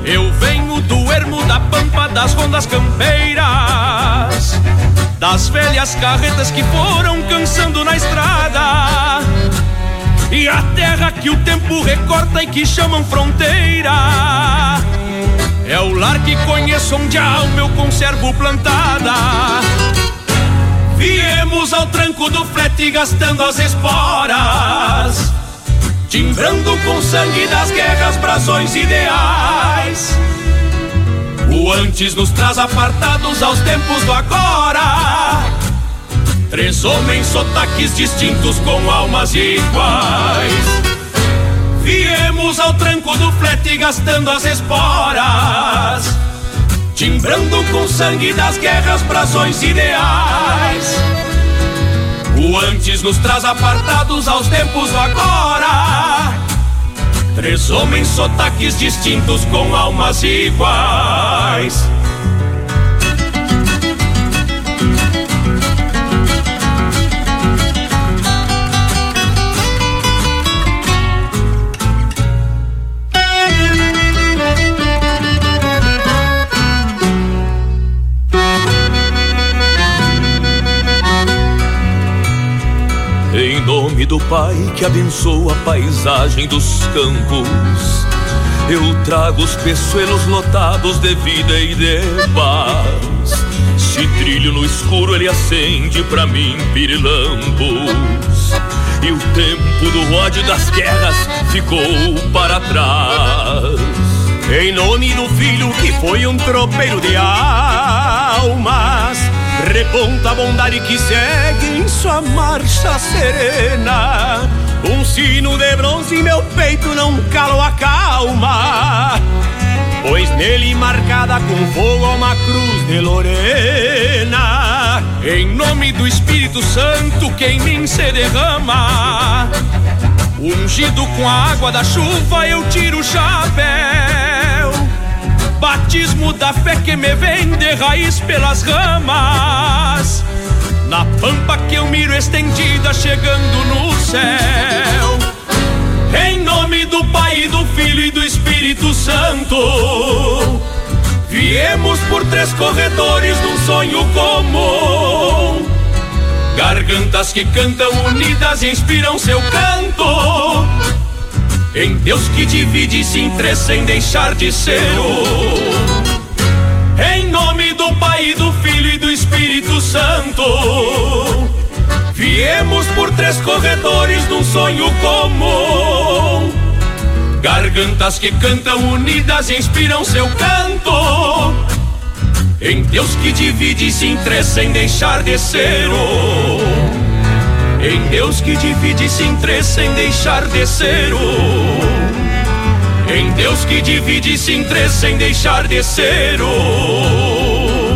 Eu venho do ermo da pampa, das rondas campeiras, das velhas carretas que foram cansando na estrada, e a terra que o tempo recorta e que chamam fronteira é o lar que conheço, onde a alma eu conservo plantada. Viemos ao tranco do flete gastando as esporas, timbrando com sangue das guerras brasões ideais. O antes nos traz apartados aos tempos do agora, 3 homens sotaques distintos com almas iguais. Viemos ao tranco do flete gastando as esporas, timbrando com sangue das guerras brasões ideais. O antes nos traz apartados aos tempos do agora, 3 homens sotaques distintos com almas iguais. Em nome do Pai que abençoa a paisagem dos campos, eu trago os peçoelos lotados de vida e de paz. Se trilho no escuro ele acende pra mim pirilampos, e o tempo do ódio das guerras ficou para trás. Em nome do filho que foi um tropeiro de almas, reponta a bondade que segue em sua marcha serena. Um sino de bronze em meu peito não calo a calma, pois nele marcada com fogo uma cruz de Lorena. Em nome do Espírito Santo que em mim se derrama, ungido com a água da chuva eu tiro o chapéu. Batismo da fé que me vem de raiz pelas ramas, na pampa que eu miro estendida chegando no céu. Em nome do Pai, do Filho e do Espírito Santo, viemos por 3 corredores num sonho comum. Gargantas que cantam unidas e inspiram seu canto, em Deus que divide-se em 3 sem deixar de ser um. Em nome do Pai, do Filho e do Espírito Santo, viemos por 3 corredores num sonho comum. Gargantas que cantam unidas e inspiram seu canto, em Deus que divide-se em 3 sem deixar de ser um. Em Deus que divide-se em 3 sem deixar de ser um. Em Deus que divide-se em 3 sem deixar de ser um.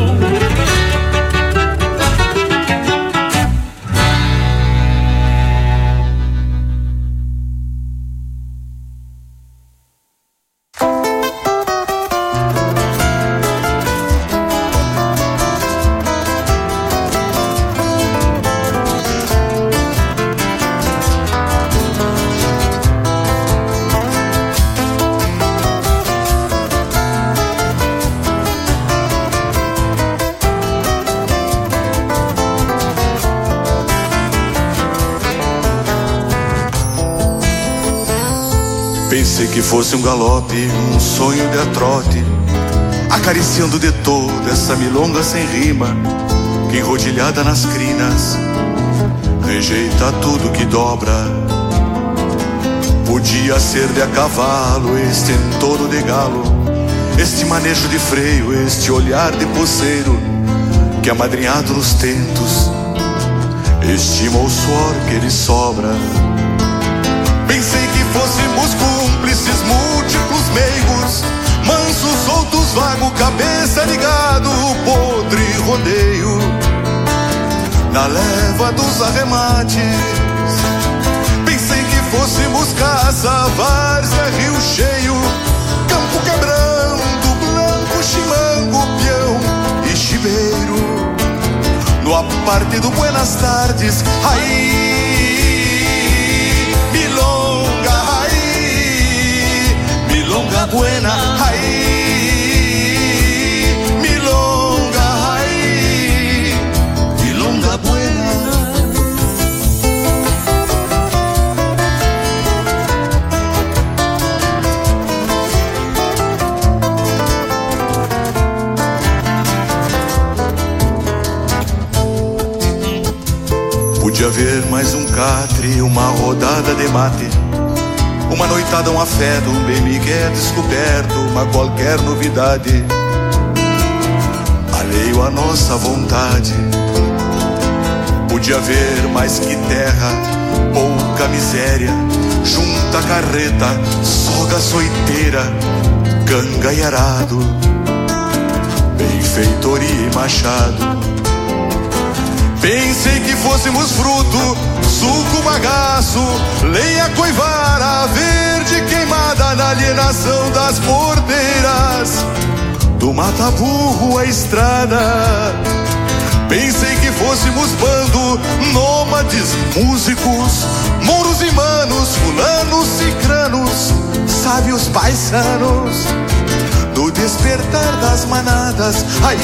Pensei que fosse um galope, um sonho de trote, acariciando de toda essa milonga sem rima, que enrodilhada nas crinas rejeita tudo que dobra. Podia ser de a cavalo, este entouro de galo, este manejo de freio, este olhar de poceiro, que amadrinhado nos tentos estima o suor que lhe sobra. Pensei que fôssemos cúmplices múltiplos meigos, mansos, soltos, vago, cabeça ligado, podre rodeio, na leva dos arremates. Pensei que fôssemos caça, várzea, rio cheio, campo quebrando, blanco, chimango, peão e chiveiro, no aparte do Buenas Tardes. Aí milonga buena, ay, Podia haver mais um catre, uma rodada de mate, uma noitada, um afeto, um bem migué descoberto, uma qualquer novidade, alheio à nossa vontade. Podia haver mais que terra, pouca miséria, junta carreta, soga soiteira, canga e arado, benfeitoria e machado. Pensei que fôssemos fruto, suco, bagaço, lenha, coivara, verde queimada na alienação das porteiras, do mata-burro à estrada. Pensei que fôssemos bando, nômades, músicos, mouros e manos, fulanos, cicranos, sábios paisanos, no despertar das manadas.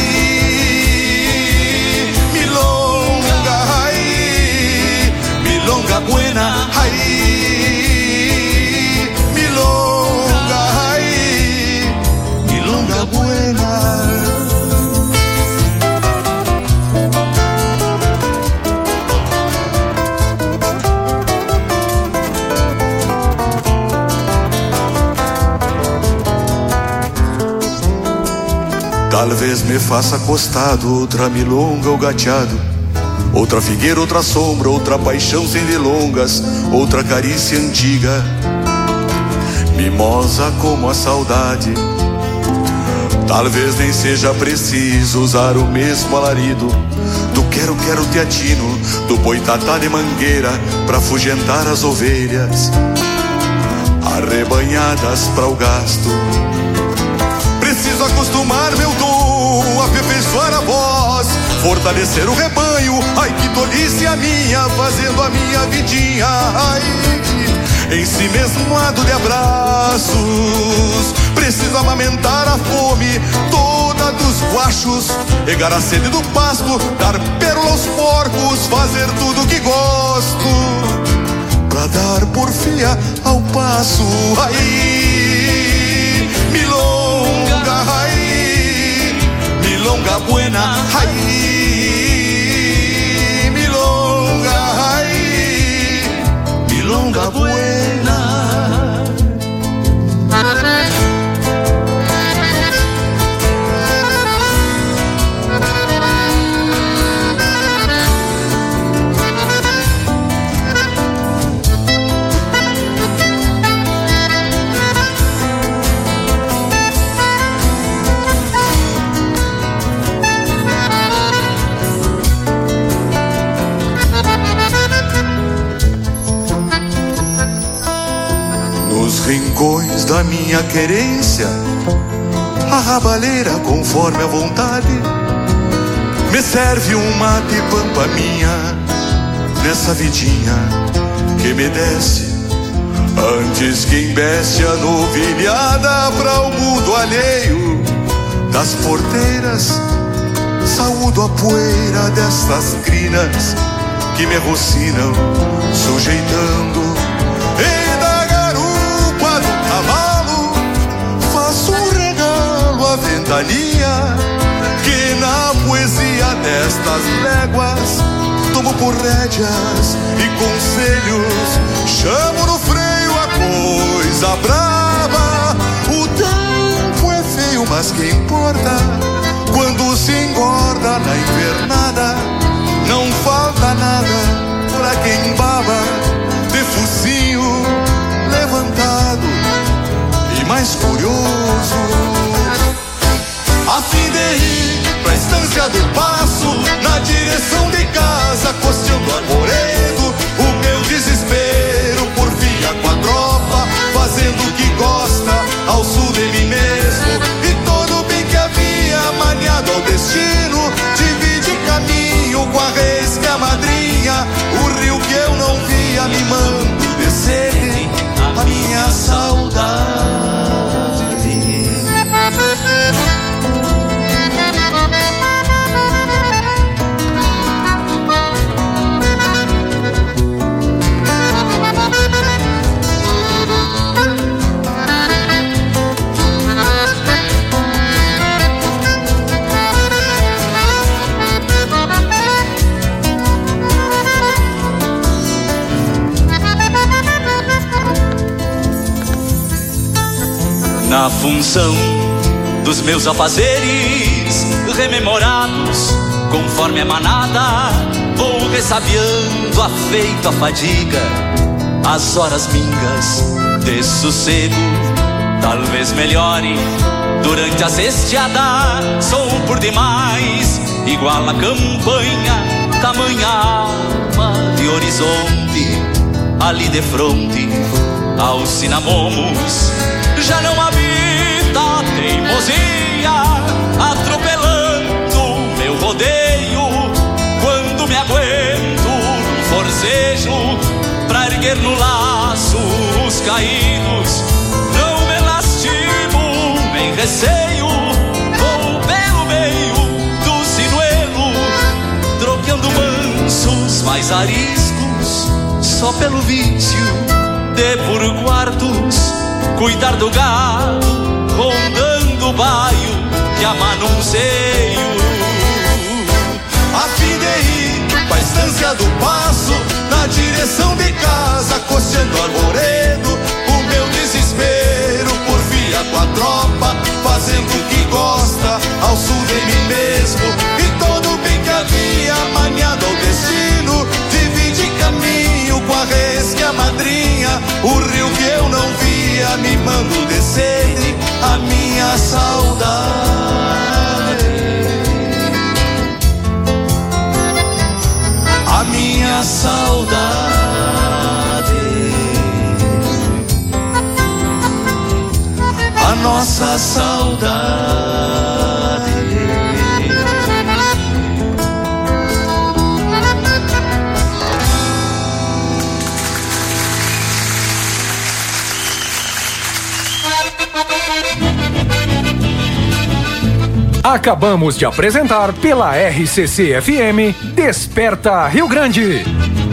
Aí, milonga, aí, milonga buena, aí, milonga, aí, milonga buena. Talvez me faça acostado, outra milonga ou gateado, outra figueira, outra sombra, outra paixão sem delongas, outra carícia antiga, mimosa como a saudade. Talvez nem seja preciso usar o mesmo alarido do quero-quero teatino, do boitatá de mangueira, pra afugentar as ovelhas arrebanhadas pra o gasto. Preciso acostumar meu dom, aperfeiçoar a voz, fortalecer o rebanho. Ai, que tolice a minha, fazendo a minha vidinha, ai, em si mesmoado de abraços. Preciso amamentar a fome toda dos guachos, regar a sede do pasto, dar pérola aos porcos, fazer tudo que gosto, pra dar porfia ao passo. Ai, milonga, ai, milonga buena, ai, milonga, ai, milonga buena. Rincões da minha querência, a rabaleira conforme a vontade, me serve um mate pampa minha, nessa vidinha que me desce, antes que embeste a novilhada pra o mundo alheio das porteiras. Saúdo a poeira destas crinas que me rocinam, sujeitando, e da garupa do cavalo faço um regalo à ventania, que na poesia destas léguas tomo por rédeas e conselhos, chamo no freio a coisa brava. O tempo é feio, mas que importa quando se engorda na invernada? Não falta nada pra quem baba, de focinho levantado e mais curioso, a fim de ir pra estância do passo, na direção de casa, costeando arvoredo. O meu desespero por via com a tropa, fazendo o que gosta ao sul de mim mesmo. E todo o bem que havia maniado ao destino divide caminho com a reis que é a madrinha. O rio que eu não via me mando de sede a minha saudade. função dos meus afazeres rememorados, conforme a manada, vou ressabiando afeito a fadiga, as horas mingas de sossego. Talvez melhore durante a cesteada, sou por demais igual a campanha, tamanha alma de horizonte, ali de fronte aos cinamomos. Já não habita a teimosia atropelando meu rodeio, quando me aguento num forcejo pra erguer no laço os caídos. Não me lastimo, nem receio, vou pelo meio do sinuelo, troqueando mansos mais ariscos, só pelo vício de por quartos cuidar do gado, rondando o baio que amanunceio. A fim de ir pra estância do passo, na direção de casa, costeando arvoredo, o meu desespero por via com a tropa, fazendo o que gosta ao sul de mim mesmo. E todo o bem que havia amanhado ao destino, divide caminho com a res que a madrinha, o rio que eu não via me mando de sede, a minha saudade. A minha saudade, a nossa saudade. Acabamos de apresentar pela RCC-FM Desperta Rio Grande.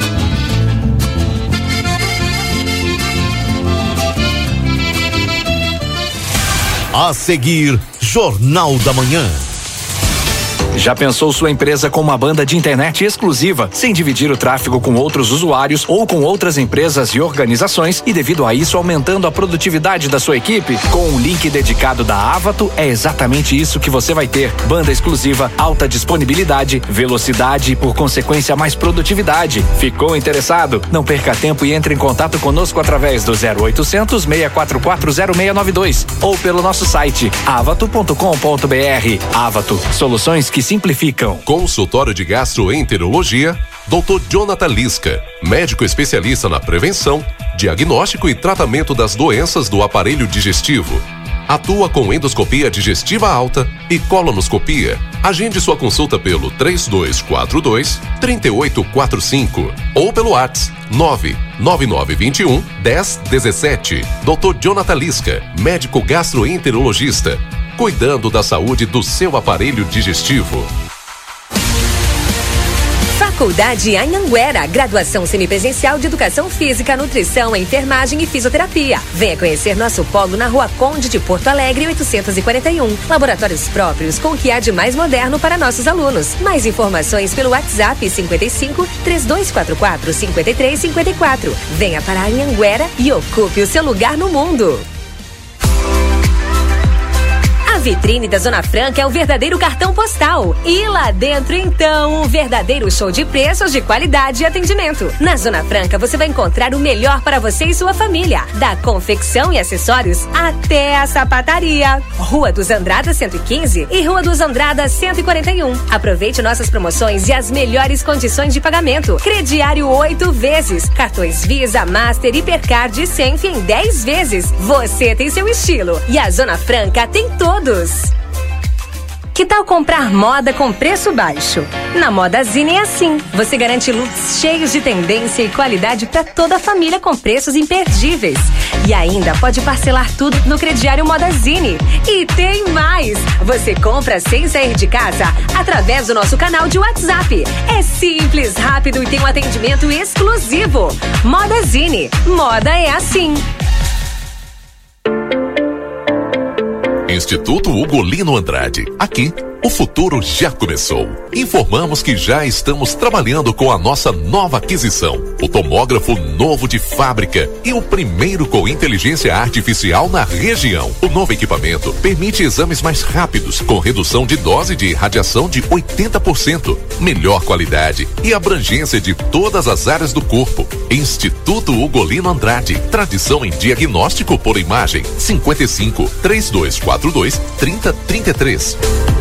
A seguir, Jornal da Manhã. Já pensou sua empresa com uma banda de internet exclusiva, sem dividir o tráfego com outros usuários ou com outras empresas e organizações, e devido a isso aumentando a produtividade da sua equipe? Com um link dedicado da Avato, é exatamente isso que você vai ter. Banda exclusiva, alta disponibilidade, velocidade e, por consequência, mais produtividade. Ficou interessado? Não perca tempo e entre em contato conosco através do 0800 644 0692 ou pelo nosso site avato.com.br. Avato, soluções que simplificam. Consultório de Gastroenterologia, Dr. Jonathan Lisca, médico especialista na prevenção, diagnóstico e tratamento das doenças do aparelho digestivo. Atua com endoscopia digestiva alta e colonoscopia. Agende sua consulta pelo 3242-3845 ou pelo WhatsApp 99921-1017. Dr. Jonathan Lisca, médico gastroenterologista, cuidando da saúde do seu aparelho digestivo. Faculdade Anhanguera, graduação semipresencial de Educação Física, Nutrição, Enfermagem e Fisioterapia. Venha conhecer nosso polo na Rua Conde de Porto Alegre, 841. Laboratórios próprios com o que há de mais moderno para nossos alunos. Mais informações pelo WhatsApp 55 3244 5354. Venha para a Anhanguera e ocupe o seu lugar no mundo. A vitrine da Zona Franca é o verdadeiro cartão postal. E lá dentro, então, um verdadeiro show de preços, de qualidade e atendimento. Na Zona Franca, você vai encontrar o melhor para você e sua família. Da confecção e acessórios até a sapataria. Rua dos Andradas 115 e Rua dos Andradas 141. Aproveite nossas promoções e as melhores condições de pagamento. Crediário 8 vezes. Cartões Visa, Master, Hipercard e Senf em 10 vezes. Você tem seu estilo. E a Zona Franca tem todos. Que tal comprar moda com preço baixo? Na Modazine é assim. Você garante looks cheios de tendência e qualidade para toda a família com preços imperdíveis. E ainda pode parcelar tudo no crediário Modazine. E tem mais! Você compra sem sair de casa através do nosso canal de WhatsApp. É simples, rápido e tem um atendimento exclusivo. Modazine. Moda é assim. Instituto Ugolino Andrade. Aqui, O futuro já começou. Informamos que já estamos trabalhando com a nossa nova aquisição, o tomógrafo novo de fábrica e o primeiro com inteligência artificial na região. O novo equipamento permite exames mais rápidos, com redução de dose de radiação de 80%, melhor qualidade e abrangência de todas as áreas do corpo. Instituto Ugolino Andrade, tradição em diagnóstico por imagem. 55 3242 3033.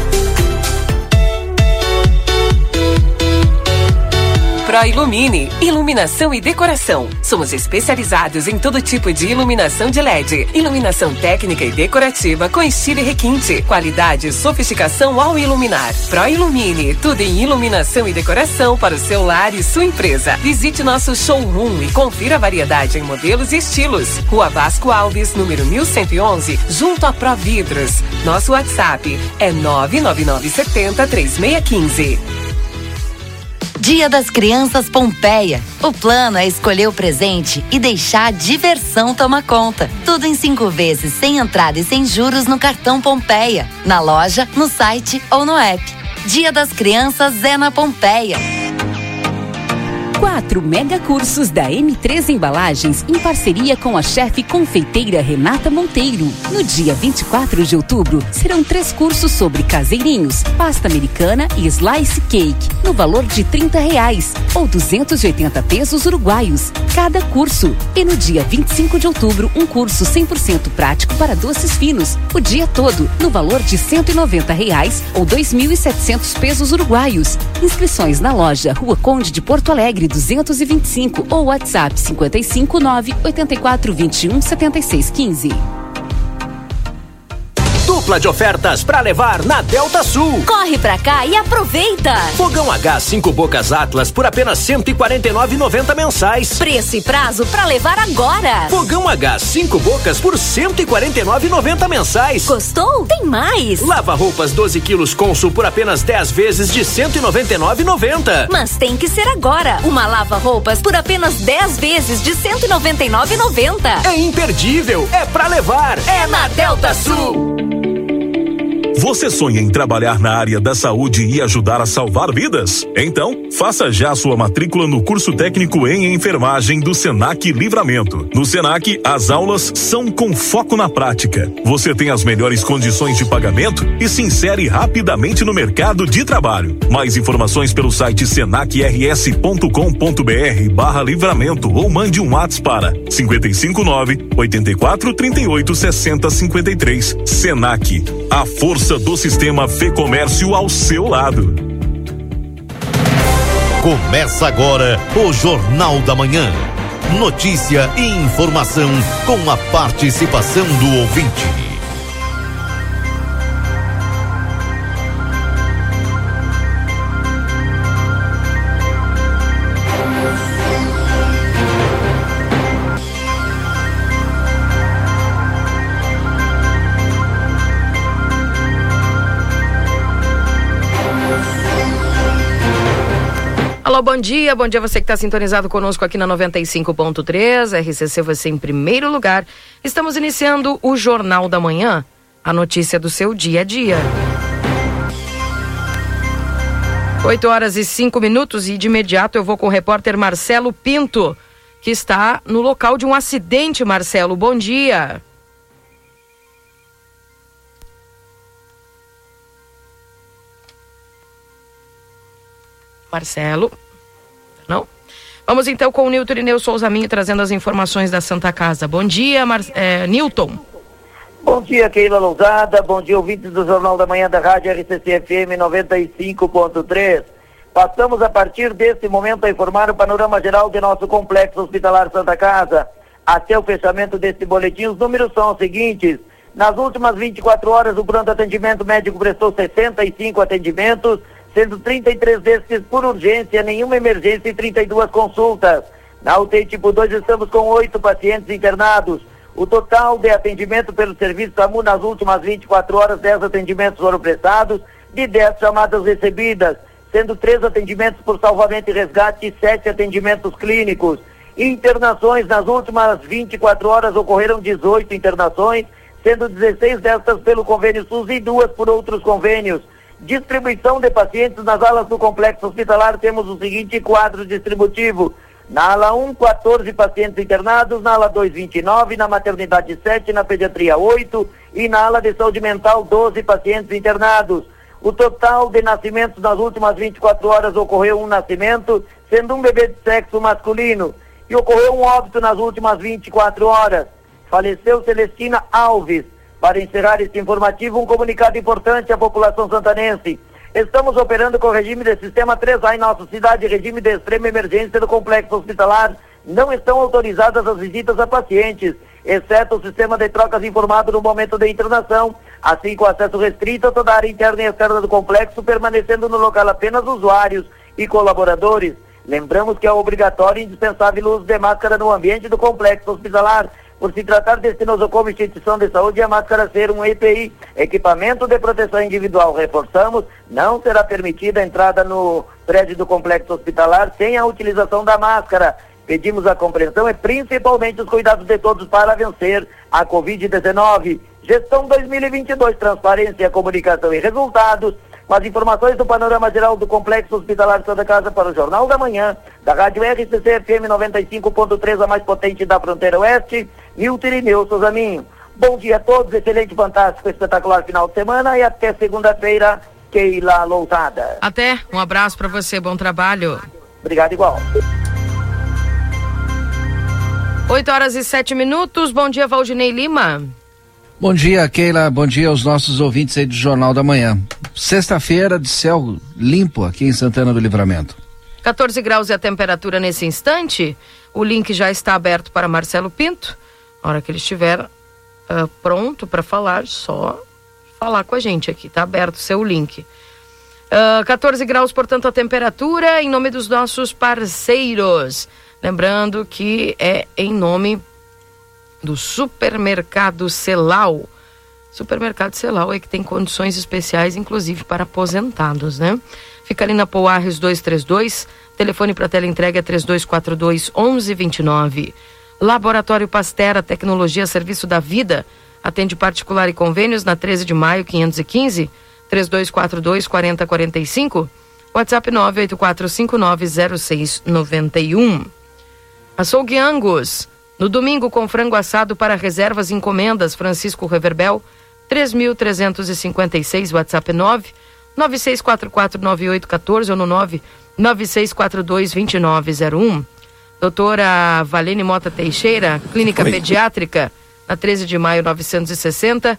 Proilumine, iluminação e decoração. Somos especializados em todo tipo de iluminação de LED. Iluminação técnica e decorativa com estilo e requinte. Qualidade e sofisticação ao iluminar. Proilumine, tudo em iluminação e decoração para o seu lar e sua empresa. Visite nosso showroom e confira a variedade em modelos e estilos. Rua Vasco Alves, número 1111, junto a Providros. Nosso WhatsApp é 99970-3615. Dia das Crianças Pompeia. O plano é escolher o presente e deixar a diversão tomar conta. Tudo em 5 vezes, sem entrada e sem juros no cartão Pompeia. Na loja, no site ou no app. Dia das Crianças é na Pompeia. 4 mega cursos da M3 Embalagens em parceria com a chefe confeiteira Renata Monteiro. No dia 24 de outubro, serão 3 cursos sobre caseirinhos, pasta americana e slice cake, no valor de R$30 ou 280 pesos uruguaios, cada curso. E no dia 25 de outubro, um curso 100% prático para doces finos, o dia todo, no valor de R$190 ou 2.700 pesos uruguaios. Inscrições na loja Rua Conde de Porto Alegre, 225 ou WhatsApp 559-8421-7615. Dupla de ofertas para levar na Delta Sul. Corre pra cá e aproveita! Fogão a gás 5 bocas Atlas por apenas R$149,90 mensais. Preço e prazo pra levar agora. Fogão a gás 5 bocas por R$149,90 mensais. Gostou? Tem mais! Lava roupas 12 quilos Consul por apenas 10 vezes de R$199,90. Mas tem que ser agora. Uma lava roupas por apenas 10 vezes de R$199,90. É imperdível, é pra levar. É na Delta Sul. Você sonha em trabalhar na área da saúde e ajudar a salvar vidas? Então, faça já sua matrícula no curso técnico em enfermagem do Senac Livramento. No Senac, as aulas são com foco na prática. Você tem as melhores condições de pagamento e se insere rapidamente no mercado de trabalho. Mais informações pelo site senacrs.com.br/livramento ou mande um WhatsApp para 559-8438-6053. Senac, a força do sistema Fê Comércio ao seu lado. Começa agora o Jornal da Manhã. Notícia e informação com a participação do ouvinte. Alô, bom dia você que está sintonizado conosco aqui na 95.3, RCC você em primeiro lugar. Estamos iniciando o Jornal da Manhã, a notícia do seu dia a dia. 8h05 e de imediato eu vou com o repórter Marcelo Pinto, que está no local de um acidente. Marcelo, bom dia. Marcelo, não? Vamos então com o Nilton Ineu Souza Minho trazendo as informações da Santa Casa. Bom dia, Nilton. Bom dia, Keila Lousada. Bom dia, ouvintes do Jornal da Manhã da Rádio RCC FM 95.3. Passamos a partir desse momento a informar o panorama geral de nosso complexo hospitalar Santa Casa. Até o fechamento deste boletim, os números são os seguintes. Nas últimas 24 horas, o pronto atendimento médico prestou 65 atendimentos, sendo 33 desses por urgência, nenhuma emergência e 32 consultas. Na UTI tipo 2 estamos com 8 pacientes internados. O total de atendimento pelo serviço SAMU nas últimas 24 horas, 10 atendimentos foram prestados, de 10 chamadas recebidas, sendo 3 atendimentos por salvamento e resgate e 7 atendimentos clínicos. Internações nas últimas 24 horas ocorreram 18 internações, sendo 16 destas pelo convênio SUS e 2 por outros convênios. Distribuição de pacientes nas alas do complexo hospitalar, temos o seguinte quadro distributivo. Na ala 1, 14 pacientes internados, na ala 2, 29, na maternidade 7, na pediatria 8 e na ala de saúde mental 12 pacientes internados. O total de nascimentos nas últimas 24 horas ocorreu um nascimento, sendo um bebê de sexo masculino. E ocorreu um óbito nas últimas 24 horas. Faleceu Celestina Alves. Para encerrar este informativo, um comunicado importante à população santanense. Estamos operando com o regime de sistema 3A em nossa cidade, regime de extrema emergência do complexo hospitalar. Não estão autorizadas as visitas a pacientes, exceto o sistema de trocas informado no momento da internação, assim com acesso restrito a toda a área interna e externa do complexo, permanecendo no local apenas usuários e colaboradores. Lembramos que é obrigatório e indispensável o uso de máscara no ambiente do complexo hospitalar. Por se tratar deste nosocomio instituição de saúde, a máscara ser um EPI, equipamento de proteção individual. Reforçamos, não será permitida a entrada no prédio do complexo hospitalar sem a utilização da máscara. Pedimos a compreensão e principalmente os cuidados de todos para vencer a Covid-19. Gestão 2022, transparência, comunicação e resultados. Com as informações do panorama geral do Complexo Hospitalar Santa Casa para o Jornal da Manhã, da Rádio RCC FM 95.3, a mais potente da fronteira oeste, Milton Irineu Souzaminho. Bom dia a todos, excelente, fantástico, espetacular final de semana e até segunda-feira, Keila Lousada. Até, um abraço para você, bom trabalho. Obrigado, igual. 8h07, bom dia, Valdinei Lima. Bom dia, Keila, bom dia aos nossos ouvintes aí do Jornal da Manhã. Sexta-feira de céu limpo aqui em Santana do Livramento. 14 graus é a temperatura nesse instante. O link já está aberto para Marcelo Pinto. Na hora que ele estiver pronto para falar, só falar com a gente aqui. Está aberto o seu link. 14 graus, portanto, a temperatura em nome dos nossos parceiros. Lembrando que é em nome do Supermercado Celal. Supermercado Celal é que tem condições especiais, inclusive para aposentados, né? Fica ali na Poarres 232, telefone para teleentrega 3242-1129. Laboratório Pastera, tecnologia, serviço da vida, atende particular e convênios na 13 de maio, 515, 3242-4045, WhatsApp 984590691. Açougue Angus, no domingo com frango assado para reservas e encomendas, Francisco Reverbel, 3.356, WhatsApp 996449814 ou no 996422901. Doutora Valene Mota Teixeira, Clínica Pediátrica, na 13 de maio 960,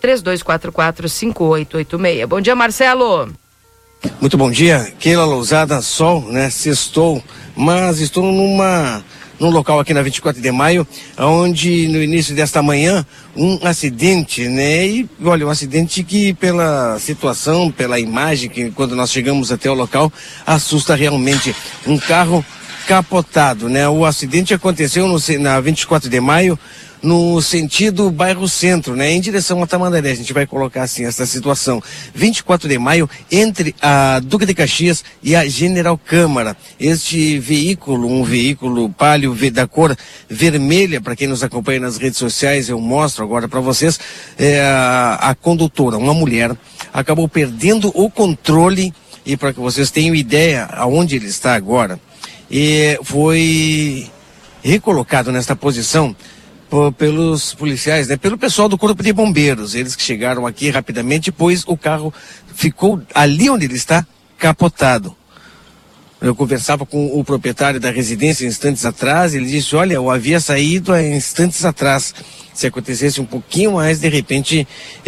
3244-5886. Bom dia, Marcelo. Muito bom dia, Keila Lousada, sol, né, sextou, mas estou num local aqui na 24 de maio, onde no início desta manhã, um acidente, né? E olha, um acidente que pela situação, pela imagem, que quando nós chegamos até o local, assusta realmente. Um carro capotado, né? O acidente aconteceu na 24 de maio, no sentido bairro Centro, né? Em direção a Tamandaré, a gente vai colocar assim essa situação. 24 de maio, entre a Duque de Caxias e a General Câmara. Este veículo, um veículo Palio da cor vermelha, para quem nos acompanha nas redes sociais, eu mostro agora para vocês, a condutora, uma mulher, acabou perdendo o controle, e para que vocês tenham ideia aonde ele está agora, e foi recolocado nesta posição pelos policiais, né? Pelo pessoal do Corpo de Bombeiros, eles que chegaram aqui rapidamente, pois o carro ficou ali onde ele está, capotado. Eu conversava com o proprietário da residência instantes atrás, ele disse, olha, eu havia saído há instantes atrás, se acontecesse um pouquinho mais, de repente,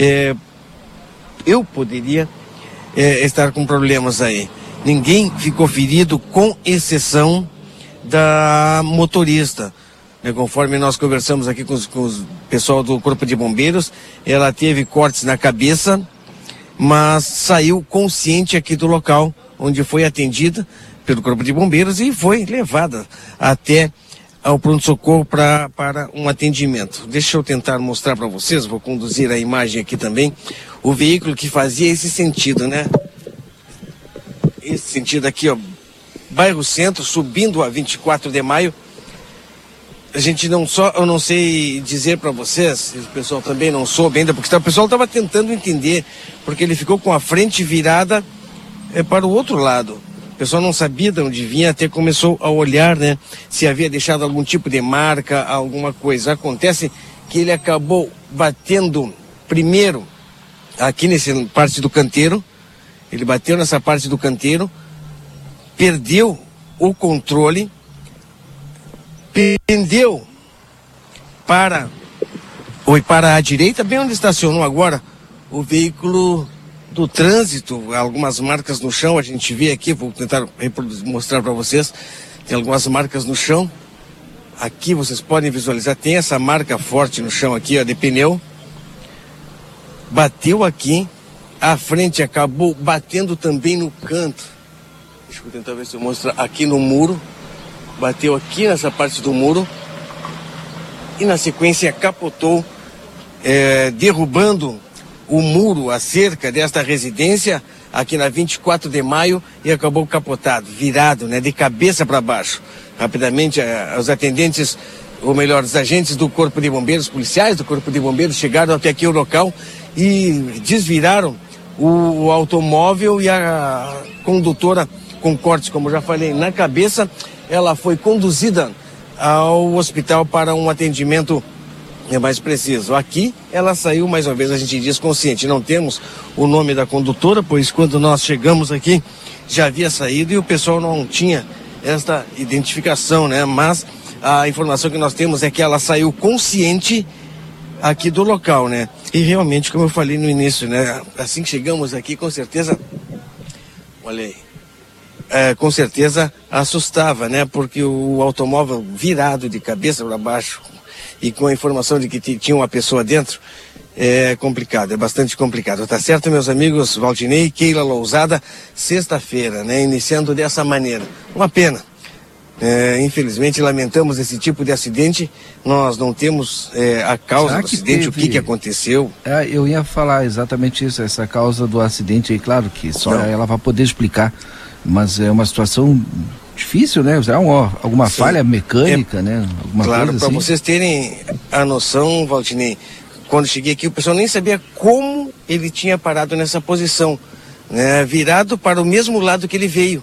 eu poderia estar com problemas aí. Ninguém ficou ferido, com exceção da motorista. Conforme nós conversamos aqui com o pessoal do Corpo de Bombeiros, ela teve cortes na cabeça, mas saiu consciente aqui do local, onde foi atendida pelo Corpo de Bombeiros e foi levada até ao pronto-socorro para um atendimento. Deixa eu tentar mostrar para vocês, vou conduzir a imagem aqui também, o veículo que fazia esse sentido, né? Esse sentido aqui, ó, bairro Centro, subindo a 24 de maio, a gente eu não sei dizer para vocês, o pessoal também não soube ainda, porque o pessoal estava tentando entender, porque ele ficou com a frente virada para o outro lado. O pessoal não sabia de onde vinha, até começou a olhar, né, se havia deixado algum tipo de marca, alguma coisa. Acontece que ele acabou batendo primeiro aqui nessa parte do canteiro, ele bateu nessa parte do canteiro, perdeu o controle, pendeu para a direita, bem onde estacionou agora o veículo do trânsito, algumas marcas no chão, a gente vê aqui, vou tentar mostrar para vocês, tem algumas marcas no chão, aqui vocês podem visualizar, tem essa marca forte no chão aqui, ó, de pneu, bateu aqui, a frente acabou batendo também no canto, deixa eu tentar ver se eu mostro aqui no muro, bateu aqui nessa parte do muro e na sequência capotou, derrubando o muro, a cerca desta residência aqui na 24 de maio e acabou capotado, virado, né, de cabeça para baixo. Rapidamente os atendentes, ou melhor, os agentes do Corpo de Bombeiros, policiais do Corpo de Bombeiros chegaram até aqui o local e desviraram o automóvel e a condutora com cortes, como já falei, na cabeça. Ela foi conduzida ao hospital para um atendimento mais preciso. Aqui ela saiu, mais uma vez a gente diz, consciente. Não temos o nome da condutora, pois quando nós chegamos aqui já havia saído e o pessoal não tinha esta identificação, né? Mas a informação que nós temos é que ela saiu consciente aqui do local, né? E realmente, como eu falei no início, né? Assim que chegamos aqui, com certeza, olha aí, com certeza assustava, né? Porque o automóvel virado de cabeça para baixo e com a informação de que tinha uma pessoa dentro, é complicado, é bastante complicado. Tá certo, meus amigos? Valdinei, Keila Lousada, sexta-feira, né? Iniciando dessa maneira. Uma pena. Infelizmente, lamentamos esse tipo de acidente. Nós não temos a causa do acidente, o que aconteceu. Eu ia falar exatamente isso, essa causa do acidente aí, claro que só ela vai poder explicar, mas é uma situação difícil, né? Alguma falha mecânica, né? Alguma claro, coisa para assim. Vocês terem a noção, Valdinei, quando cheguei aqui, o pessoal nem sabia como ele tinha parado nessa posição, né? Virado para o mesmo lado que ele veio.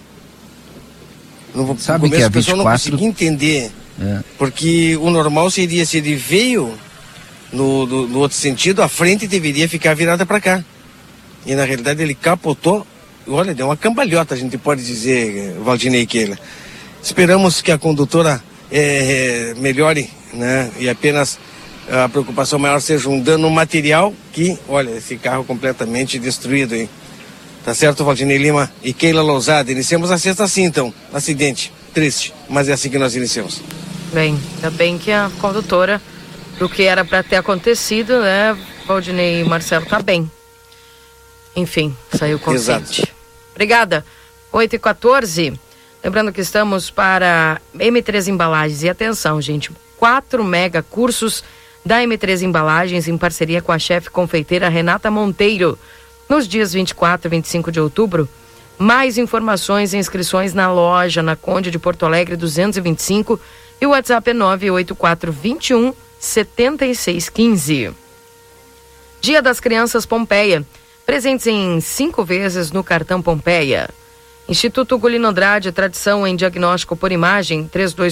Sabe que a 24... o pessoal não conseguia entender, porque o normal seria, se ele veio no outro sentido, a frente deveria ficar virada para cá. E na realidade ele capotou, olha, deu uma cambalhota, a gente pode dizer, Valdinei e Keila. Esperamos que a condutora melhore, né? E apenas a preocupação maior seja um dano material que, olha, esse carro completamente destruído, hein? Tá certo, Valdinei Lima e Keila Lousada. Iniciamos a sexta assim, então. Acidente. Triste, mas é assim que nós iniciamos. Bem, ainda bem que a condutora, do que era para ter acontecido, né, Valdinei e Marcelo, tá bem. Enfim, saiu consciente. Exato. Obrigada. 8h14. Lembrando que estamos para M3 Embalagens. E atenção, gente, 4 mega cursos da M3 Embalagens em parceria com a chefe confeiteira Renata Monteiro. Nos dias 24 e 25 de outubro, mais informações e inscrições na loja, na Conde de Porto Alegre 225 e o WhatsApp é 98421 7615. Dia das Crianças Pompeia. Presentes em 5 vezes no cartão Pompeia. Instituto Ugolino Andrade, tradição em diagnóstico por imagem,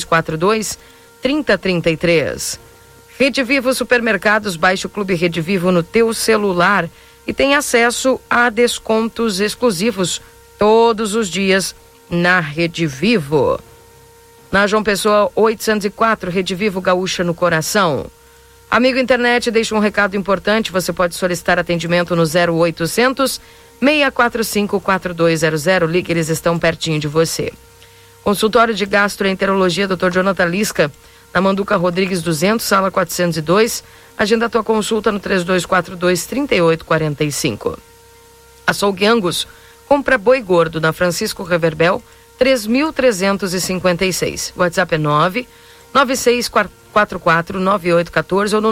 3242-3033. Rede Vivo Supermercados, baixe o Clube Rede Vivo no teu celular e tem acesso a descontos exclusivos todos os dias na Rede Vivo. Na João Pessoa 804, Rede Vivo Gaúcha no Coração. Amigo Internet, deixa um recado importante, você pode solicitar atendimento no 0800 645 4200, ligue, eles estão pertinho de você. Consultório de Gastroenterologia, Dr. Jonathan Lisca, na Manduca Rodrigues 200, sala 402, agenda a tua consulta no 3242-3845. Açougue Angus, compra boi gordo na Francisco Reverbel, 3.356. WhatsApp é 996449814 ou no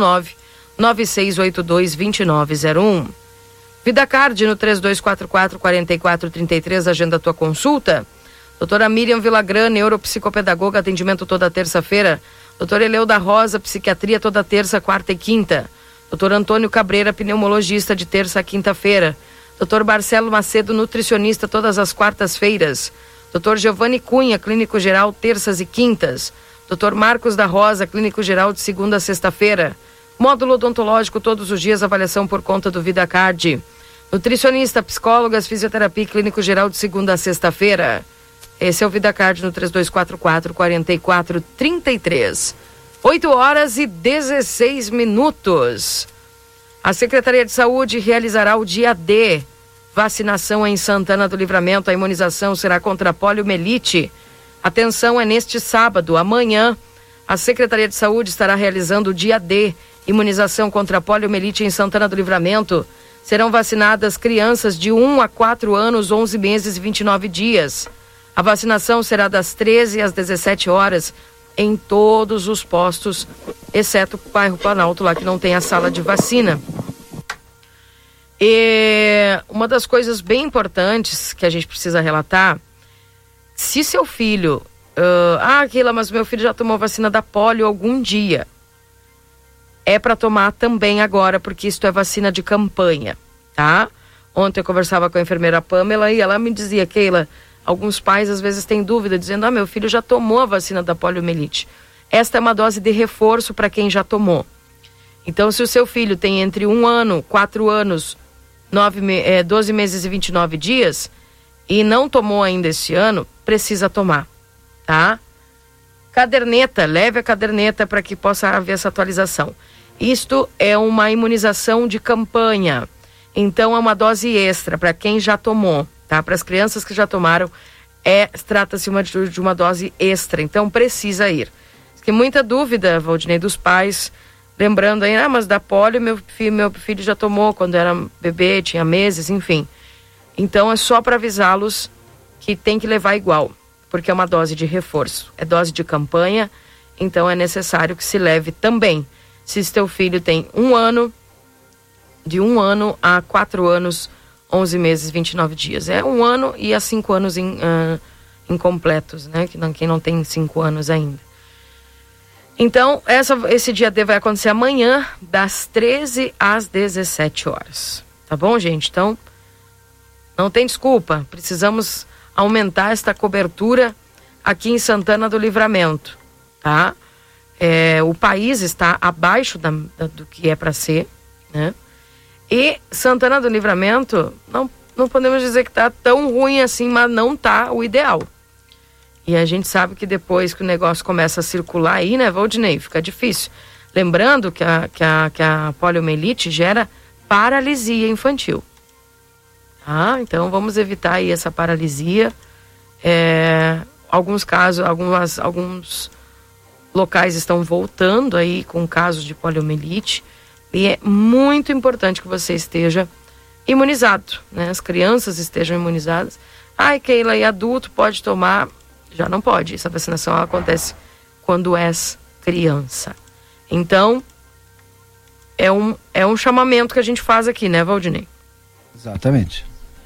996822901. VidaCard no 3244-4433, agenda a tua consulta. Doutora Miriam Villagrán, neuropsicopedagoga, atendimento toda terça-feira, Dr. Eleu da Rosa, psiquiatria, toda terça, quarta e quinta. Dr. Antônio Cabreira, pneumologista, de terça a quinta-feira. Dr. Marcelo Macedo, nutricionista, todas as quartas-feiras. Dr. Giovanni Cunha, clínico geral, terças e quintas. Dr. Marcos da Rosa, clínico geral, de segunda a sexta-feira. Módulo odontológico, todos os dias, avaliação por conta do VidaCard. Nutricionista, psicólogas, fisioterapia e clínico geral, de segunda a sexta-feira. Esse é o VidaCard no 3244-4433. 8h16. A Secretaria de Saúde realizará o dia D. Vacinação em Santana do Livramento. A imunização será contra a poliomielite. Atenção, é neste sábado, amanhã. A Secretaria de Saúde estará realizando o dia D. Imunização contra a poliomielite em Santana do Livramento. Serão vacinadas crianças de 1 a 4 anos, 11 meses e 29 dias. A vacinação será das 13 às 17 horas em todos os postos, exceto o bairro Planalto, lá que não tem a sala de vacina. E uma das coisas bem importantes que a gente precisa relatar, se seu filho, Keila, mas meu filho já tomou vacina da polio algum dia, é para tomar também agora, porque isto é vacina de campanha, tá? Ontem eu conversava com a enfermeira Pamela e ela me dizia, Keila, alguns pais às vezes têm dúvida, dizendo, meu filho já tomou a vacina da poliomielite. Esta é uma dose de reforço para quem já tomou. Então, se o seu filho tem entre 1 ano, 4 anos, 12 meses e 29 dias, e não tomou ainda esse ano, precisa tomar, tá? Caderneta, leve a caderneta para que possa haver essa atualização. Isto é uma imunização de campanha, então é uma dose extra para quem já tomou. Tá? Para as crianças que já tomaram, trata-se de uma dose extra, então precisa ir. Tem muita dúvida, Valdinei, dos pais, lembrando aí, mas da polio meu filho já tomou quando era bebê, tinha meses, enfim. Então é só para avisá-los que tem que levar igual, porque é uma dose de reforço, é dose de campanha, então é necessário que se leve também. Se seu filho tem 1 ano, de 1 ano a 4 anos, 11 meses, 29 dias. É 1 ano e há 5 anos incompletos, né? Quem não tem 5 anos ainda. Então, esse dia D vai acontecer amanhã, das 13 às 17 horas. Tá bom, gente? Então, não tem desculpa. Precisamos aumentar esta cobertura aqui em Santana do Livramento, tá? O país está abaixo do que é para ser, né? E Santana do Livramento, não podemos dizer que está tão ruim assim, mas não está o ideal. E a gente sabe que depois que o negócio começa a circular aí, né, Valdinei, fica difícil. Lembrando que a poliomielite gera paralisia infantil. Tá? Então vamos evitar aí essa paralisia. Alguns casos, alguns locais estão voltando aí com casos de poliomielite. E é muito importante que você esteja imunizado, né? As crianças estejam imunizadas. Keila, e adulto pode tomar? Já não pode. Essa vacinação acontece quando és criança. Então, é um chamamento que a gente faz aqui, né, Valdinei? Exatamente.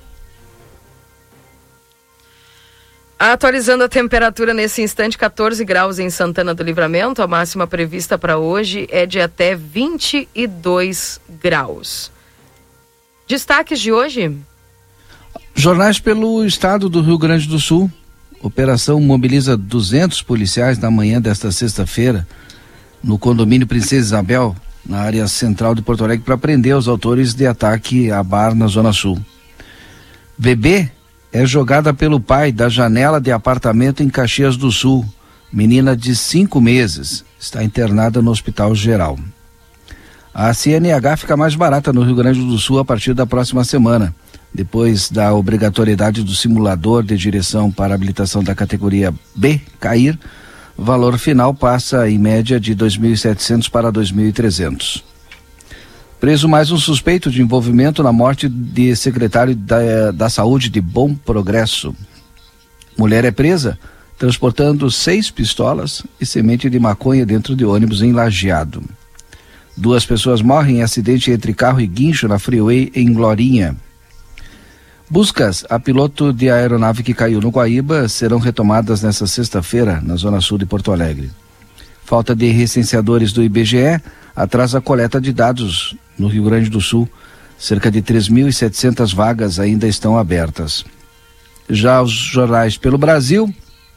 Atualizando a temperatura nesse instante, 14 graus em Santana do Livramento. A máxima prevista para hoje é de até 22 graus. Destaques de hoje? Jornais pelo estado do Rio Grande do Sul. Operação mobiliza 200 policiais na manhã desta sexta-feira no condomínio Princesa Isabel, na área central de Porto Alegre, para prender os autores de ataque a bar na Zona Sul. Bebê é jogada pelo pai da janela de apartamento em Caxias do Sul. Menina de 5 meses está internada no Hospital Geral. A CNH fica mais barata no Rio Grande do Sul a partir da próxima semana. Depois da obrigatoriedade do simulador de direção para habilitação da categoria B cair, o valor final passa em média de 2.700 para 2.300. Preso mais um suspeito de envolvimento na morte de secretário da Saúde de Bom Progresso. Mulher é presa transportando 6 pistolas e semente de maconha dentro de ônibus em Lajeado. 2 pessoas morrem em acidente entre carro e guincho na freeway em Glorinha. Buscas a piloto de aeronave que caiu no Guaíba serão retomadas nesta sexta-feira na Zona Sul de Porto Alegre. Falta de recenseadores do IBGE atrasa a coleta de dados no Rio Grande do Sul. Cerca de 3.700 vagas ainda estão abertas. Já os jornais pelo Brasil.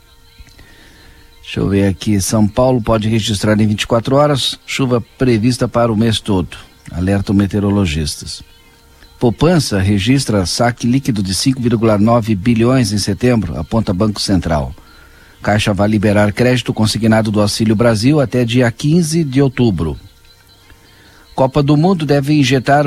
Deixa eu ver aqui. São Paulo pode registrar em 24 horas chuva prevista para o mês todo. Alertam meteorologistas. Poupança registra saque líquido de 5,9 bilhões em setembro, aponta Banco Central. Caixa vai liberar crédito consignado do Auxílio Brasil até dia 15 de outubro. Copa do Mundo deve injetar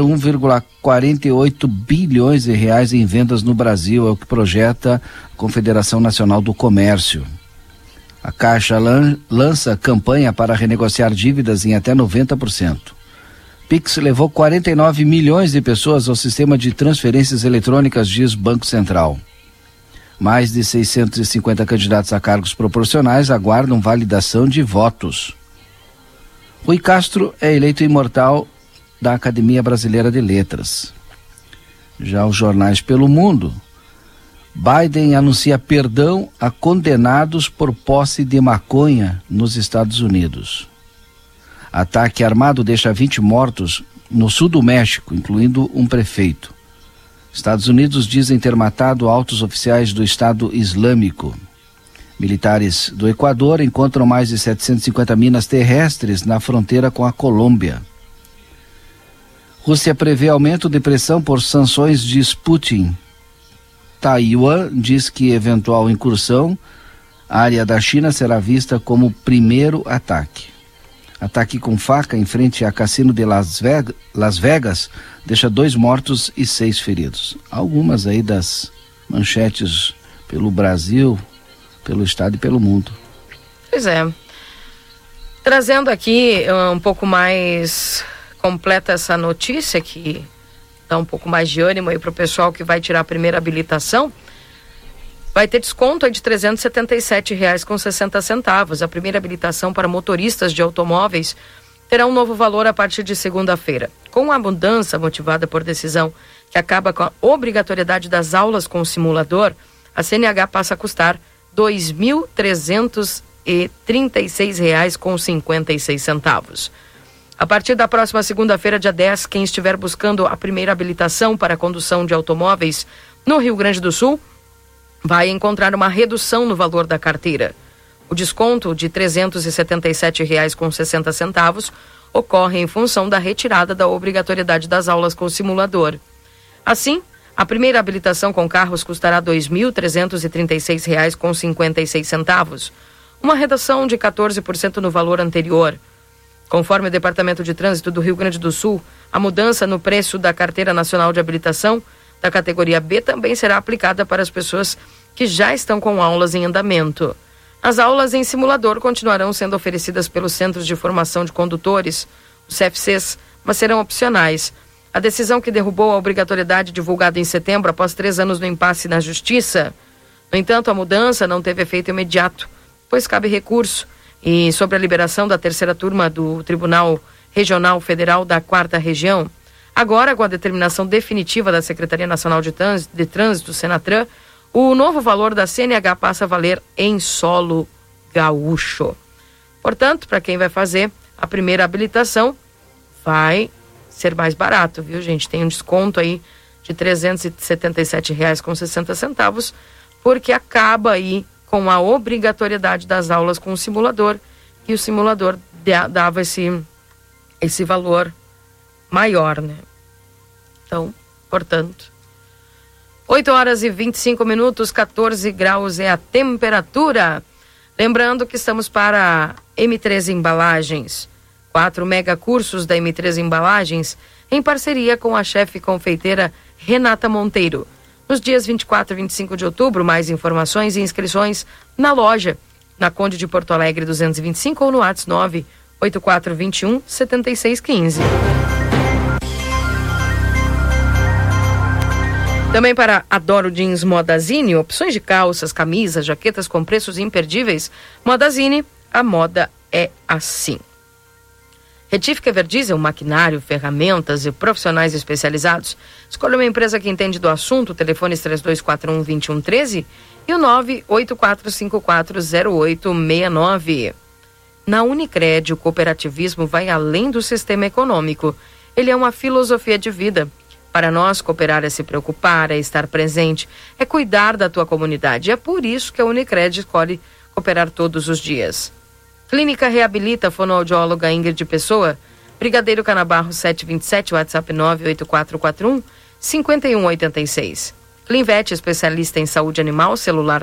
1,48 bilhões de reais em vendas no Brasil, é o que projeta a Confederação Nacional do Comércio. A Caixa lança campanha para renegociar dívidas em até 90%. Pix levou 49 milhões de pessoas ao sistema de transferências eletrônicas, diz Banco Central. Mais de 650 candidatos a cargos proporcionais aguardam validação de votos. Rui Castro é eleito imortal da Academia Brasileira de Letras. Já os jornais pelo mundo. Biden anuncia perdão a condenados por posse de maconha nos Estados Unidos. Ataque armado deixa 20 mortos no sul do México, incluindo um prefeito. Estados Unidos dizem ter matado altos oficiais do Estado Islâmico. Militares do Equador encontram mais de 750 minas terrestres na fronteira com a Colômbia. Rússia prevê aumento de pressão por sanções de Putin. Taiwan diz que eventual incursão à área da China será vista como primeiro ataque. Ataque com faca em frente a cassino de Las Vegas deixa 2 mortos e 6 feridos. Algumas aí das manchetes pelo Brasil, pelo estado e pelo mundo. Pois é. Trazendo aqui um pouco mais completa essa notícia, que dá um pouco mais de ânimo aí para o pessoal que vai tirar a primeira habilitação. Vai ter desconto aí de R$ 377,60. A primeira habilitação para motoristas de automóveis terá um novo valor a partir de segunda-feira. Com a mudança motivada por decisão que acaba com a obrigatoriedade das aulas com simulador, a CNH passa a custar R$ 2.336,56. A partir da próxima segunda-feira, dia 10, quem estiver buscando a primeira habilitação para a condução de automóveis no Rio Grande do Sul vai encontrar uma redução no valor da carteira. O desconto de R$ 377,60 ocorre em função da retirada da obrigatoriedade das aulas com simulador. Assim, a primeira habilitação com carros custará R$ 2.336,56, uma redução de 14% no valor anterior. Conforme o Departamento de Trânsito do Rio Grande do Sul, a mudança no preço da Carteira Nacional de Habilitação da categoria B também será aplicada para as pessoas que já estão com aulas em andamento. As aulas em simulador continuarão sendo oferecidas pelos Centros de Formação de Condutores, os CFCs, mas serão opcionais. A decisão que derrubou a obrigatoriedade divulgada em setembro após 3 anos no impasse na Justiça. No entanto, a mudança não teve efeito imediato, pois cabe recurso. E sobre a liberação da 3ª turma do Tribunal Regional Federal da 4ª Região, agora com a determinação definitiva da Secretaria Nacional de Trânsito, Senatran, o novo valor da CNH passa a valer em solo gaúcho. Portanto, para quem vai fazer a primeira habilitação, vai ser mais barato, viu, gente? Tem um desconto aí de R$ 377,60, porque acaba aí com a obrigatoriedade das aulas com o simulador, e o simulador dava esse valor maior, né? Então, portanto, 8h25, 14 graus é a temperatura. Lembrando que estamos para M3 Embalagens, 4 mega cursos da M3 Embalagens, em parceria com a chefe confeiteira Renata Monteiro. Nos dias 24 e 25 de outubro, mais informações e inscrições na loja, na Conde de Porto Alegre 225 ou no WhatsApp 98421-7615. Também para Adoro Jeans Modazine, opções de calças, camisas, jaquetas com preços imperdíveis. Modazine, a moda é assim. Retífica Everdiesel, maquinário, ferramentas e profissionais especializados. Escolha uma empresa que entende do assunto. Telefones 3241-2113 e o 984540869. Na Unicred, o cooperativismo vai além do sistema econômico. Ele é uma filosofia de vida. Para nós, cooperar é se preocupar, é estar presente, é cuidar da tua comunidade. É por isso que a Unicred escolhe cooperar todos os dias. Clínica Reabilita, fonoaudióloga Ingrid Pessoa, Brigadeiro Canabarro 727, WhatsApp 98441-5186. Clinvet, especialista em saúde animal, celular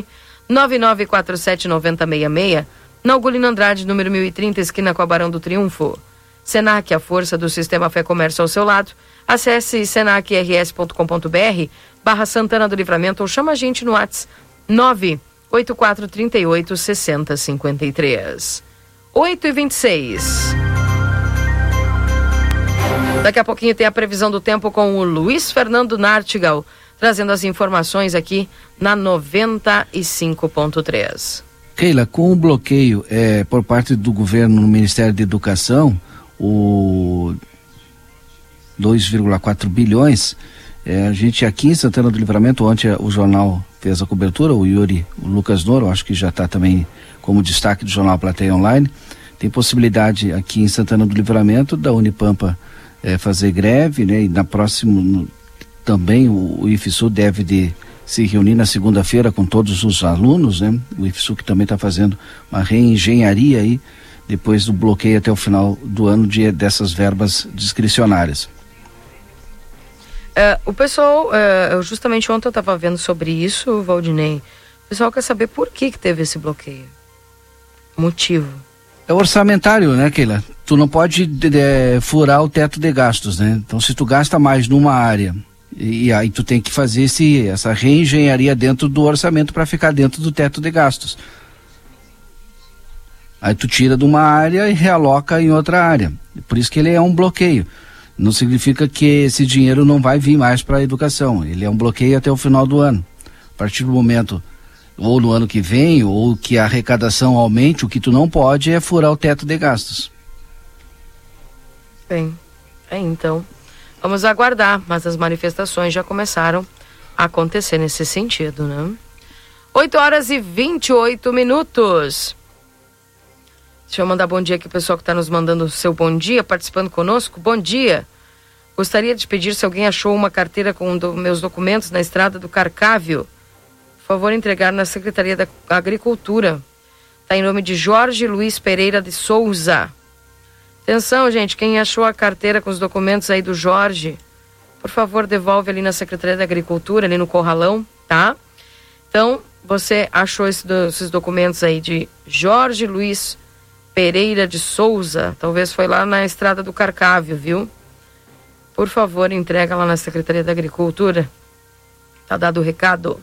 999479066, na Ugolino Andrade, número 1030, esquina com a Barão do Triunfo. Senac, a força do sistema Fé Comércio ao seu lado. Acesse senacrs.com.br/Santana do Livramento ou chama a gente no WhatsApp 98438-6053. 8h26. Daqui a pouquinho tem a previsão do tempo com o Luiz Fernando Nartigal, trazendo as informações aqui na 95.3. Keila, com o bloqueio por parte do governo no Ministério da Educação, o 2,4 bilhões, a gente aqui em Santana do Livramento, ontem o jornal fez a cobertura, o Lucas Noro, acho que já está também como destaque do jornal Plateia Online, tem possibilidade aqui em Santana do Livramento da Unipampa fazer greve, né? E na próxima também o IFSU deve se reunir na segunda-feira com todos os alunos, né? O IFSU que também está fazendo uma reengenharia aí, depois do bloqueio até o final do ano dessas verbas discricionárias. O pessoal, justamente ontem eu estava vendo sobre isso, Valdinei. O pessoal quer saber por que teve esse bloqueio. Motivo. É orçamentário, né, Keila? Tu não pode furar o teto de gastos, né? Então, se tu gasta mais numa área e aí tu tem que fazer essa reengenharia dentro do orçamento para ficar dentro do teto de gastos. Aí tu tira de uma área e realoca em outra área. Por isso que ele é um bloqueio. Não significa que esse dinheiro não vai vir mais para a educação. Ele é um bloqueio até o final do ano. A partir do momento, ou no ano que vem, ou que a arrecadação aumente, o que tu não pode é furar o teto de gastos. Bem, então, vamos aguardar, mas as manifestações já começaram a acontecer nesse sentido, né? 8h28. Deixa eu mandar bom dia aqui, pessoal que está nos mandando o seu bom dia, participando conosco. Bom dia. Gostaria de pedir se alguém achou uma carteira com meus documentos na estrada do Carcávio. Por favor, entregar na Secretaria da Agricultura. Está em nome de Jorge Luiz Pereira de Souza. Atenção, gente, quem achou a carteira com os documentos aí do Jorge, por favor, devolve ali na Secretaria da Agricultura, ali no Corralão, tá? Então, você achou esses documentos aí de Jorge Luiz Pereira de Souza, talvez foi lá na estrada do Carcávio, viu? Por favor, entrega lá na Secretaria da Agricultura. Tá dado o recado.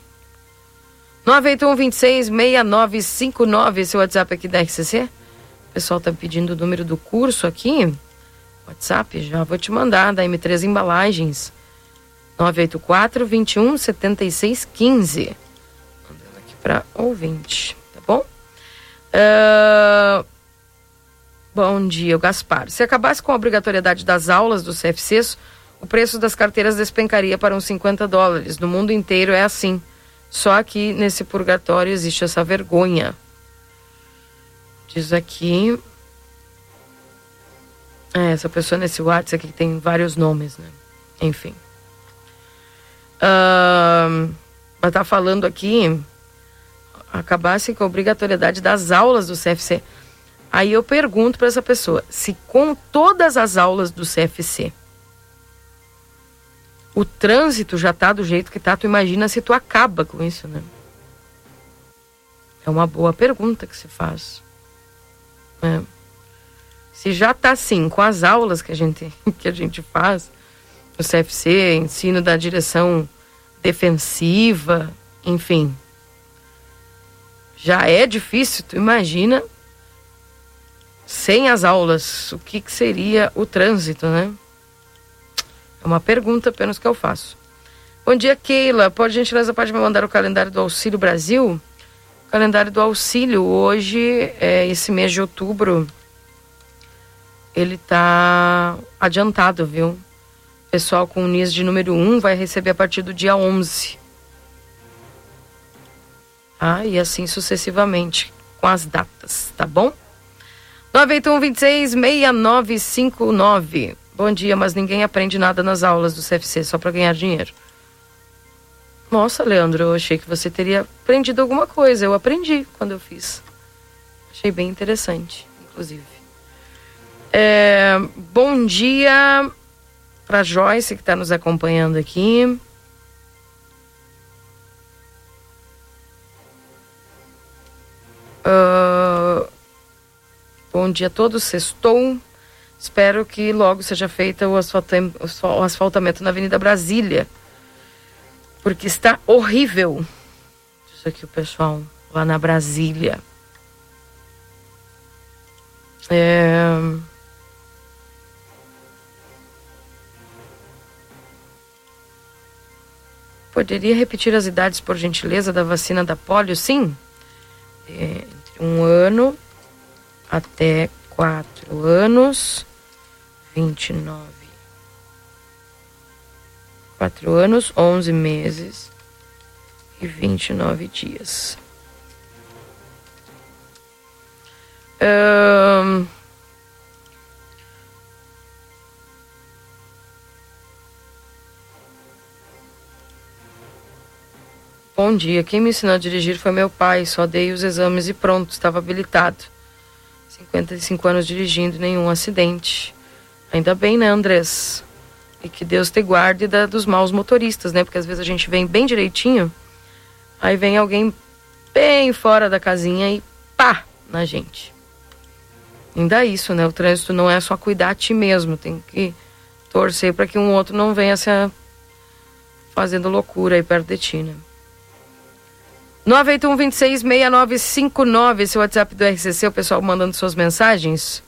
981266959, esse WhatsApp aqui da RCC. O pessoal tá pedindo o número do curso aqui. WhatsApp, já vou te mandar, da M3 Embalagens. 984-217615. Mandando aqui para ouvinte, tá bom? Bom dia, o Gaspar. Se acabasse com a obrigatoriedade das aulas dos CFCs, o preço das carteiras despencaria para uns $50. No mundo inteiro é assim. Só aqui nesse purgatório existe essa vergonha. Diz aqui... essa pessoa nesse WhatsApp aqui tem vários nomes, né? Enfim. Mas tá falando aqui... Acabasse com a obrigatoriedade das aulas do CFC. Aí eu pergunto para essa pessoa, se com todas as aulas do CFC, o trânsito já tá do jeito que tá, tu imagina se tu acaba com isso, né? É uma boa pergunta que se faz. Se já tá assim, com as aulas que a gente faz, o CFC, ensino da direção defensiva, enfim, já é difícil, tu imagina sem as aulas, o que seria o trânsito, né? É uma pergunta apenas que eu faço. Bom dia, Keila. Por gentileza, pode me mandar o calendário do Auxílio Brasil? O calendário do Auxílio, hoje, esse mês de outubro, ele tá adiantado, viu? Pessoal com o NIS de número 1 vai receber a partir do dia 11. E assim sucessivamente, com as datas, tá bom? 981-26-6959. Bom dia, mas ninguém aprende nada nas aulas do CFC, só para ganhar dinheiro. Nossa, Leandro, eu achei que você teria aprendido alguma coisa. Eu aprendi quando eu fiz. Achei bem interessante, inclusive. Bom dia para Joyce, que está nos acompanhando aqui. Bom dia a todos, sextou. Espero que logo seja feito o asfaltamento na Avenida Brasília, porque está horrível. Isso aqui o pessoal lá na Brasília. Poderia repetir as idades, por gentileza, da vacina da polio? Sim. Entre 1 ano até 4 anos, 29. 4 anos, 11 meses e 29 dias. Bom dia, quem me ensinou a dirigir foi meu pai, só dei os exames e pronto, estava habilitado. 55 anos dirigindo, nenhum acidente. Ainda bem, né, Andrés? E que Deus te guarde dos maus motoristas, né? Porque às vezes a gente vem bem direitinho, aí vem alguém bem fora da casinha e pá, na gente. Ainda isso, né? O trânsito não é só cuidar a ti mesmo, tem que torcer para que um outro não venha se fazendo loucura aí perto de ti, né? 981-26-6959, esse é o WhatsApp do RCC, o pessoal mandando suas mensagens.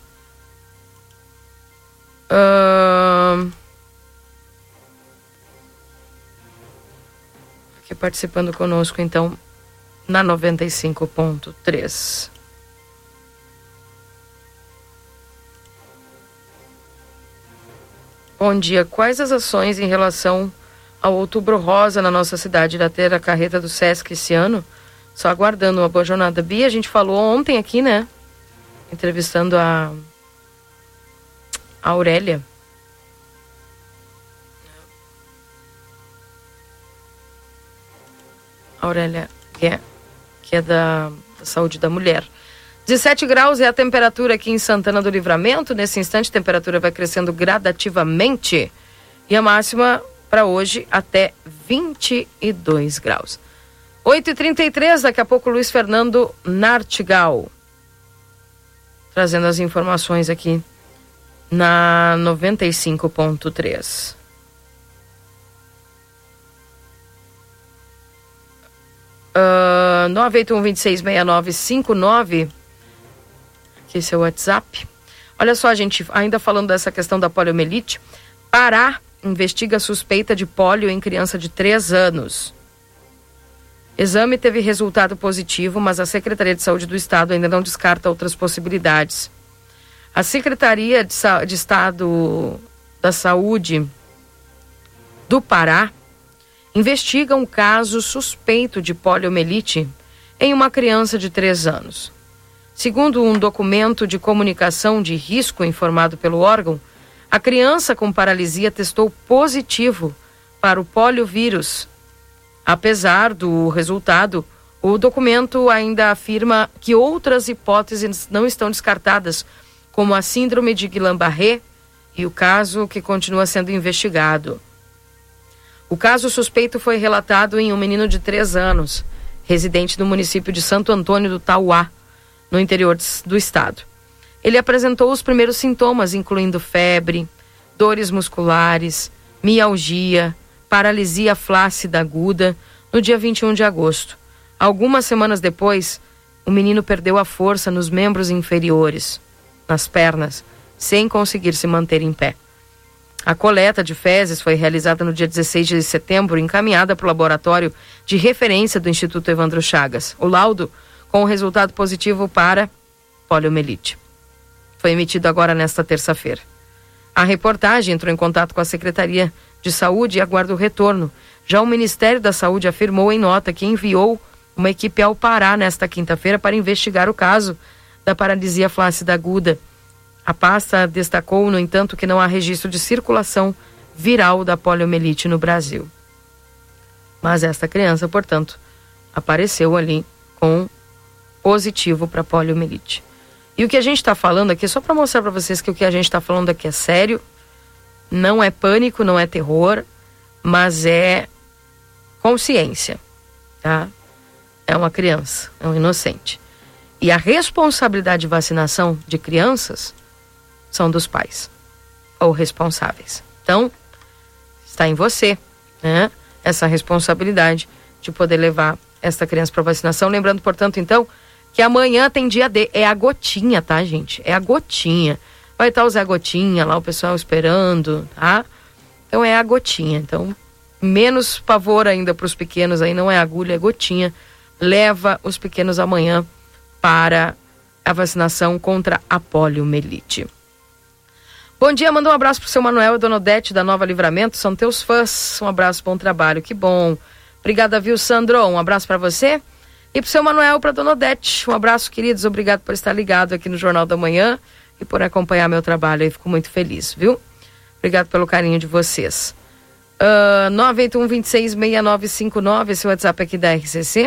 Aqui participando conosco, então, na 95.3. Bom dia, quais as ações em relação ao Outubro Rosa na nossa cidade? Irá ter a carreta do Sesc esse ano? Só aguardando uma boa jornada. Bia, a gente falou ontem aqui, né? Entrevistando a Aurélia. Aurélia, que é da saúde da mulher. 17 graus é a temperatura aqui em Santana do Livramento. Nesse instante, a temperatura vai crescendo gradativamente. E a máxima para hoje até 22 graus. 8h33, daqui a pouco Luiz Fernando Nartigal trazendo as informações aqui na 95.3. Uh, 981-26-6959, que esse é o WhatsApp. Olha só, gente, ainda falando dessa questão da poliomielite, Pará investiga suspeita de pólio em criança de 3 anos. Exame teve resultado positivo, mas a Secretaria de Saúde do Estado ainda não descarta outras possibilidades. A Secretaria de Estado da Saúde do Pará investiga um caso suspeito de poliomielite em uma criança de 3 anos. Segundo um documento de comunicação de risco informado pelo órgão, a criança com paralisia testou positivo para o poliovírus. Apesar do resultado, o documento ainda afirma que outras hipóteses não estão descartadas, como a síndrome de Guillain-Barré e o caso que continua sendo investigado. O caso suspeito foi relatado em um menino de 3 anos, residente do município de Santo Antônio do Tauá, no interior do estado. Ele apresentou os primeiros sintomas, incluindo febre, dores musculares, mialgia, paralisia flácida aguda, no dia 21 de agosto. Algumas semanas depois, o menino perdeu a força nos membros inferiores, nas pernas, sem conseguir se manter em pé. A coleta de fezes foi realizada no dia 16 de setembro, encaminhada para o laboratório de referência do Instituto Evandro Chagas. O laudo, com o resultado positivo para poliomielite, foi emitido agora nesta terça-feira. A reportagem entrou em contato com a Secretaria de Saúde e aguarda o retorno. Já o Ministério da Saúde afirmou em nota que enviou uma equipe ao Pará nesta quinta-feira para investigar o caso da paralisia flácida aguda. A pasta destacou, no entanto, que não há registro de circulação viral da poliomielite no Brasil. Mas esta criança, portanto, apareceu ali com positivo para poliomielite. E o que a gente está falando aqui, só para mostrar para vocês que o que a gente está falando aqui é sério, não é pânico, não é terror, mas é consciência, tá? É uma criança, é um inocente. E a responsabilidade de vacinação de crianças são dos pais ou responsáveis. Então, está em você, né? Essa responsabilidade de poder levar esta criança para vacinação. Lembrando, portanto, então, que amanhã tem dia D. É a gotinha, tá, gente? É a gotinha. Vai estar o Zé Gotinha lá, o pessoal esperando, tá? Então é a gotinha. Então, menos pavor ainda para os pequenos aí, não é agulha, é gotinha. Leva os pequenos amanhã para a vacinação contra a poliomielite. Bom dia, manda um abraço pro seu Manuel e Dona Odete da Nova Livramento, são teus fãs. Um abraço, bom trabalho, que bom. Obrigada, viu, Sandro? Um abraço para você. E pro seu Manuel, pra Dona Odete. Um abraço, queridos. Obrigado por estar ligado aqui no Jornal da Manhã e por acompanhar meu trabalho. Eu fico muito feliz, viu? Obrigado pelo carinho de vocês. 981-26-6959, esse WhatsApp aqui da RCC.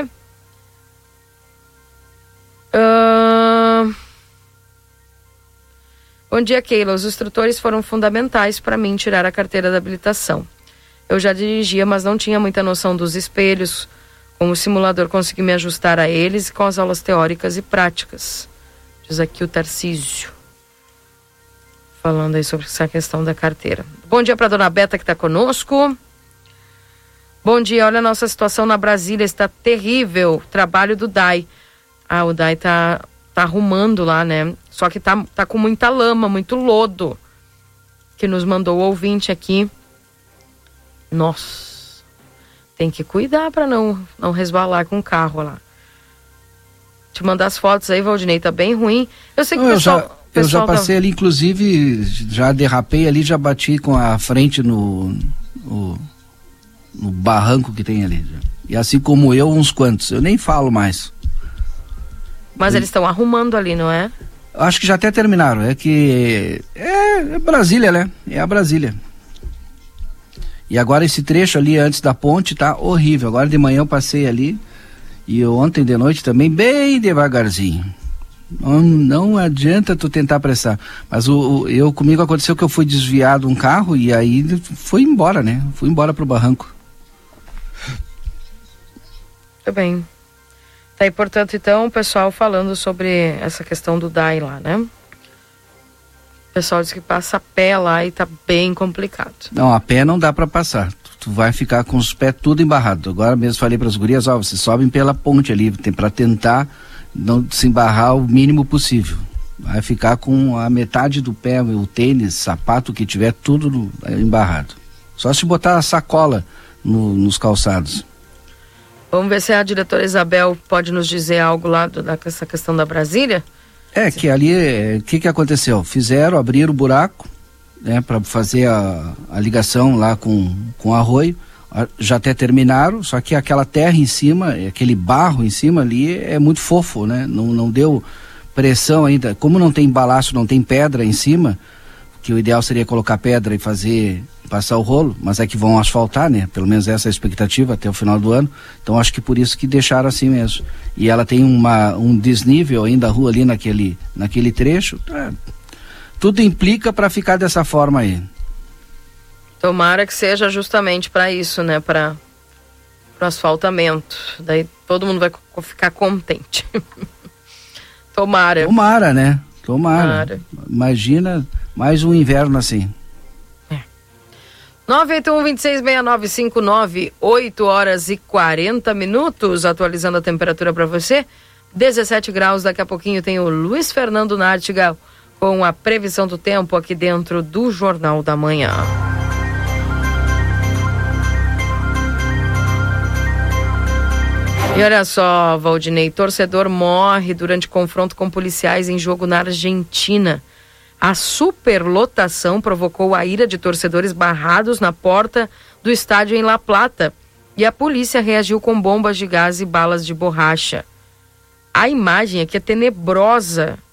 Bom dia, Keila. Os instrutores foram fundamentais para mim tirar a carteira da habilitação. Eu já dirigia, mas não tinha muita noção dos espelhos. Com o simulador consegui me ajustar a eles e com as aulas teóricas e práticas. Diz aqui o Tarcísio. Falando aí sobre essa questão da carteira. Bom dia para dona Beta que está conosco. Bom dia, olha a nossa situação na Brasília, está terrível. Trabalho do DAI. Ah, o DAI tá arrumando lá, né? Só que tá com muita lama, muito lodo. Que nos mandou o ouvinte aqui. Nossa, tem que cuidar para não resvalar com o carro lá. Te mandar as fotos aí, Valdinei, tá bem ruim. Eu sei que o pessoal... Eu já passei ali, inclusive, já derrapei ali, já bati com a frente no barranco que tem ali. E assim como eu, uns quantos. Eu nem falo mais. Mas eles estão arrumando ali, não é? Acho que já até terminaram. É que é Brasília, né? É a Brasília. E agora esse trecho ali antes da ponte tá horrível. Agora de manhã eu passei ali e ontem de noite também bem devagarzinho. Não adianta tu tentar apressar. Mas comigo aconteceu que eu fui desviado um carro e aí foi embora, né? Fui embora pro barranco. Tá bem. Tá aí, portanto, então, o pessoal falando sobre essa questão do DAI lá, né? O pessoal diz que passa a pé lá e tá bem complicado. Não, a pé não dá pra passar. Tu vai ficar com os pés tudo embarrado. Agora mesmo falei pras gurias, vocês sobem pela ponte ali, pra tentar não se embarrar o mínimo possível. Vai ficar com a metade do pé, o tênis, sapato que tiver, tudo embarrado. Só se botar a sacola nos calçados. Vamos ver se a diretora Isabel pode nos dizer algo lá dessa questão da Brasília. Que ali, o que aconteceu? Abriram o buraco, né, para fazer a ligação lá com o arroio. Já até terminaram, só que aquela terra em cima, aquele barro em cima ali é muito fofo, né? Não deu pressão ainda. Como não tem balaço, não tem pedra em cima, que o ideal seria colocar pedra e passar o rolo, mas é que vão asfaltar, né? Pelo menos essa é a expectativa até o final do ano. Então acho que por isso que deixaram assim mesmo. E ela tem um desnível ainda a rua ali naquele trecho. Tudo implica para ficar dessa forma aí. Tomara que seja justamente para isso, né? Para o asfaltamento. Daí todo mundo vai ficar contente. Tomara. Tomara, né? Tomara. Imagina mais um inverno assim. 981-266959, 8h40, atualizando a temperatura para você. 17 graus, daqui a pouquinho tem o Luiz Fernando Nartigal com a previsão do tempo aqui dentro do Jornal da Manhã. E olha só, Valdinei, torcedor morre durante confronto com policiais em jogo na Argentina. A superlotação provocou a ira de torcedores barrados na porta do estádio em La Plata e a polícia reagiu com bombas de gás e balas de borracha. A imagem aqui é tenebrosa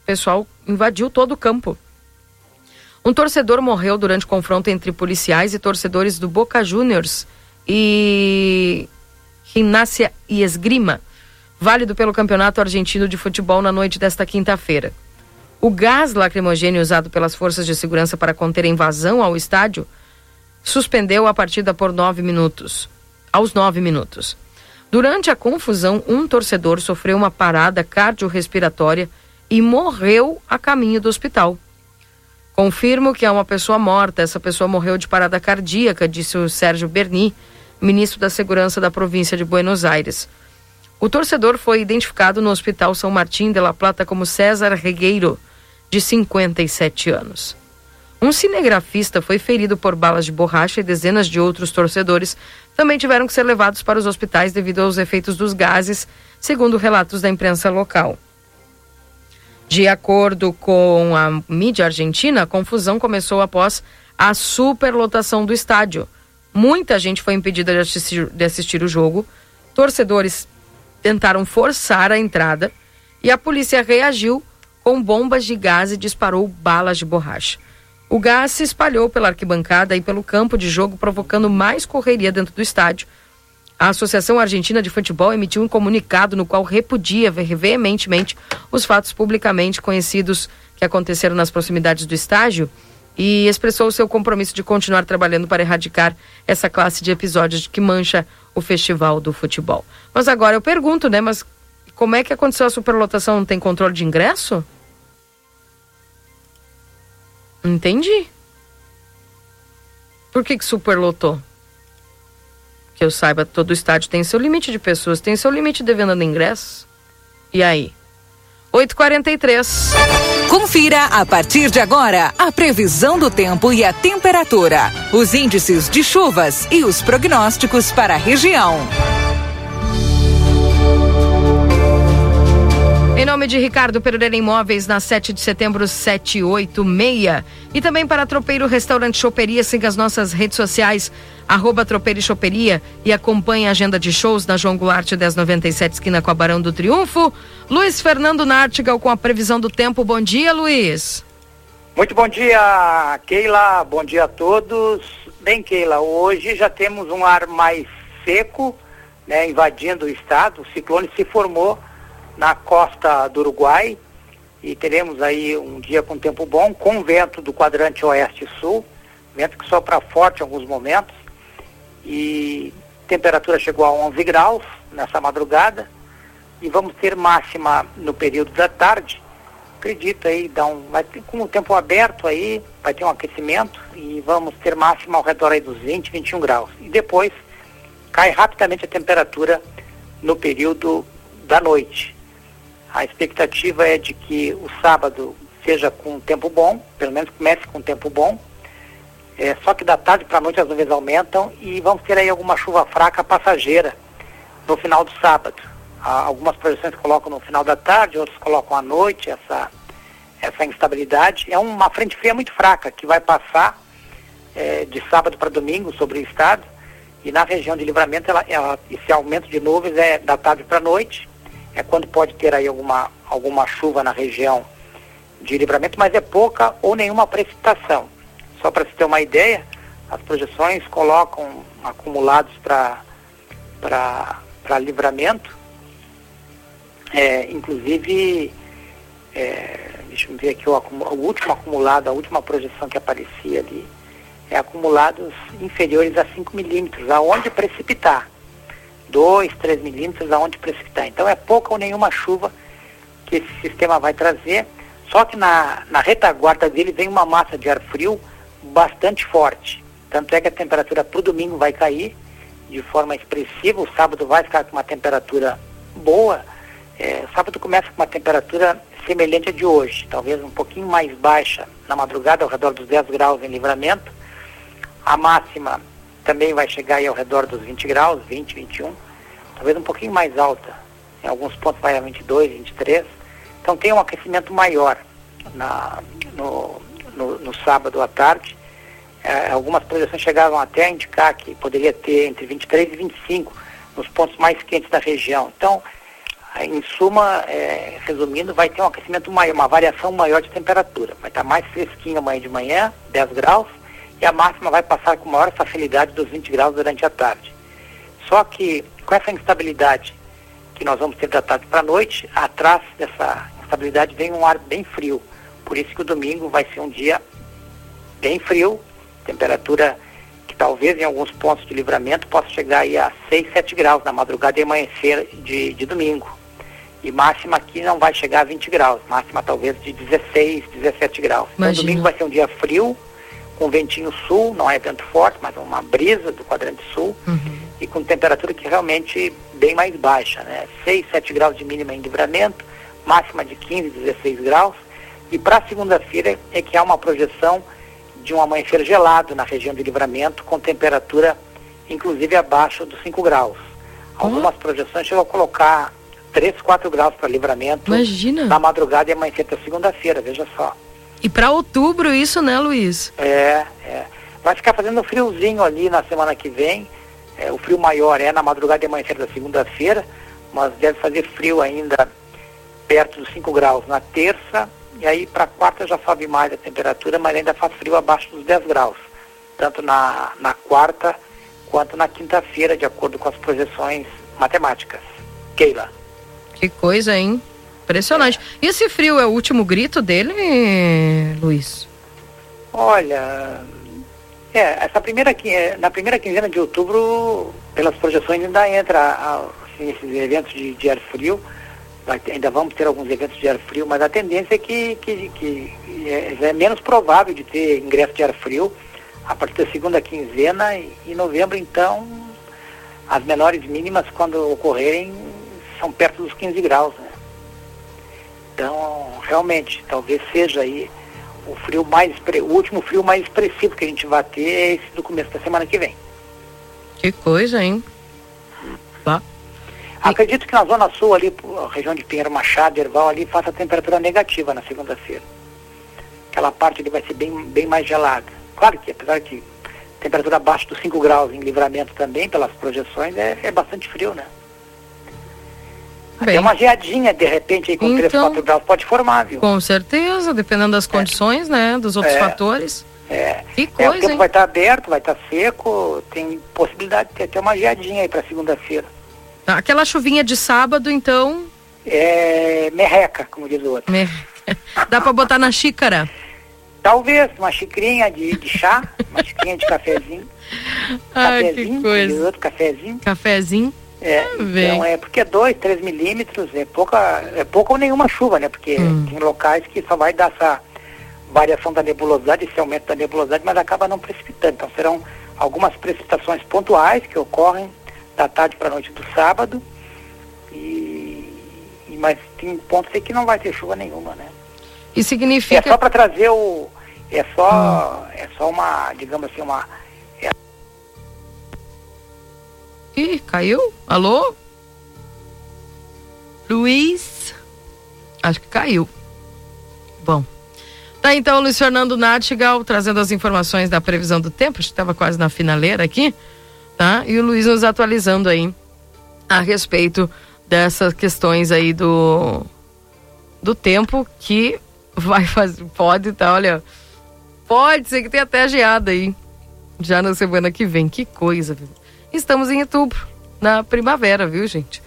pessoal invadiu todo o campo. Um torcedor morreu durante confronto entre policiais e torcedores do Boca Juniors e Gimnasia e Esgrima, válido pelo Campeonato Argentino de Futebol na noite desta quinta-feira. O gás lacrimogêneo usado pelas forças de segurança para conter a invasão ao estádio suspendeu a partida por 9 minutos. Aos 9 minutos. Durante a confusão, um torcedor sofreu uma parada cardiorrespiratória e morreu a caminho do hospital. Confirmo que há uma pessoa morta. Essa pessoa morreu de parada cardíaca, disse o Sérgio Berni, ministro da Segurança da província de Buenos Aires. O torcedor foi identificado no Hospital São Martín de la Plata como César Regueiro, de 57 anos. Um cinegrafista foi ferido por balas de borracha e dezenas de outros torcedores também tiveram que ser levados para os hospitais devido aos efeitos dos gases, segundo relatos da imprensa local. De acordo com a mídia argentina, a confusão começou após a superlotação do estádio. Muita gente foi impedida de assistir o jogo, torcedores tentaram forçar a entrada e a polícia reagiu com bombas de gás e disparou balas de borracha. O gás se espalhou pela arquibancada e pelo campo de jogo, provocando mais correria dentro do estádio. A Associação Argentina de Futebol emitiu um comunicado no qual repudia veementemente os fatos publicamente conhecidos que aconteceram nas proximidades do estádio e expressou seu compromisso de continuar trabalhando para erradicar essa classe de episódios que mancha o festival do futebol. Mas agora eu pergunto, né, mas como é que aconteceu a superlotação? Não tem controle de ingresso? Entendi. Por que superlotou? Que eu saiba, todo estádio tem seu limite de pessoas, tem seu limite de venda de ingressos. E aí? 8h43. Confira a partir de agora a previsão do tempo e a temperatura, os índices de chuvas e os prognósticos para a região. Em nome de Ricardo Pereira Imóveis, na 7 de setembro, 786. E também para Tropeiro Restaurante Choperia, siga as nossas redes sociais, @Tropeiro e Choperia, e acompanhe a agenda de shows na João Goulart 1097, esquina com a Barão do Triunfo. Luiz Fernando Nartigal com a previsão do tempo. Bom dia, Luiz. Muito bom dia, Keila. Bom dia a todos. Bem, Keila, hoje já temos um ar mais seco, né, invadindo o estado. O ciclone se formou na costa do Uruguai e teremos aí um dia com tempo bom, com vento do quadrante oeste e sul, vento que sopra forte em alguns momentos, e temperatura chegou a 11 graus nessa madrugada, e vamos ter máxima no período da tarde. Acredito aí, vai ter, com o tempo aberto aí, vai ter um aquecimento e vamos ter máxima ao redor aí dos 20, 21 graus. E depois cai rapidamente a temperatura no período da noite. A expectativa é de que o sábado seja com tempo bom, pelo menos comece com tempo bom, só que da tarde para a noite as nuvens aumentam e vamos ter aí alguma chuva fraca passageira no final do sábado. Algumas projeções colocam no final da tarde, outros colocam à noite essa instabilidade. É uma frente fria muito fraca que vai passar de sábado para domingo sobre o estado, e na região de Livramento esse aumento de nuvens é da tarde para a noite. É quando pode ter aí alguma chuva na região de Livramento, mas é pouca ou nenhuma precipitação. Só para se ter uma ideia, as projeções colocam acumulados para Livramento, inclusive, deixa eu ver aqui, o último acumulado, a última projeção que aparecia ali, é acumulados inferiores a 5 milímetros, aonde precipitar. 2, 3 milímetros aonde precipitar. Então é pouca ou nenhuma chuva que esse sistema vai trazer, só que na retaguarda dele vem uma massa de ar frio bastante forte. Tanto é que a temperatura para o domingo vai cair de forma expressiva, o sábado vai ficar com uma temperatura boa, o sábado começa com uma temperatura semelhante à de hoje, talvez um pouquinho mais baixa na madrugada, ao redor dos 10 graus em Livramento. A máxima também vai chegar aí ao redor dos 20 graus, 20, 21, talvez um pouquinho mais alta. Em alguns pontos vai a 22, 23. Então tem um aquecimento maior no sábado à tarde. Algumas projeções chegavam até a indicar que poderia ter entre 23 e 25 nos pontos mais quentes da região. Então, Em suma, resumindo, vai ter um aquecimento maior, uma variação maior de temperatura. Vai estar mais fresquinho amanhã de manhã, 10 graus, e a máxima vai passar com maior facilidade dos 20 graus durante a tarde. Só que com essa instabilidade que nós vamos ter da tarde para a noite, atrás dessa instabilidade vem um ar bem frio. Por isso que o domingo vai ser um dia bem frio, temperatura que talvez em alguns pontos de Livramento possa chegar aí a 6, 7 graus na madrugada e amanhecer de domingo. E máxima aqui não vai chegar a 20 graus, máxima talvez de 16, 17 graus. Então domingo vai ser um dia frio, com ventinho sul, não é vento forte, mas uma brisa do quadrante sul, e com temperatura que realmente bem mais baixa, né? 6, 7 graus de mínima em Livramento, máxima de 15, 16 graus, e para segunda-feira é que há uma projeção de um amanhecer gelado na região de Livramento, com temperatura inclusive abaixo dos 5 graus. Algumas projeções chegam a colocar 3, 4 graus para Livramento. Imagina. Na madrugada e amanhecer até segunda-feira, veja só. E para outubro isso, né, Luiz? Vai ficar fazendo friozinho ali na semana que vem. O frio maior é na madrugada e amanhecer da segunda-feira, mas deve fazer frio ainda perto dos 5 graus na terça, e aí para quarta já sobe mais a temperatura, mas ainda faz frio abaixo dos 10 graus, tanto na quarta quanto na quinta-feira, de acordo com as projeções matemáticas. Keila. Que coisa, hein? Impressionante. E esse frio é o último grito dele, Luiz? Olha, na primeira quinzena de outubro, pelas projeções ainda entra esses eventos de ar frio. Ainda vamos ter alguns eventos de ar frio, mas a tendência é que é menos provável de ter ingresso de ar frio a partir da segunda quinzena, e em novembro, então, as menores mínimas, quando ocorrerem, são perto dos 15 graus, né? Então, realmente, talvez seja aí o último frio mais expressivo que a gente vai ter é esse do começo da semana que vem. Que coisa, hein? Tá. Acredito que na zona sul ali, a região de Pinheiro Machado, Erval ali, faça temperatura negativa na segunda-feira. Aquela parte ali vai ser bem mais gelada. Claro que, apesar que temperatura abaixo dos 5 graus em Livramento também, pelas projeções, é bastante frio, né? Até uma geadinha, de repente, aí com 3, 4 graus pode formar, viu? Com certeza, dependendo das condições, né? Dos outros fatores. Que coisa, o tempo hein? vai estar aberto, vai estar seco, tem possibilidade de ter uma geadinha aí para segunda-feira. Aquela chuvinha de sábado, então... merreca, como diz o outro. Dá para botar na xícara? Talvez, uma xicrinha de chá, uma xicrinha de cafezinho. Que coisa. Diz outro, cafezinho. Cafezinho? Então porque 2, 3 milímetros é pouca ou nenhuma chuva, né? Porque tem locais que só vai dar essa variação da nebulosidade, esse aumento da nebulosidade, mas acaba não precipitando. Então serão algumas precipitações pontuais que ocorrem da tarde para a noite do sábado, mas tem pontos aí que não vai ter chuva nenhuma, né? E significa... É só para trazer é só uma, digamos assim, Ih, caiu? Alô? Luiz? Acho que caiu. Bom. Tá, então, Luiz Fernando Nartigal trazendo as informações da previsão do tempo. Acho que estava quase na finaleira aqui, tá? E o Luiz nos atualizando aí a respeito dessas questões aí do tempo que vai fazer, pode ser que tenha até geada aí já na semana que vem. Que coisa, viu? Estamos em outubro, na primavera, viu, gente?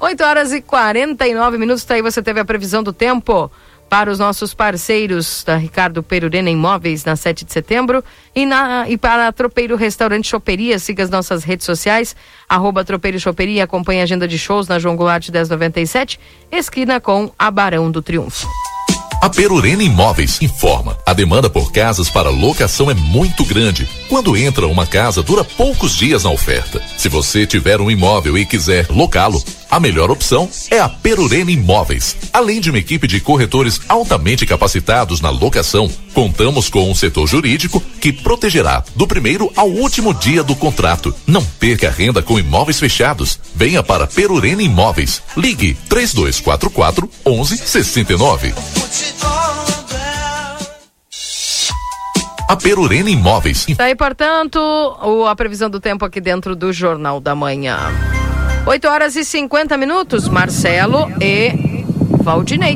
8h49, tá aí, você teve a previsão do tempo para os nossos parceiros da Ricardo Perurena Imóveis na 7 de setembro e para a Tropeiro Restaurante Choperia. Siga as nossas redes sociais, @Tropeiro Choperia, e acompanhe a agenda de shows na João Goulart 1097, esquina com a Barão do Triunfo. A Perurena Imóveis informa: a demanda por casas para locação é muito grande. Quando entra uma casa, dura poucos dias na oferta. Se você tiver um imóvel e quiser locá-lo, a melhor opção é a Perurena Imóveis. Além de uma equipe de corretores altamente capacitados na locação, contamos com um setor jurídico que protegerá do primeiro ao último dia do contrato. Não perca a renda com imóveis fechados. Venha para Perurena Imóveis. Ligue 3244-1169. A Perurena Imóveis. Tá aí, portanto, a previsão do tempo aqui dentro do Jornal da Manhã. 8h50, Marcelo e Valdinei.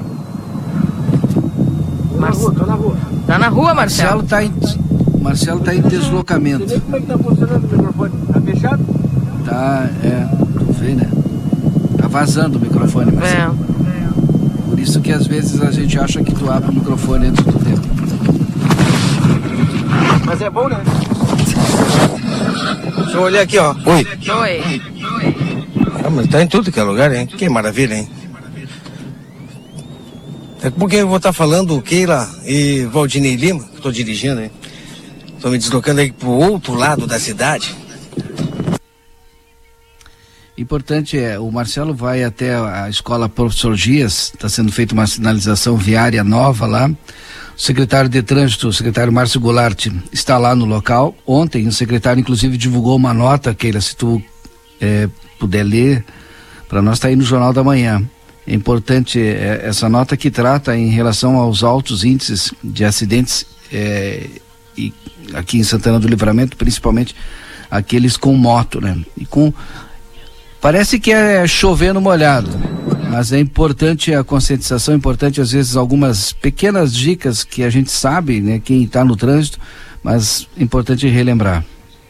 Tô na rua. Tá na rua, Marcelo? Marcelo tá em deslocamento. Como é que tá funcionando o microfone? Tá fechado? Tá, tu vê, né? Tá vazando o microfone, Marcelo. Por isso que às vezes a gente acha que tu abre o microfone antes do tempo. Mas é bom, né? Deixa eu olhar aqui, ó. Oi. Oi. Ah, mas tá em tudo que é lugar, hein? Que maravilha, hein? Daqui a pouquinho eu vou estar falando Keila e Valdinei Lima, que eu tô dirigindo, hein? Tô me deslocando aí pro outro lado da cidade. Importante o Marcelo vai até a escola Professor Dias, está sendo feita uma sinalização viária nova lá. O secretário de Trânsito, o secretário Márcio Goulart, está lá no local. Ontem o secretário inclusive divulgou uma nota, Keila, se tu puder ler, para nós tá aí no Jornal da Manhã. É importante essa nota que trata em relação aos altos índices de acidentes e aqui em Santana do Livramento, principalmente aqueles com moto, né? Parece que é chover no molhado, mas é importante a conscientização, é importante às vezes algumas pequenas dicas que a gente sabe, né? Quem está no trânsito, mas é importante relembrar.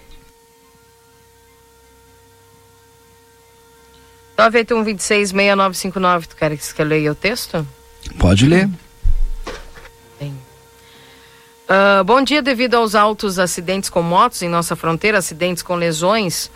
981266959, tu quer que eu leia o texto? Pode ler. Bem. Bom dia, devido aos altos acidentes com motos em nossa fronteira, acidentes com lesões,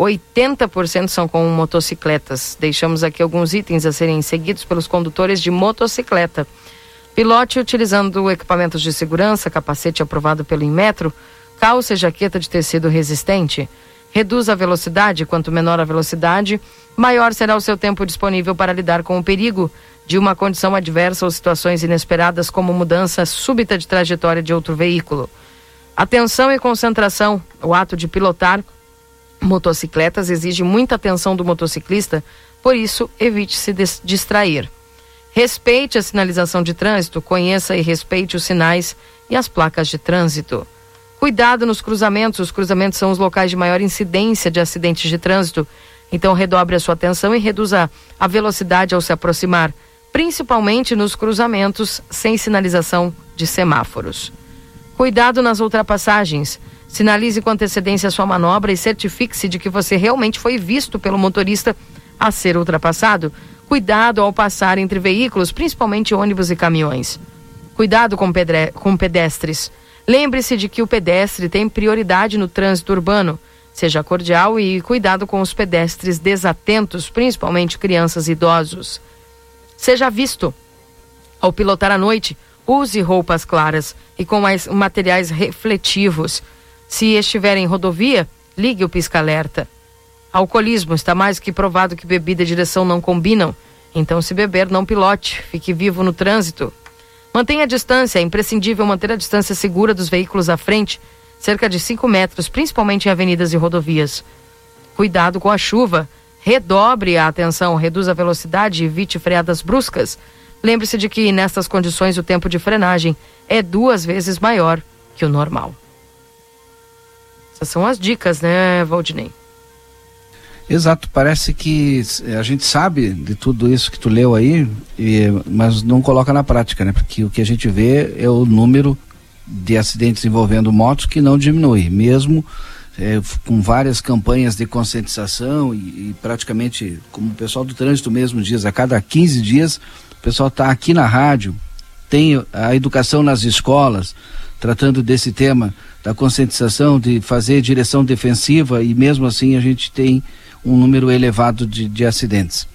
80% são com motocicletas. Deixamos aqui alguns itens a serem seguidos pelos condutores de motocicleta. Pilote utilizando equipamentos de segurança, capacete aprovado pelo Inmetro, calça e jaqueta de tecido resistente. Reduz a velocidade, quanto menor a velocidade, maior será o seu tempo disponível para lidar com o perigo de uma condição adversa ou situações inesperadas como mudança súbita de trajetória de outro veículo. Atenção e concentração. O ato de pilotar motocicletas exige muita atenção do motociclista, por isso evite se distrair. Respeite a sinalização de trânsito, conheça e respeite os sinais e as placas de trânsito. Cuidado nos cruzamentos, os cruzamentos são os locais de maior incidência de acidentes de trânsito, então redobre a sua atenção e reduza a velocidade ao se aproximar, principalmente nos cruzamentos sem sinalização de semáforos. Cuidado nas ultrapassagens, sinalize com antecedência a sua manobra e certifique-se de que você realmente foi visto pelo motorista a ser ultrapassado. Cuidado ao passar entre veículos, principalmente ônibus e caminhões. Cuidado com pedestres. Lembre-se de que o pedestre tem prioridade no trânsito urbano. Seja cordial e cuidado com os pedestres desatentos, principalmente crianças e idosos. Seja visto. Ao pilotar à noite, use roupas claras e com mais materiais refletivos. Se estiver em rodovia, ligue o pisca-alerta. Alcoolismo, está mais que provado que bebida e direção não combinam. Então, se beber, não pilote. Fique vivo no trânsito. Mantenha a distância, é imprescindível manter a distância segura dos veículos à frente, cerca de 5 metros, principalmente em avenidas e rodovias. Cuidado com a chuva, redobre a atenção, reduza a velocidade e evite freadas bruscas. Lembre-se de que nestas condições o tempo de frenagem é 2 vezes maior que o normal. Essas são as dicas, né, Valdinei? Exato, parece que a gente sabe de tudo isso que tu leu aí, mas não coloca na prática, né? Porque o que a gente vê é o número de acidentes envolvendo motos que não diminui, mesmo com várias campanhas de conscientização e praticamente, como o pessoal do trânsito mesmo diz, a cada 15 dias o pessoal está aqui na rádio, tem a educação nas escolas, tratando desse tema da conscientização, de fazer direção defensiva, e mesmo assim a gente tem um número elevado de acidentes.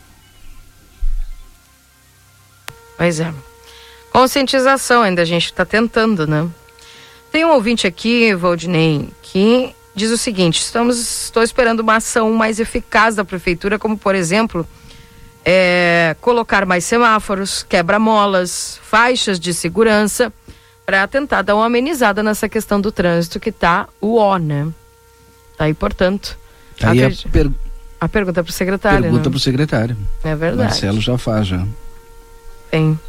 Pois é. Conscientização ainda a gente está tentando, né? Tem um ouvinte aqui, Valdinei, que diz o seguinte: estou esperando uma ação mais eficaz da prefeitura, como por exemplo, colocar mais semáforos, quebra-molas, faixas de segurança, para tentar dar uma amenizada nessa questão do trânsito que tá né? Tá aí, portanto. Aí a pergunta para o secretário. Pergunta para o secretário. É verdade. Marcelo já faz, já. Bem.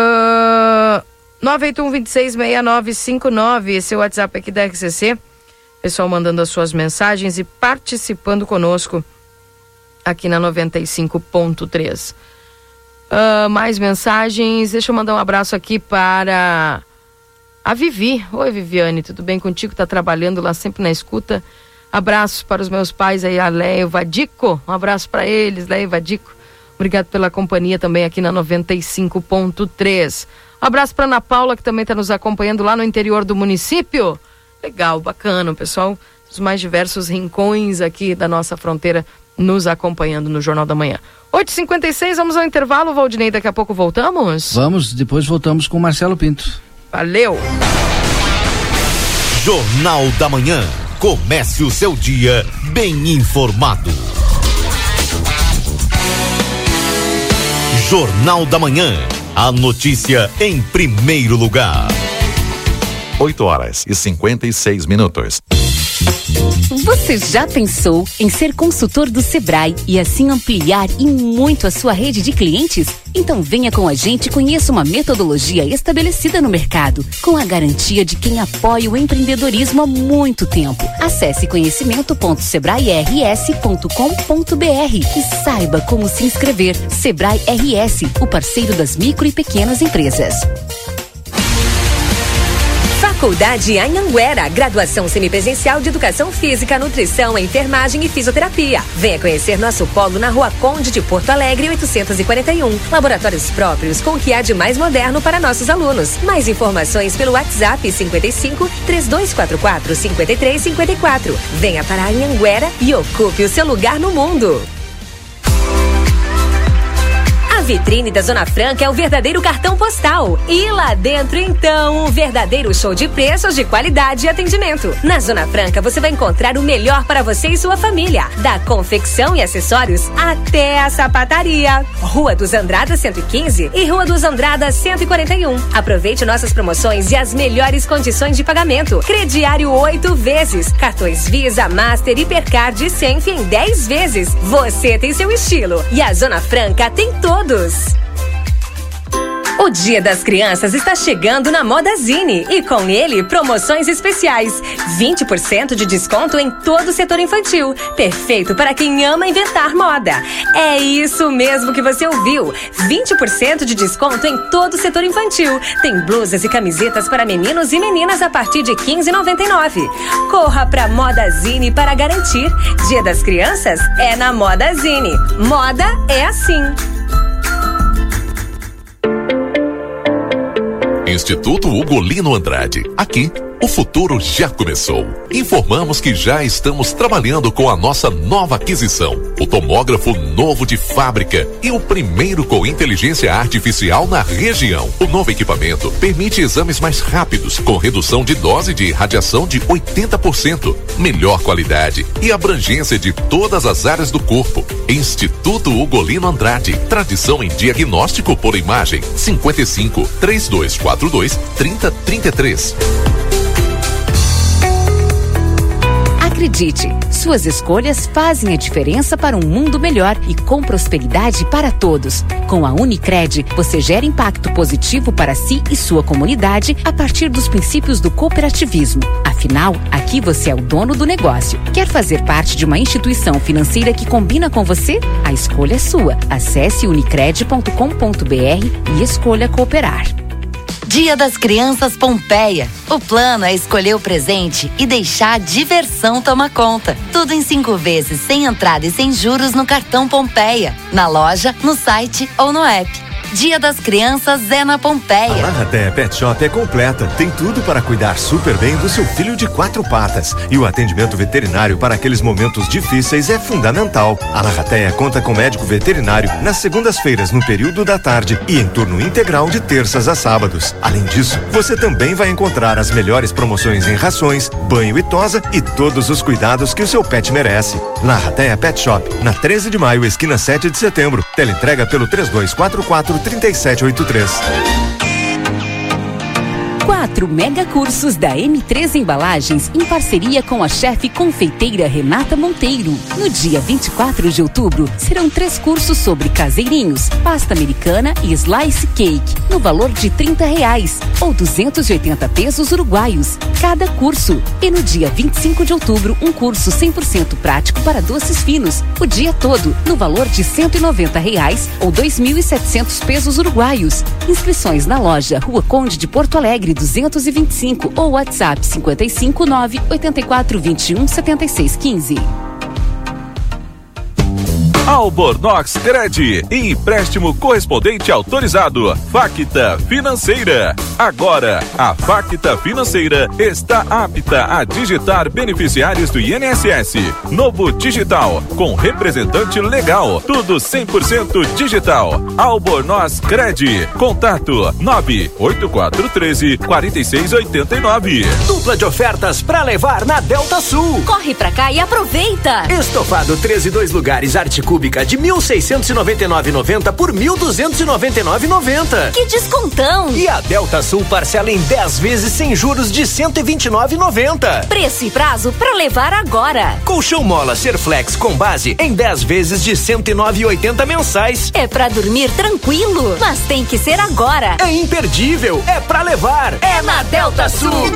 981266959, esse é o WhatsApp aqui da RCC. Pessoal mandando as suas mensagens e participando conosco aqui na 95.3. Mais mensagens. Deixa eu mandar um abraço aqui para a Vivi. Oi, Viviane, tudo bem contigo? Tá trabalhando lá sempre na escuta. Abraço para os meus pais aí, a Léa e o Vadico. Um abraço para eles, Léa e Vadico. Obrigado pela companhia também aqui na 95.3. Abraço para Ana Paula, que também está nos acompanhando lá no interior do município. Legal, bacana, o pessoal dos mais diversos rincões aqui da nossa fronteira nos acompanhando no Jornal da Manhã. 8h56, vamos ao intervalo, Valdinei, daqui a pouco voltamos? Vamos, depois voltamos com o Marcelo Pinto. Valeu! Jornal da Manhã. Comece o seu dia bem informado. Jornal da Manhã. A notícia em primeiro lugar. 8h56. Você já pensou em ser consultor do Sebrae e assim ampliar e muito a sua rede de clientes? Então venha com a gente e conheça uma metodologia estabelecida no mercado, com a garantia de quem apoia o empreendedorismo há muito tempo. Acesse conhecimento.sebrae-rs.com.br e saiba como se inscrever. Sebrae RS, o parceiro das micro e pequenas empresas. Faculdade Anhanguera, graduação semipresencial de Educação Física, Nutrição, Enfermagem e Fisioterapia. Venha conhecer nosso polo na Rua Conde de Porto Alegre, 841. Laboratórios próprios com o que há de mais moderno para nossos alunos. Mais informações pelo WhatsApp 55 3244 5354. Venha para a Anhanguera e ocupe o seu lugar no mundo. A vitrine da Zona Franca é o verdadeiro cartão postal. E lá dentro, então, um verdadeiro show de preços, de qualidade e atendimento. Na Zona Franca, você vai encontrar o melhor para você e sua família. Da confecção e acessórios até a sapataria. Rua dos Andradas 115 e Rua dos Andradas 141. Aproveite nossas promoções e as melhores condições de pagamento. Crediário 8 vezes. Cartões Visa, Master, Hipercard e Senf em 10 vezes. Você tem seu estilo. E a Zona Franca tem todos. O Dia das Crianças está chegando na Modazine e com ele promoções especiais. 20% de desconto em todo o setor infantil. Perfeito para quem ama inventar moda. É isso mesmo que você ouviu. 20% de desconto em todo o setor infantil. Tem blusas e camisetas para meninos e meninas a partir de R$ 15,99. Corra para Modazine para garantir. Dia das Crianças é na Modazine. Moda é assim. Instituto Ugolino Andrade. Aqui, o futuro já começou. Informamos que já estamos trabalhando com a nossa nova aquisição, o tomógrafo novo de fábrica e o primeiro com inteligência artificial na região. O novo equipamento permite exames mais rápidos, com redução de dose de radiação de 80%, melhor qualidade e abrangência de todas as áreas do corpo. Instituto Ugolino Andrade, tradição em diagnóstico por imagem. 55 3242 3033. Acredite, suas escolhas fazem a diferença para um mundo melhor e com prosperidade para todos. Com a Unicred, você gera impacto positivo para si e sua comunidade a partir dos princípios do cooperativismo. Afinal, aqui você é o dono do negócio. Quer fazer parte de uma instituição financeira que combina com você? A escolha é sua. Acesse unicred.com.br e escolha cooperar. Dia das Crianças Pompeia. O plano é escolher o presente e deixar a diversão tomar conta. Tudo em 5 vezes, sem entrada e sem juros no cartão Pompeia. Na loja, no site ou no app. Dia das Crianças é na Pompeia. A Larraté Pet Shop é completa. Tem tudo para cuidar super bem do seu filho de 4 patas. E o atendimento veterinário para aqueles momentos difíceis é fundamental. A Larraté conta com médico veterinário nas segundas-feiras no período da tarde e em turno integral de terças a sábados. Além disso, você também vai encontrar as melhores promoções em rações, banho e tosa e todos os cuidados que o seu pet merece. Larraté Pet Shop, na 13 de maio, esquina 7 de setembro. Teleentrega pelo 3244-3783. 4 mega cursos da M3 Embalagens em parceria com a chefe confeiteira Renata Monteiro. No dia 24 de outubro, serão 3 cursos sobre caseirinhos, pasta americana e slice cake, no valor de R$30 ou 280 pesos uruguaios cada curso. E no dia 25 de outubro, um curso 100% prático para doces finos, o dia todo, no valor de R$190 ou 2.700 pesos uruguaios. Inscrições na loja Rua Conde de Porto Alegre 225 ou WhatsApp 559 8421 7615. Albornoz Cred, empréstimo correspondente autorizado, Facta Financeira. Agora, a Facta Financeira está apta a digitar beneficiários do INSS. Novo digital, com representante legal, tudo 100% digital. Albornoz Cred, contato 98413-4689. Dupla de ofertas para levar na Delta Sul. Corre pra cá e aproveita! Estofado 13 e 2 lugares, arte cúbica de 1.699,90 por 1.299,90. Que descontão! E a Delta Sul parcela em 10 vezes sem juros de 129,90. Preço e prazo pra levar agora. Colchão Mola Serflex com base em 10 vezes de 109,80 mensais. É pra dormir tranquilo, mas tem que ser agora. É imperdível, é pra levar. É na Delta Sul.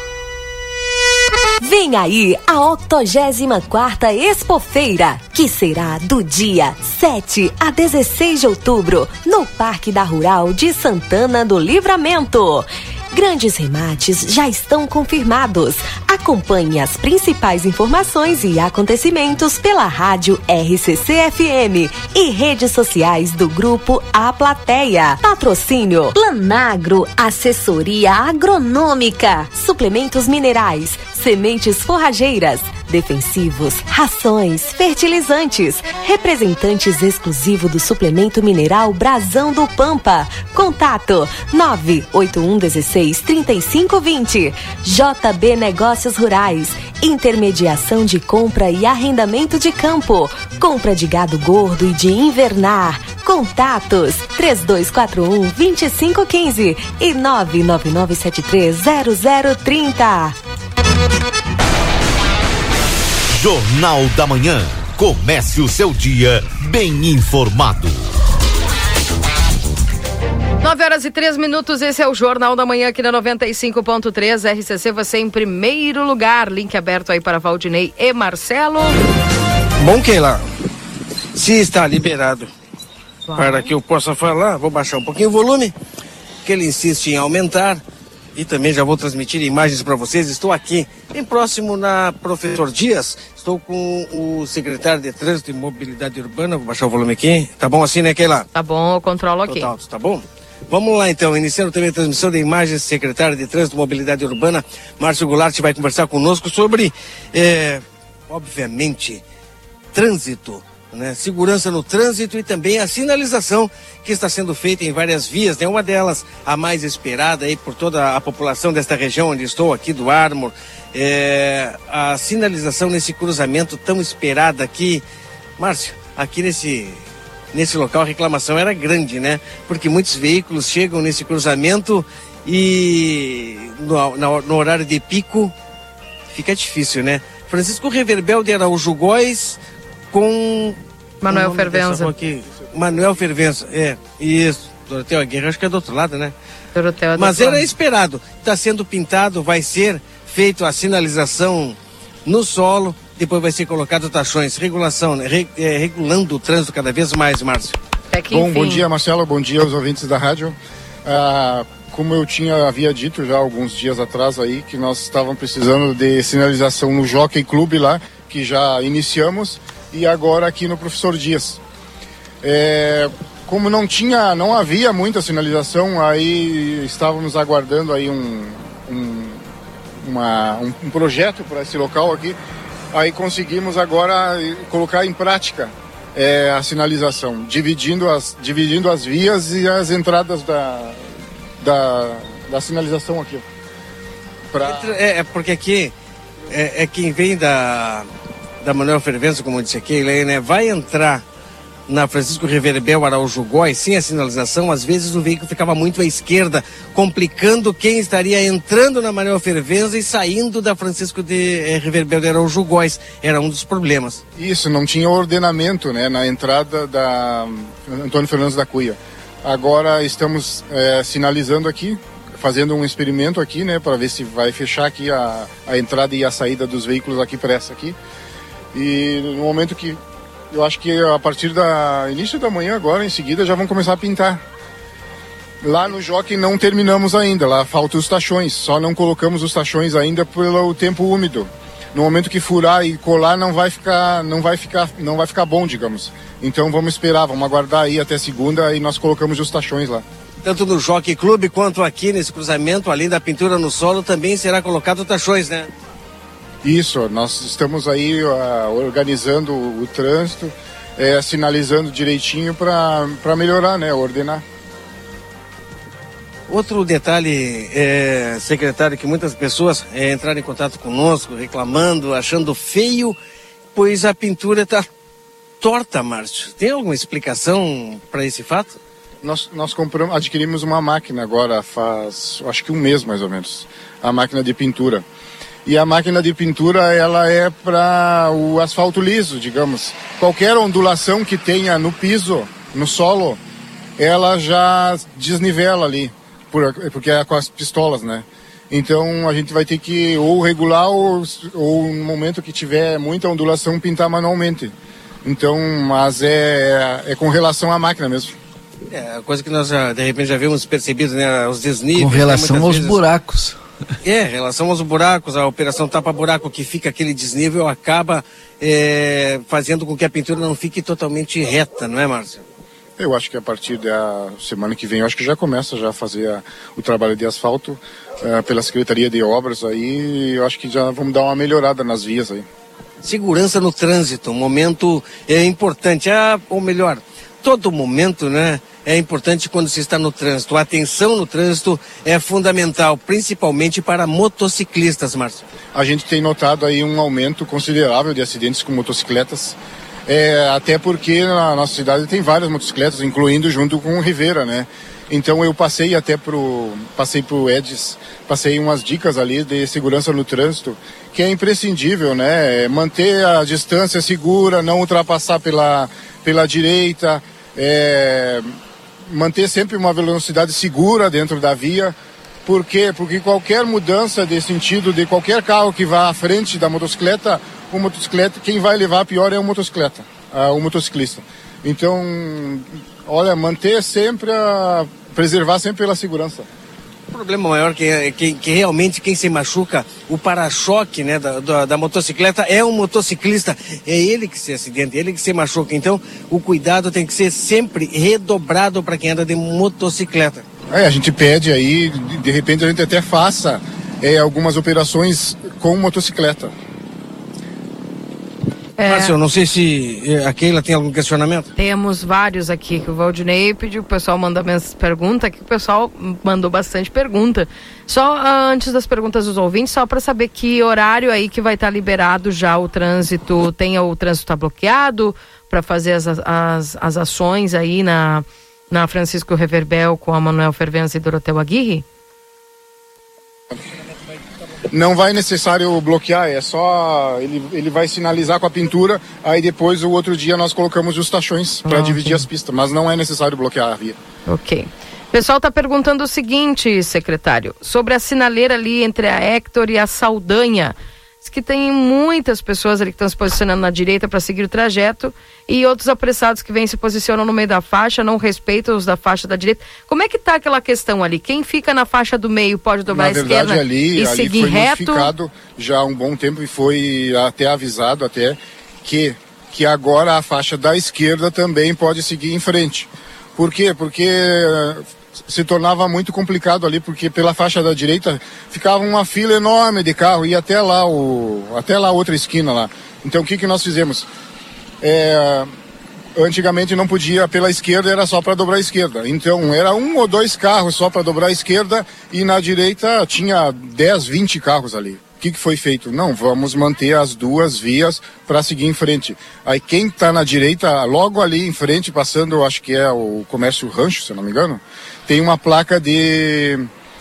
Vem aí a 84ª Expofeira, que será do dia 7 a 16 de outubro, no Parque da Rural de Santana do Livramento. Grandes remates já estão confirmados. Acompanhe as principais informações e acontecimentos pela rádio RCC-FM e redes sociais do Grupo A Plateia. Patrocínio Planagro, assessoria agronômica, suplementos minerais, sementes forrageiras, defensivos, rações, fertilizantes, representantes exclusivo do suplemento mineral Brasão do Pampa. Contato 981163520. JB Negócios Rurais, intermediação de compra e arrendamento de campo, compra de gado gordo e de invernar. Contatos 3241-2515 e 999730030. Jornal da Manhã. Comece o seu dia bem informado. 9h03, esse é o Jornal da Manhã aqui na 95.3 RCC, você em primeiro lugar, link aberto aí para Valdinei e Marcelo. Bom, Keila, se está liberado para que eu possa falar, vou baixar um pouquinho o volume, que ele insiste em aumentar, e também já vou transmitir imagens para vocês. Estou aqui, bem próximo na Professor Dias, estou com o secretário de Trânsito e Mobilidade Urbana, vou baixar o volume aqui, tá bom assim, né, Keila? Tá bom, eu controlo aqui. Total, tá bom? Vamos lá então, iniciando também a transmissão de imagens, secretário de Trânsito e Mobilidade Urbana, Márcio Goulart, vai conversar conosco sobre, obviamente, trânsito, né? Segurança no trânsito e também a sinalização que está sendo feita em várias vias, né? Uma delas, a mais esperada aí por toda a população desta região onde estou, aqui do Ármor, a sinalização nesse cruzamento tão esperada aqui. Márcio, aqui nesse local a reclamação era grande, né? Porque muitos veículos chegam nesse cruzamento e no horário de pico fica difícil, né? Francisco Reverbel de Araújo Góes com Manuel Fervenza. Manuel Fervenza, isso. Dorotheu Aguirre, acho que é do outro lado, né? Dorotheu é do Mas outro era lado. esperado. Está sendo pintado, vai ser feito a sinalização no solo, depois vai ser colocado tachões, regulação, né? Regulando o trânsito cada vez mais, Márcio. Bom dia, Marcelo, bom dia aos ouvintes da rádio. Como eu havia dito já alguns dias atrás aí, que nós estávamos precisando de sinalização no Jockey Club lá, que já iniciamos, e agora aqui no Professor Dias. Como não havia muita sinalização, aí estávamos aguardando aí um projeto para esse local aqui, aí conseguimos agora colocar em prática a sinalização, dividindo as vias e as entradas da sinalização aqui. Porque aqui quem vem da Manuel Fervenza, como eu disse aqui, né, vai entrar na Francisco Reverbel Araújo Góes, sem a sinalização, às vezes o veículo ficava muito à esquerda, complicando quem estaria entrando na Manuel Fervenza e saindo da Francisco de Reverbel de Araújo Góes. Era um dos problemas. Isso, não tinha ordenamento, né, na entrada da Antônio Fernandes da Cunha. Agora estamos sinalizando aqui, fazendo um experimento aqui, né, para ver se vai fechar aqui a entrada e a saída dos veículos aqui para essa aqui. E no momento que eu acho que a partir do início da manhã agora, em seguida, já vão começar a pintar. Lá no Jockey não terminamos ainda, lá faltam os tachões, só não colocamos os tachões ainda pelo tempo úmido. No momento que furar e colar não vai ficar bom, digamos. Então vamos esperar, vamos aguardar aí até segunda e nós colocamos os tachões lá. Tanto no Jockey Club quanto aqui nesse cruzamento, além da pintura no solo, também será colocado tachões, né? Isso, nós estamos aí organizando o trânsito, sinalizando direitinho para melhorar, né, ordenar. Outro detalhe, secretário, que muitas pessoas entraram em contato conosco, reclamando, achando feio, pois a pintura está torta, Márcio. Tem alguma explicação para esse fato? Nós adquirimos uma máquina agora faz, acho que um mês mais ou menos, a máquina de pintura. E a máquina de pintura, ela é para o asfalto liso, digamos. Qualquer ondulação que tenha no piso, no solo, ela já desnivela ali, porque é com as pistolas, né? Então a gente vai ter que ou regular ou no momento que tiver muita ondulação, pintar manualmente. Então, mas é com relação à máquina mesmo. É, coisa que nós de repente já vimos percebido, né? Os desníveis. Com relação aos buracos. Em relação aos buracos, a operação tapa-buraco que fica aquele desnível acaba fazendo com que a pintura não fique totalmente reta, não é, Márcio? Eu acho que a partir da semana que vem, eu acho que já começa já a fazer o trabalho de asfalto pela Secretaria de Obras aí, eu acho que já vamos dar uma melhorada nas vias aí. Segurança no trânsito, um momento importante, ou melhor, todo momento, né? É importante quando se está no trânsito. A atenção no trânsito é fundamental, principalmente para motociclistas, Márcio. A gente tem notado aí um aumento considerável de acidentes com motocicletas, até porque na nossa cidade tem várias motocicletas, incluindo junto com o Rivera, né? Então eu passei pro Edis, passei umas dicas ali de segurança no trânsito, que é imprescindível, né? Manter a distância segura, não ultrapassar pela direita, manter sempre uma velocidade segura dentro da via. Por quê? Porque qualquer mudança de sentido de qualquer carro que vá à frente da motocicleta, quem vai levar pior é o motociclista. Então, olha, manter sempre preservar sempre pela segurança. O problema maior que realmente quem se machuca, o para-choque, né, da motocicleta é o motociclista, é ele que se acidenta, é ele que se machuca. Então o cuidado tem que ser sempre redobrado para quem anda de motocicleta. A gente pede aí, de repente a gente até faça algumas operações com motocicleta. Márcio, não sei se a Keila tem algum questionamento. Temos vários aqui que o Valdinei pediu, o pessoal mandar pergunta, que o pessoal mandou bastante pergunta. Só antes das perguntas dos ouvintes, só para saber que horário aí que vai estar liberado já o trânsito, o trânsito está bloqueado para fazer as ações aí na Francisco Reverbel com a Manuel Fervenza e Doroteu Aguirre? Não vai necessário bloquear, é só ele vai sinalizar com a pintura, aí depois o outro dia nós colocamos os tachões para dividir as pistas, mas não é necessário bloquear a via. Ok. O pessoal está perguntando o seguinte, secretário, sobre a sinaleira ali entre a Hector e a Saldanha. Diz que tem muitas pessoas ali que estão se posicionando na direita para seguir o trajeto e outros apressados que vêm se posicionam no meio da faixa, não respeitam os da faixa da direita. Como é que está aquela questão ali? Quem fica na faixa do meio pode dobrar a esquerda e seguir foi reto? Notificado já há um bom tempo e foi até avisado até que agora a faixa da esquerda também pode seguir em frente. Por quê? Porque se tornava muito complicado ali, porque pela faixa da direita ficava uma fila enorme de carro e até lá a outra esquina lá. Então o que nós fizemos? Antigamente não podia pela esquerda, era só para dobrar a esquerda. Então era 1 ou 2 carros só para dobrar a esquerda e na direita tinha 10, 20 carros ali. O que foi feito? Não, vamos manter as duas vias para seguir em frente. Aí quem está na direita, logo ali em frente, passando, eu acho que é o Comércio Rancho, se eu não me engano, tem uma placa de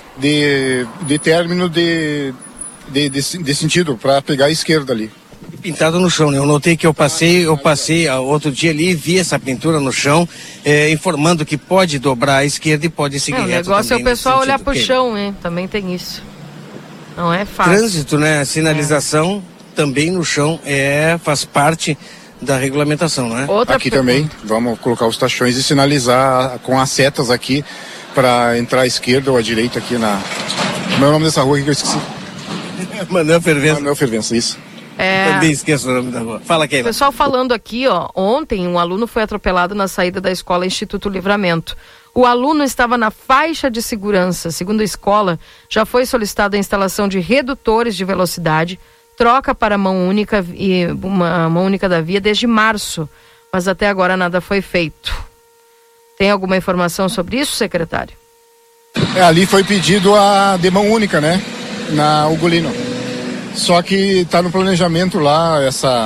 término de sentido para pegar a esquerda ali. Pintado no chão, né? Eu notei que eu passei outro dia ali e vi essa pintura no chão, informando que pode dobrar à esquerda e pode seguir reto. O negócio é o pessoal olhar pro chão, hein? Também tem isso. Não é fácil. Trânsito, né? A sinalização também no chão faz parte da regulamentação, não é? Aqui também, vamos colocar os tachões e sinalizar com as setas aqui para entrar à esquerda ou à direita aqui na... Como é o nome dessa rua aqui que eu esqueci? Manuel Fervença. Manuel Fervença, isso. Também esqueço o nome da rua. Fala, Keila. O pessoal falando aqui, ó, ontem um aluno foi atropelado na saída da escola Instituto Livramento. O aluno estava na faixa de segurança. Segundo a escola, já foi solicitada a instalação de redutores de velocidade, troca para mão única e uma mão única da via desde março, mas até agora nada foi feito. Tem alguma informação sobre isso, secretário? Ali foi pedido a de mão única, né? Na Ugolino. Só que está no planejamento lá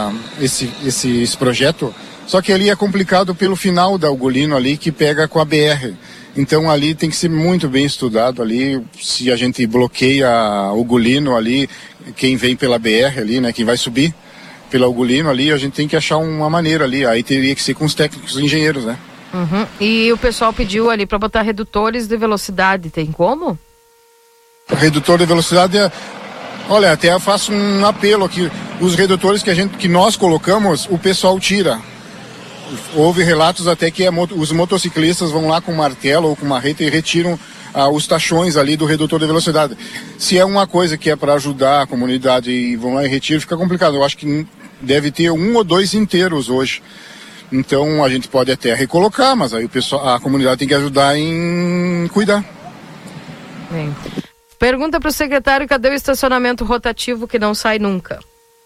esse projeto. Só que ali é complicado pelo final da Ugolino ali, que pega com a BR. Então ali tem que ser muito bem estudado ali. Se a gente bloqueia a Ugolino ali, quem vem pela BR ali, né? Quem vai subir pela Ugolino ali, a gente tem que achar uma maneira ali. Aí teria que ser com os técnicos e engenheiros, né? Uhum. E o pessoal pediu ali para botar redutores de velocidade. Tem como? Redutor de velocidade Olha, até eu faço um apelo aqui. Os redutores que nós colocamos, o pessoal tira. Houve relatos até que os motociclistas vão lá com martelo ou com marreta e retiram os tachões ali do redutor de velocidade. Se é uma coisa que é para ajudar a comunidade e vão lá e retiram, fica complicado. Eu acho que deve ter 1 ou 2 inteiros hoje. Então a gente pode até recolocar, mas aí a comunidade tem que ajudar em cuidar. Bem. Pergunta para o secretário, cadê o estacionamento rotativo que não sai nunca?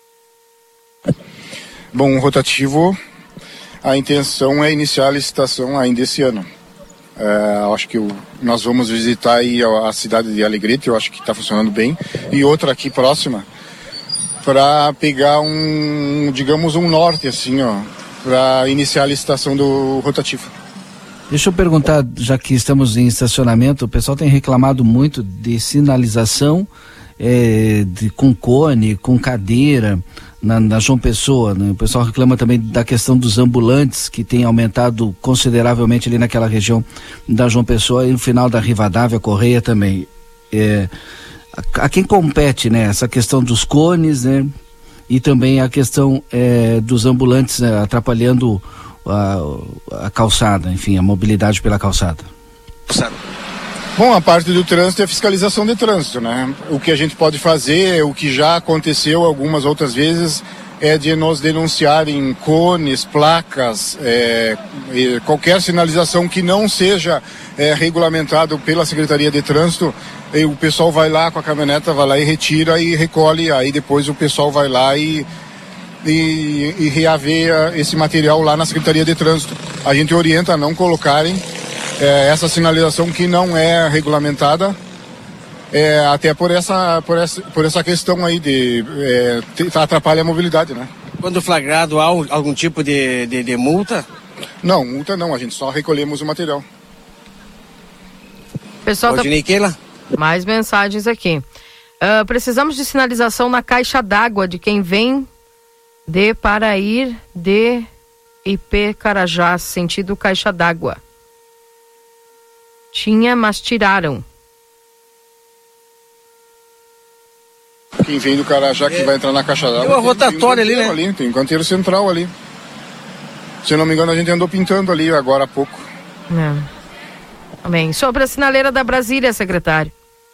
Bom, o rotativo, a intenção é iniciar a licitação ainda esse ano. Acho que nós vamos visitar aí a cidade de Alegrete, eu acho que está funcionando bem, e outra aqui próxima, para pegar digamos um norte assim, ó, para iniciar a licitação do rotativo. Deixa eu perguntar, já que estamos em estacionamento, o pessoal tem reclamado muito de sinalização com cone, com cadeira na João Pessoa, né? O pessoal reclama também da questão dos ambulantes, que tem aumentado consideravelmente ali naquela região da João Pessoa e no final da Rivadavia, Correia também. A quem compete, né, essa questão dos cones, né, e também a questão dos ambulantes atrapalhando a calçada, enfim, a mobilidade pela calçada. Bom, a parte do trânsito é a fiscalização de trânsito, né? O que a gente pode fazer, o que já aconteceu algumas outras vezes, é de nos denunciarem cones, placas, qualquer sinalização que não seja regulamentado pela Secretaria de Trânsito. E o pessoal vai lá com a caminhoneta, vai lá e retira e recolhe, aí depois o pessoal vai lá e reaver esse material lá na Secretaria de Trânsito. A gente orienta a não colocarem essa sinalização que não é regulamentada, até por essa questão aí de atrapalha a mobilidade, né? Quando flagrado, há algum tipo de multa? Não, multa não, a gente só recolhemos o material. Pessoal, mais mensagens aqui. Precisamos de sinalização na caixa d'água de quem vem para ir de IP Carajás, sentido caixa d'água. Tinha, mas tiraram. Quem vem do Carajá que vai entrar na caixa d'água. Tem uma rotatória ali, né? Tem um canteiro central ali. Se eu não me engano, a gente andou pintando ali agora há pouco. Amém. Sobre a sinaleira da Brasília, secretário.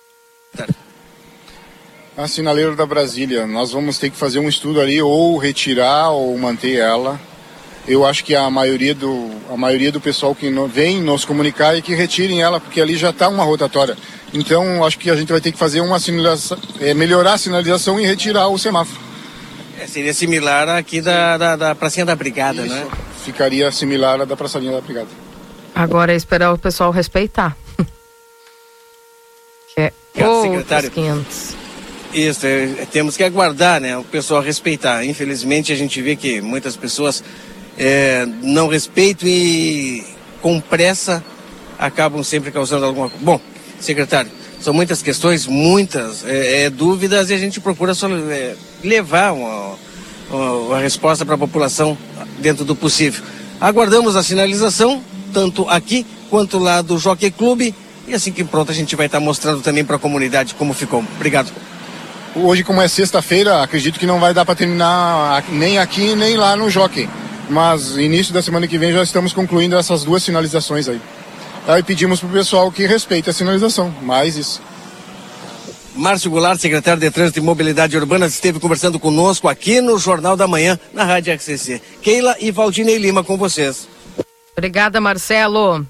A sinaleira da Brasília, nós vamos ter que fazer um estudo ali, ou retirar ou manter ela. Eu acho que a maioria do pessoal que vem nos comunicar é que retirem ela, porque ali já está uma rotatória. Então, acho que a gente vai ter que fazer uma sinalização, melhorar a sinalização e retirar o semáforo. Seria similar aqui da Pracinha da Brigada, isso, né? Ficaria similar à da Pracinha da Brigada. Agora é esperar o pessoal respeitar. Que é outros 500. Isso, temos que aguardar, né? O pessoal respeitar. Infelizmente a gente vê que muitas pessoas não respeitam e com pressa acabam sempre causando alguma coisa. Bom, secretário, são muitas questões, muitas dúvidas, e a gente procura só levar uma resposta para a população dentro do possível. Aguardamos a sinalização, tanto aqui quanto lá do Jockey Clube, e assim que pronto a gente vai estar mostrando também para a comunidade como ficou. Obrigado. Hoje, como é sexta-feira, acredito que não vai dar para terminar nem aqui nem lá no Jockey. Mas início da semana que vem já estamos concluindo essas 2 sinalizações aí. Aí pedimos para o pessoal que respeite a sinalização, mais isso. Márcio Goulart, secretário de Trânsito e Mobilidade Urbana, esteve conversando conosco aqui no Jornal da Manhã, na Rádio RCC. Keila e Valdinei Lima com vocês. Obrigada, Marcelo.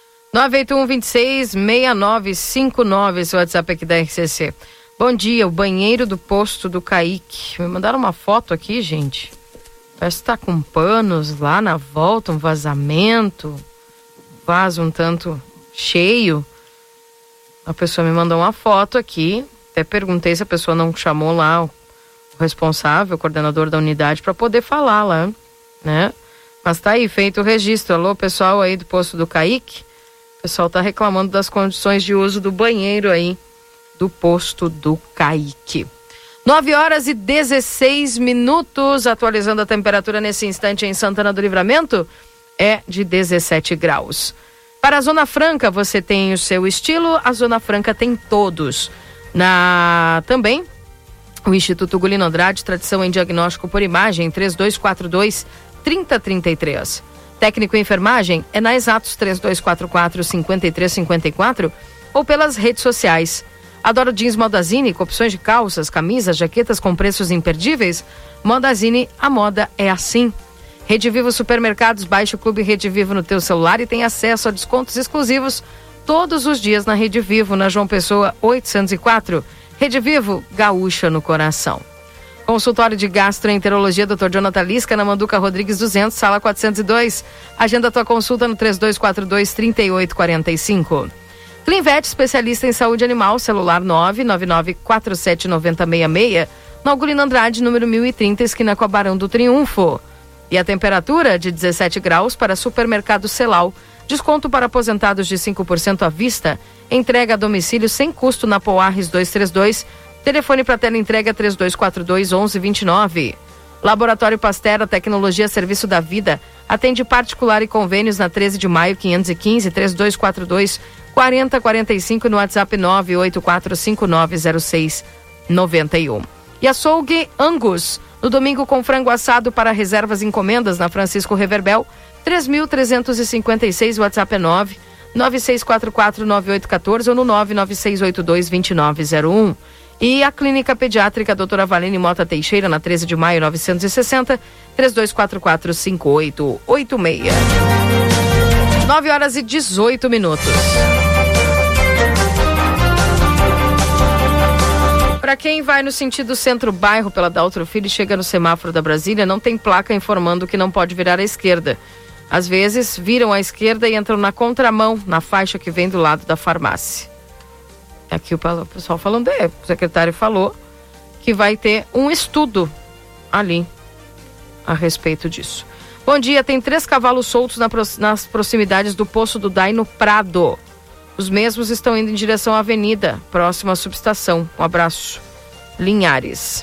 981266959, esse WhatsApp aqui da RCC. Bom dia, o banheiro do posto do Kaique. Me mandaram uma foto aqui, gente. Parece que tá com panos lá na volta, um vazamento. Vaso um tanto cheio. A pessoa me mandou uma foto aqui. Até perguntei se a pessoa não chamou lá o responsável, o coordenador da unidade, para poder falar lá, né? Mas tá aí, feito o registro. Alô, pessoal aí do posto do Kaique. O pessoal tá reclamando das condições de uso do banheiro aí do posto do Kaique. 9h16, atualizando a temperatura nesse instante em Santana do Livramento, é de 17 graus. Para a Zona Franca, você tem o seu estilo, a Zona Franca tem todos. Também, o Instituto Gulino Andrade, tradição em diagnóstico por imagem, 3242-3033. Técnico em enfermagem é na Exatos 3244-5354 ou pelas redes sociais. Adoro Jeans Modazine, com opções de calças, camisas, jaquetas com preços imperdíveis. Modazine, a moda é assim. Rede Vivo Supermercados, baixe o Clube Rede Vivo no teu celular e tem acesso a descontos exclusivos todos os dias na Rede Vivo, na João Pessoa 804. Rede Vivo, gaúcha no coração. Consultório de Gastroenterologia, Dr. Jonathan Lisca, na Manduca Rodrigues 200, sala 402. Agenda tua consulta no 3242-3845. Clinvet, especialista em saúde animal, celular 999479066, na Gulino Andrade, número 1030, esquina com a Barão do Triunfo. E a temperatura de 17 graus para Supermercado Celal. Desconto para aposentados de 5% à vista. Entrega a domicílio sem custo na Poarres 232. Telefone para tela entrega 3242-1129. Laboratório Pastera, tecnologia serviço da vida. Atende particular e convênios na 13 de maio 515 3242-4045 no WhatsApp 984590691. E açougue Angus, no domingo com frango assado para reservas e encomendas na Francisco Reverbel, 3.356, WhatsApp é 996449814 ou no 996822901. E a Clínica Pediátrica Doutora Valene Mota Teixeira, na 13 de maio 960, 3244-5886. 9h18. Para quem vai no sentido centro-bairro pela Daltro Filho e chega no semáforo da Brasília, não tem placa informando que não pode virar à esquerda. Às vezes, viram à esquerda e entram na contramão, na faixa que vem do lado da farmácia. Aqui o pessoal falando, o secretário falou que vai ter um estudo ali a respeito disso. Bom dia, tem 3 cavalos soltos nas proximidades do Poço do Dai, no Prado. Os mesmos estão indo em direção à avenida, próxima à subestação. Um abraço. Linhares.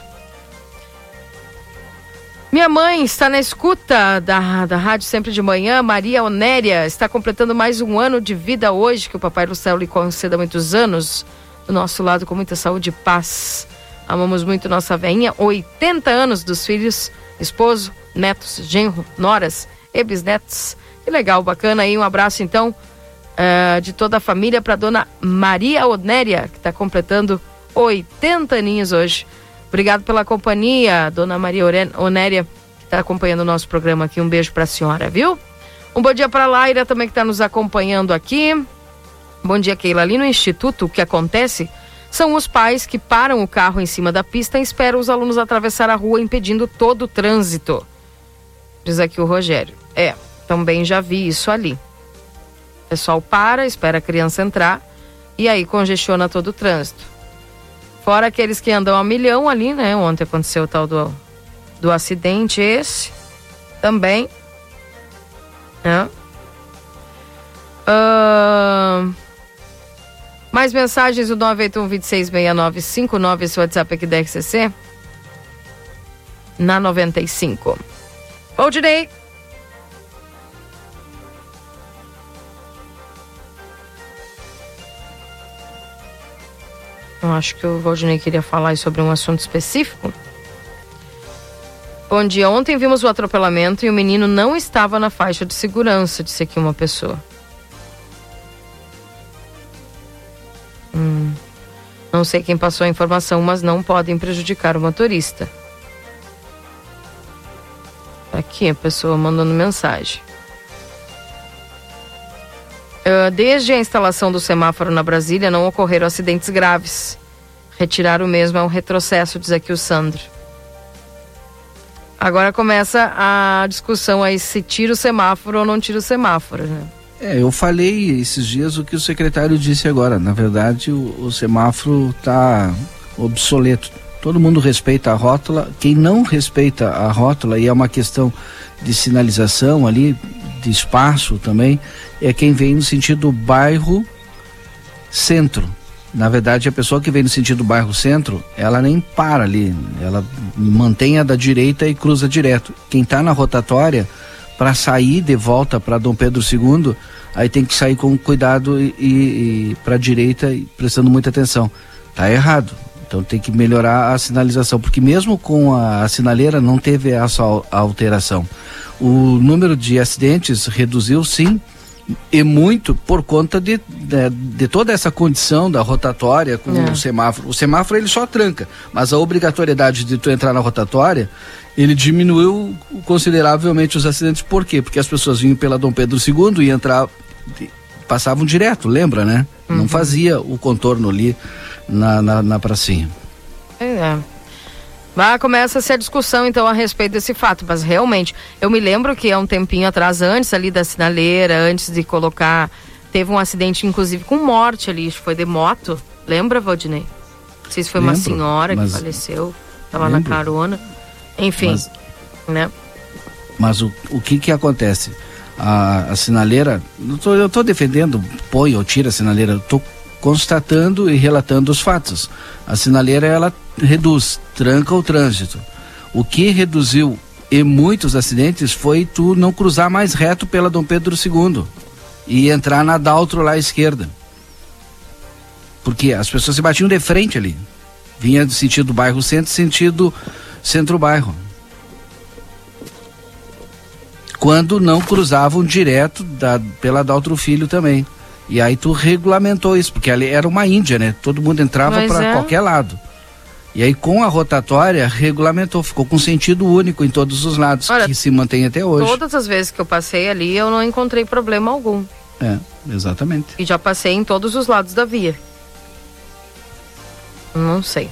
Minha mãe está na escuta da rádio sempre de manhã. Maria Onéria está completando mais um ano de vida hoje. Que o Papai do Céu lhe conceda muitos anos do nosso lado, com muita saúde e paz. Amamos muito nossa veinha. 80 anos dos filhos, esposo, netos, genro, noras e bisnetos. Que legal, bacana aí. Um abraço então de toda a família para dona Maria Onéria, que está completando 80 aninhos hoje. Obrigado pela companhia, dona Maria Onéria, que está acompanhando o nosso programa aqui. Um beijo para a senhora, viu? Um bom dia para a Laira também, que está nos acompanhando aqui. Bom dia, Keila. Ali no Instituto, o que acontece são os pais que param o carro em cima da pista e esperam os alunos atravessar a rua, impedindo todo o trânsito. Diz aqui o Rogério. Também já vi isso ali. O pessoal para, espera a criança entrar e aí congestiona todo o trânsito. Fora aqueles que andam a milhão ali, né? Ontem aconteceu o tal do acidente esse. Também. Né? Mais mensagens, o 981-266959, esse WhatsApp aqui da RCC. Na 95. Valdinei. Eu acho que o Valdinei queria falar sobre um assunto específico. Bom dia, ontem vimos o atropelamento e o menino não estava na faixa de segurança, disse aqui uma pessoa. Não sei quem passou a informação, mas não podem prejudicar o motorista. Aqui a pessoa mandando mensagem. Desde a instalação do semáforo na Brasília não ocorreram acidentes graves. Retirar o mesmo é um retrocesso, diz aqui o Sandro. Agora começa a discussão aí se tira o semáforo ou não tira o semáforo, né? Eu falei esses dias o que o secretário disse agora. Na verdade, o semáforo está obsoleto. Todo mundo respeita a rótula. Quem não respeita a rótula, e é uma questão de sinalização ali, de espaço também, é quem vem no sentido bairro-centro. Na verdade, a pessoa que vem no sentido bairro-centro, ela nem para ali, ela mantém a da direita e cruza direto. Quem está na rotatória, para sair de volta para Dom Pedro II, aí tem que sair com cuidado e para a direita, prestando muita atenção. Tá errado. Então tem que melhorar a sinalização, porque mesmo com a sinaleira não teve essa alteração. O número de acidentes reduziu sim, e muito por conta de toda essa condição da rotatória com o semáforo. O semáforo ele só tranca, mas a obrigatoriedade de tu entrar na rotatória, ele diminuiu consideravelmente os acidentes. Por quê? Porque as pessoas vinham pela Dom Pedro II e passavam direto, lembra, né? Não fazia o contorno ali na pracinha. Começa-se a discussão então a respeito desse fato, mas realmente, eu me lembro que há um tempinho atrás, antes ali da sinaleira, antes de colocar, teve um acidente inclusive com morte ali, foi de moto, lembra, Valdinei? Não sei se foi uma senhora que faleceu, estava na carona, enfim, né? Mas o que acontece? A sinaleira, eu tô defendendo, põe ou tira a sinaleira, eu tô constatando e relatando os fatos. A sinaleira, ela reduz, tranca o trânsito. O que reduziu e muitos acidentes foi tu não cruzar mais reto pela Dom Pedro II e entrar na Daltro lá à esquerda. Porque as pessoas se batiam de frente ali. Vinha do sentido bairro-centro, sentido centro-bairro. Quando não cruzavam direto pela Daltro Filho também. E aí tu regulamentou isso, porque ali era uma Índia, né? Todo mundo entrava para qualquer lado. E aí com a rotatória regulamentou, ficou com sentido único em todos os lados. Olha, que se mantém até hoje. Todas as vezes que eu passei ali, eu não encontrei problema algum. Exatamente. E já passei em todos os lados da via. Não sei.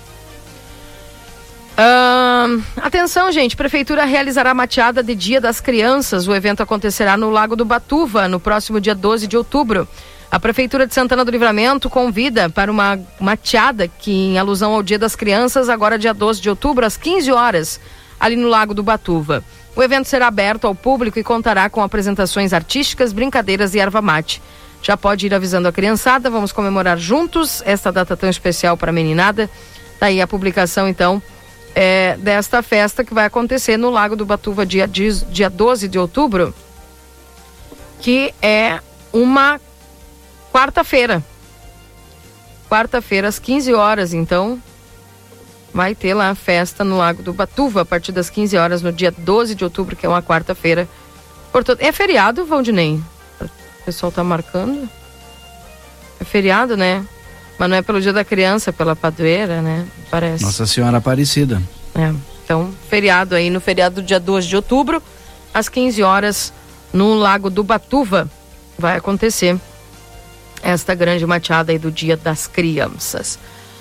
Atenção, gente, Prefeitura realizará mateada de Dia das Crianças. O evento acontecerá no Lago do Batuva, no próximo dia 12 de outubro. A Prefeitura de Santana do Livramento convida para uma mateada que, em alusão ao Dia das Crianças, agora dia 12 de outubro, às 15 horas, ali no Lago do Batuva. O evento será aberto ao público e contará com apresentações artísticas, brincadeiras e erva mate. Já pode ir avisando a criançada, vamos comemorar juntos esta data tão especial para a meninada. Tá aí a publicação, então, desta festa que vai acontecer no Lago do Batuva dia 12 de outubro, que é uma quarta-feira às 15 horas, então vai ter lá a festa no Lago do Batuva a partir das 15 horas no dia 12 de outubro, que é uma quarta-feira. É feriado, Valdinei? O pessoal tá marcando? É feriado, né? Mas não é pelo Dia da Criança, é pela padroeira, né? Parece. Nossa Senhora Aparecida. Então, feriado aí, no feriado do dia 12 de outubro, às 15 horas, no Lago do Batuva, vai acontecer esta grande mateada aí do Dia das Crianças.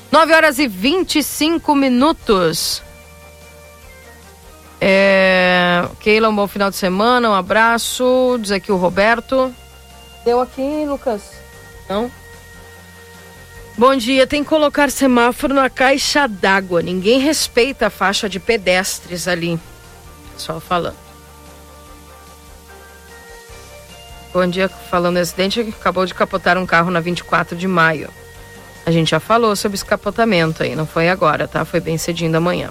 9h25. Keila, um bom final de semana, um abraço, diz aqui o Roberto. Deu aqui, Lucas? Não? Bom dia, tem que colocar semáforo na caixa d'água. Ninguém respeita a faixa de pedestres ali. Só falando. Bom dia, falando em acidente, acabou de capotar um carro na 24 de maio. A gente já falou sobre esse capotamento aí, não foi agora, tá? Foi bem cedinho da manhã.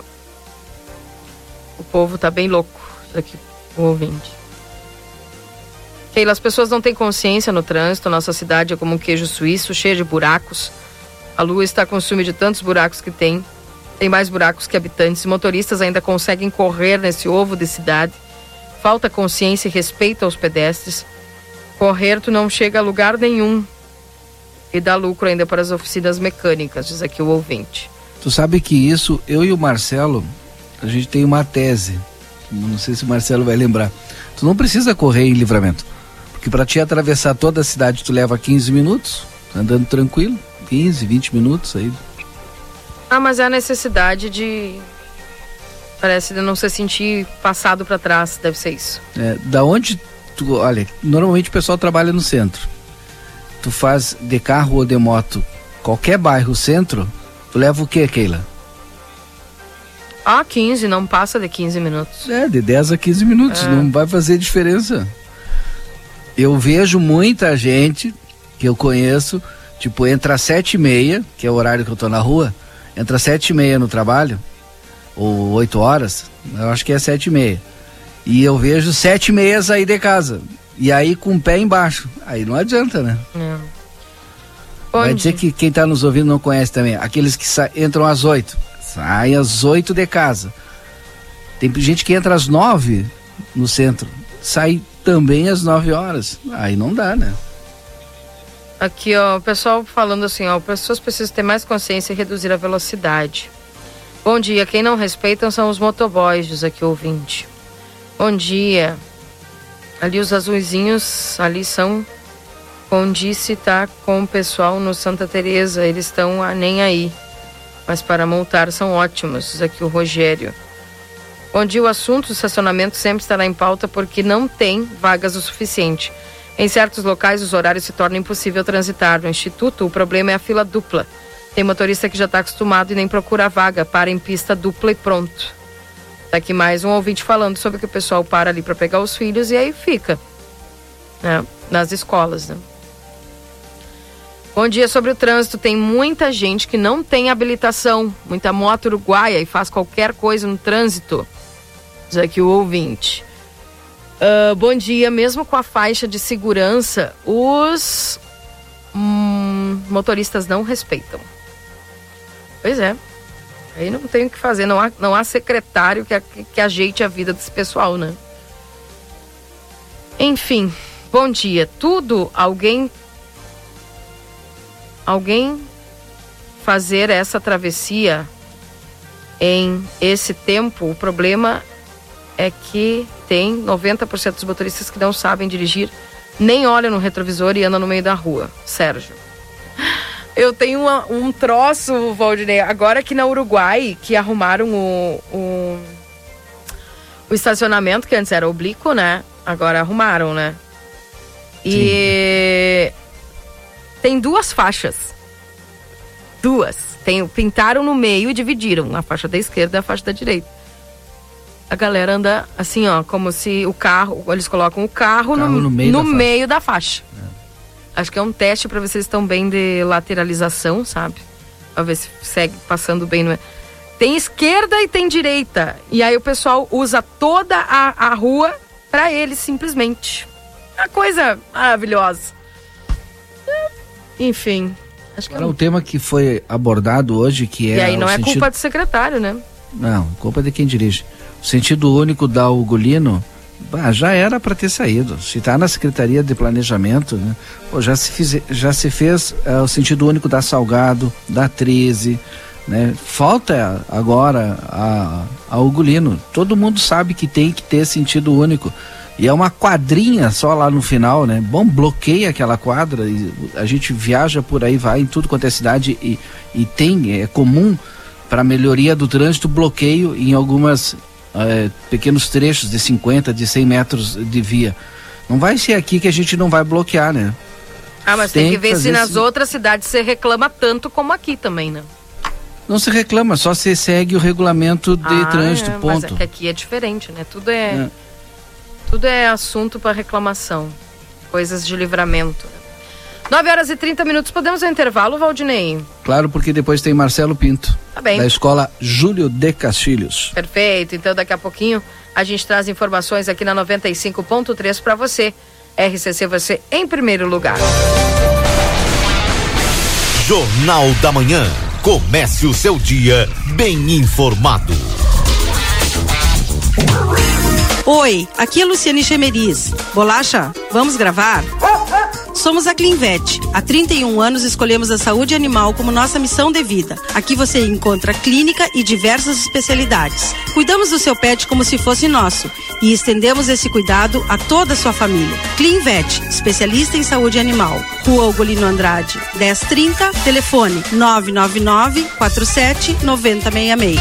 O povo tá bem louco, aqui, o ouvinte. Keila, as pessoas não têm consciência no trânsito, nossa cidade é como um queijo suíço, cheia de buracos. A lua está com ciúme de tantos buracos que tem mais buracos que habitantes. Motoristas ainda conseguem correr nesse ovo de cidade. Falta consciência e respeito aos pedestres. Correr, tu não chega a lugar nenhum. E dá lucro ainda para as oficinas mecânicas, diz aqui o ouvinte. Tu sabe que isso, eu e o Marcelo, a gente tem uma tese. Não sei se o Marcelo vai lembrar. Tu não precisa correr em Livramento. Porque para te atravessar toda a cidade tu leva 15 minutos, andando tranquilo. 15, 20 minutos aí. Ah, mas é a necessidade de... Parece de não se sentir passado para trás, deve ser isso. Da onde tu... Olha, normalmente o pessoal trabalha no centro. Tu faz de carro ou de moto, qualquer bairro, centro, tu leva o quê, Keila? 15, não passa de 15 minutos. De 10 a 15 minutos, não vai fazer diferença. Eu vejo muita gente que eu conheço, tipo, entra às 7h30, que é o horário que eu tô na rua, entra às 7h30 no trabalho, ou 8 horas, eu acho que é 7h30. E eu vejo 7h30 sair de casa. E aí com o pé embaixo. Aí não adianta, né? Vai dizer que quem tá nos ouvindo não conhece também. Aqueles que entram às 8. Saem às 8 de casa. Tem gente que entra às 9 no centro. Sai também às 9 horas. Aí não dá, né? Aqui, ó, o pessoal falando assim, ó, pessoas precisam ter mais consciência e reduzir a velocidade. Bom dia, quem não respeitam são os motoboys, diz aqui o ouvinte. Bom dia. Ali os azulzinhos, ali são, como disse, tá com o pessoal no Santa Teresa, eles estão nem aí. Mas para multar são ótimos, diz aqui o Rogério. Bom dia, o assunto do estacionamento sempre estará em pauta porque não tem vagas o suficiente. Em certos locais, os horários se tornam impossível transitar. No Instituto, o problema é a fila dupla. Tem motorista que já está acostumado e nem procura a vaga, para em pista dupla e pronto. Tá aqui mais um ouvinte falando sobre que o pessoal para ali para pegar os filhos e aí fica, né, nas escolas, né? Bom dia, sobre o trânsito, tem muita gente que não tem habilitação, muita moto uruguaia e faz qualquer coisa no trânsito, diz aqui o ouvinte. Bom dia, mesmo com a faixa de segurança, os motoristas não respeitam. Pois é. Aí não tem o que fazer, não há secretário que ajeite a vida desse pessoal, né? Enfim, bom dia. Alguém fazer essa travessia em esse tempo, o problema é que tem 90% dos motoristas que não sabem dirigir, nem olham no retrovisor e andam no meio da rua. Sérgio. Eu tenho um troço, Valdinei, agora aqui na Uruguai, que arrumaram o estacionamento, que antes era oblíquo, né? Agora arrumaram, né? E tem 2 faixas. Pintaram no meio e dividiram a faixa da esquerda e a faixa da direita. A galera anda assim, ó, como se eles colocam o carro no meio da faixa. Acho que é um teste para ver se eles estão bem de lateralização, sabe? Pra ver se segue passando bem. Tem esquerda e tem direita. E aí o pessoal usa toda a rua para eles, simplesmente. Uma coisa maravilhosa. Enfim. Acho que era um tema que foi abordado hoje, que é... E aí não é culpa do secretário, né? Não, culpa de quem dirige. O sentido único da Ugolino... já era para ter saído. Se está na Secretaria de Planejamento, né? Já se fez o sentido único da Salgado, da 13, né? Falta agora a Ugolino. Todo mundo sabe que tem que ter sentido único. E é uma quadrinha só lá no final, né? Bom, bloqueia aquela quadra e a gente viaja por aí, vai em tudo quanto é cidade e é comum para melhoria do trânsito bloqueio em algumas pequenos trechos de 50, de 100 metros de via. Não vai ser aqui que a gente não vai bloquear, né? Mas tem que ver se nas outras cidades você reclama tanto como aqui também, né? Não se reclama, só se segue o regulamento de trânsito, ponto. Mas é que aqui é diferente, né? Tudo é assunto para reclamação. Coisas de livramento. 9h30, podemos ao intervalo, Valdinei? Claro, porque depois tem Marcelo Pinto, tá bem, da Escola Júlio de Castilhos. Perfeito, então daqui a pouquinho a gente traz informações aqui na 95.3 para você. RCC, você em primeiro lugar. Jornal da Manhã. Comece o seu dia bem informado. Oi, aqui é Luciane Chemeriz. Bolacha, vamos gravar? Somos a Clinvet. Há 31 anos escolhemos a saúde animal como nossa missão de vida. Aqui você encontra clínica e diversas especialidades. Cuidamos do seu pet como se fosse nosso e estendemos esse cuidado a toda a sua família. Clinvet, especialista em saúde animal. Rua Ugolino Andrade, 1030, telefone 999 47 9066.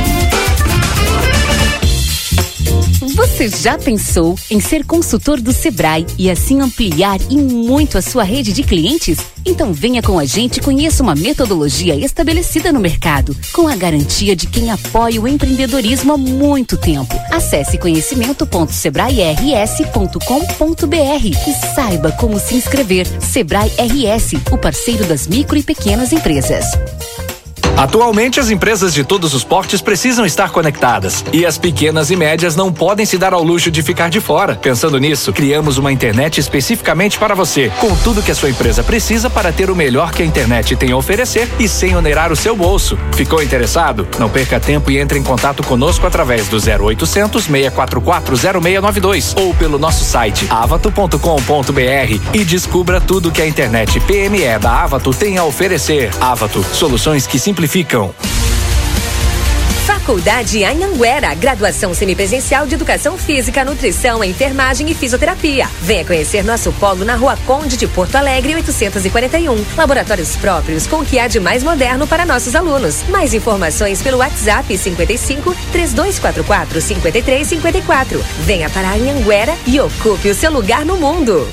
Você já pensou em ser consultor do Sebrae e assim ampliar e muito a sua rede de clientes? Então venha com a gente e conheça uma metodologia estabelecida no mercado, com a garantia de quem apoia o empreendedorismo há muito tempo. Acesse conhecimento.sebrae-rs.com.br e saiba como se inscrever. Sebrae RS, o parceiro das micro e pequenas empresas. Atualmente, as empresas de todos os portes precisam estar conectadas e as pequenas e médias não podem se dar ao luxo de ficar de fora. Pensando nisso, criamos uma internet especificamente para você, com tudo que a sua empresa precisa para ter o melhor que a internet tem a oferecer e sem onerar o seu bolso. Ficou interessado? Não perca tempo e entre em contato conosco através do 0800 644 0692 ou pelo nosso site avato.com.br e descubra tudo que a internet PME da Avato tem a oferecer. Avato, soluções que simplificam. Faculdade Anhanguera, graduação semipresencial de Educação Física, Nutrição, Enfermagem e Fisioterapia. Venha conhecer nosso polo na Rua Conde de Porto Alegre, 841. Laboratórios próprios com o que há de mais moderno para nossos alunos. Mais informações pelo WhatsApp 55 3244 5354. Venha para Anhanguera e ocupe o seu lugar no mundo.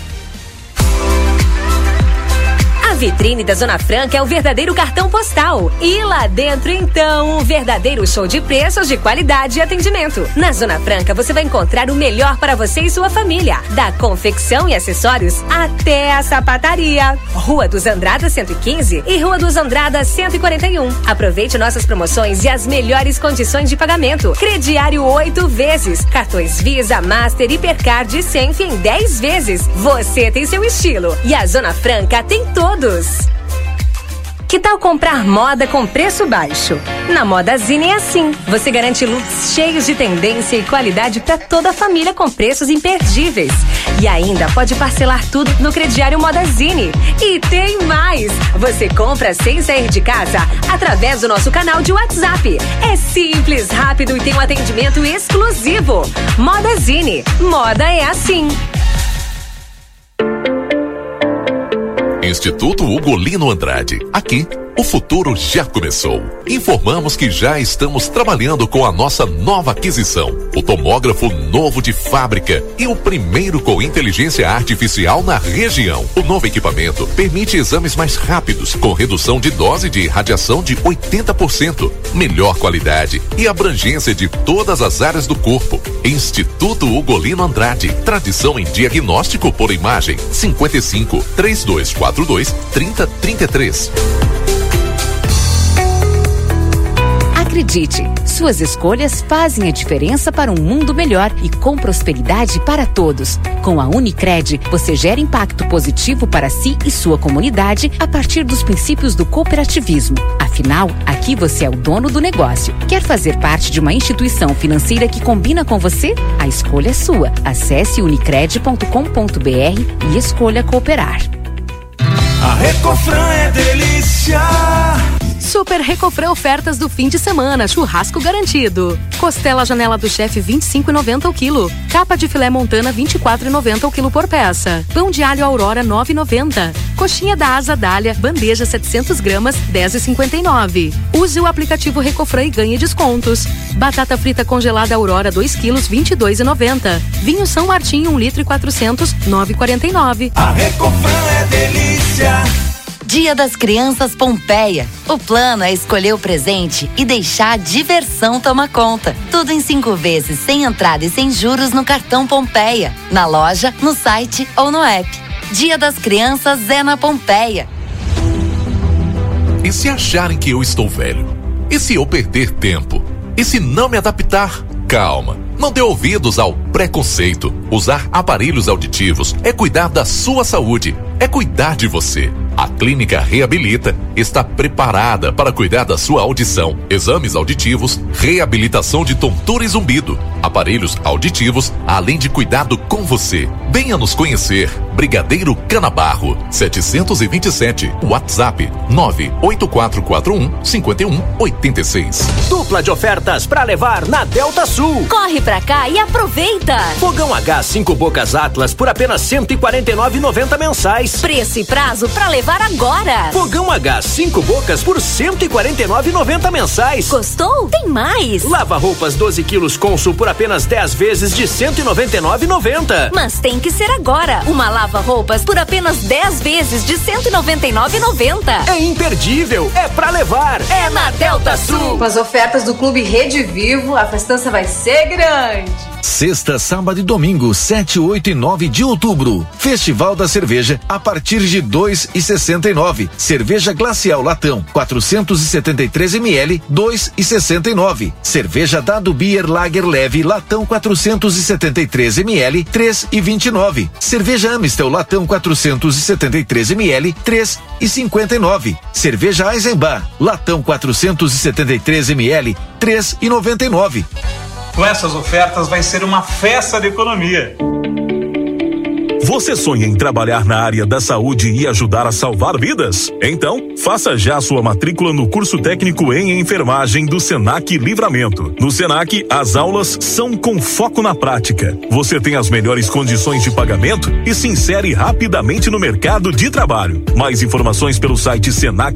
A vitrine da Zona Franca é o verdadeiro cartão postal. E lá dentro, então, um verdadeiro show de preços, de qualidade e atendimento. Na Zona Franca, você vai encontrar o melhor para você e sua família. Da confecção e acessórios até a sapataria. Rua dos Andradas 115 e Rua dos Andradas 141. Aproveite nossas promoções e as melhores condições de pagamento. Crediário 8 vezes. Cartões Visa, Master, Hipercard e Senf em 10 vezes. Você tem seu estilo. E a Zona Franca tem todos. Que tal comprar moda com preço baixo? Na Modazine é assim. Você garante looks cheios de tendência e qualidade para toda a família com preços imperdíveis. E ainda pode parcelar tudo no crediário Modazine. E tem mais! Você compra sem sair de casa através do nosso canal de WhatsApp. É simples, rápido e tem um atendimento exclusivo. Modazine. Moda é assim. Instituto Ugolino Andrade. Aqui, o futuro já começou. Informamos que já estamos trabalhando com a nossa nova aquisição, o tomógrafo novo de fábrica e o primeiro com inteligência artificial na região. O novo equipamento permite exames mais rápidos, com redução de dose de radiação de 80%, melhor qualidade e abrangência de todas as áreas do corpo. Instituto Ugolino Andrade, tradição em diagnóstico por imagem. 55 3242 3033. Acredite, suas escolhas fazem a diferença para um mundo melhor e com prosperidade para todos. Com a Unicred, você gera impacto positivo para si e sua comunidade a partir dos princípios do cooperativismo. Afinal, aqui você é o dono do negócio. Quer fazer parte de uma instituição financeira que combina com você? A escolha é sua. Acesse unicred.com.br e escolha cooperar. A Recofran é delícia. Super Recofré ofertas do fim de semana, churrasco garantido. Costela Janela do Chefe 25,90 o quilo. Capa de filé montana 24,90 o quilo por peça. Pão de alho Aurora 9,90. Coxinha da Asa Dália, bandeja 700 gramas 10,59. Use o aplicativo Recofré e ganhe descontos. Batata frita congelada Aurora 2 quilos 22,90. Vinho São Martinho 1 litro e 400 9,49. A Recofran é delícia. Dia das Crianças Pompeia. O plano é escolher o presente e deixar a diversão tomar conta. Tudo em 5 vezes, sem entrada e sem juros no cartão Pompeia. Na loja, no site ou no app. Dia das Crianças é na Pompeia. E se acharem que eu estou velho? E se eu perder tempo? E se não me adaptar? Calma, não dê ouvidos ao preconceito. Usar aparelhos auditivos é cuidar da sua saúde, é cuidar de você. A Clínica Reabilita está preparada para cuidar da sua audição. Exames auditivos, reabilitação de tontura e zumbido, aparelhos auditivos, além de cuidado com você. Venha nos conhecer. Brigadeiro Canabarro, 727, WhatsApp 98441-5186. Dupla de ofertas para levar na Delta Sul. Corre pra cá e aproveita. Fogão a gás 5 bocas Atlas por apenas R$ 149,90 mensais. Preço e prazo para levar agora. Fogão a gás 5 bocas por R$ 149,90 mensais. Gostou? Tem mais. Lava roupas 12 quilos Consul por apenas 10 vezes de R$ 199,90. Mas tem que ser agora. Uma lava-roupas por apenas 10 vezes de R$ 199,90. É imperdível, é pra levar. É na Delta Sul. Com as ofertas do Clube Rede Vivo, a festança vai ser grande. Sexta, sábado e domingo, 7, 8 e 9 de outubro. Festival da Cerveja a partir de R$ 2,69. Cerveja Glacial Latão, 473 ml, R$ 2,69. Cerveja Dado Beer Lager Leve Latão 473 ml, R$ 3,29. Cerveja Amistel Latão 473 ml, R$ 3,59. Cerveja Eisenbahn Latão 473 ml, R$ 3,99. Com essas ofertas vai ser uma festa de economia. Você sonha em trabalhar na área da saúde e ajudar a salvar vidas? Então, faça já sua matrícula no curso técnico em enfermagem do Senac Livramento. No Senac, as aulas são com foco na prática. Você tem as melhores condições de pagamento e se insere rapidamente no mercado de trabalho. Mais informações pelo site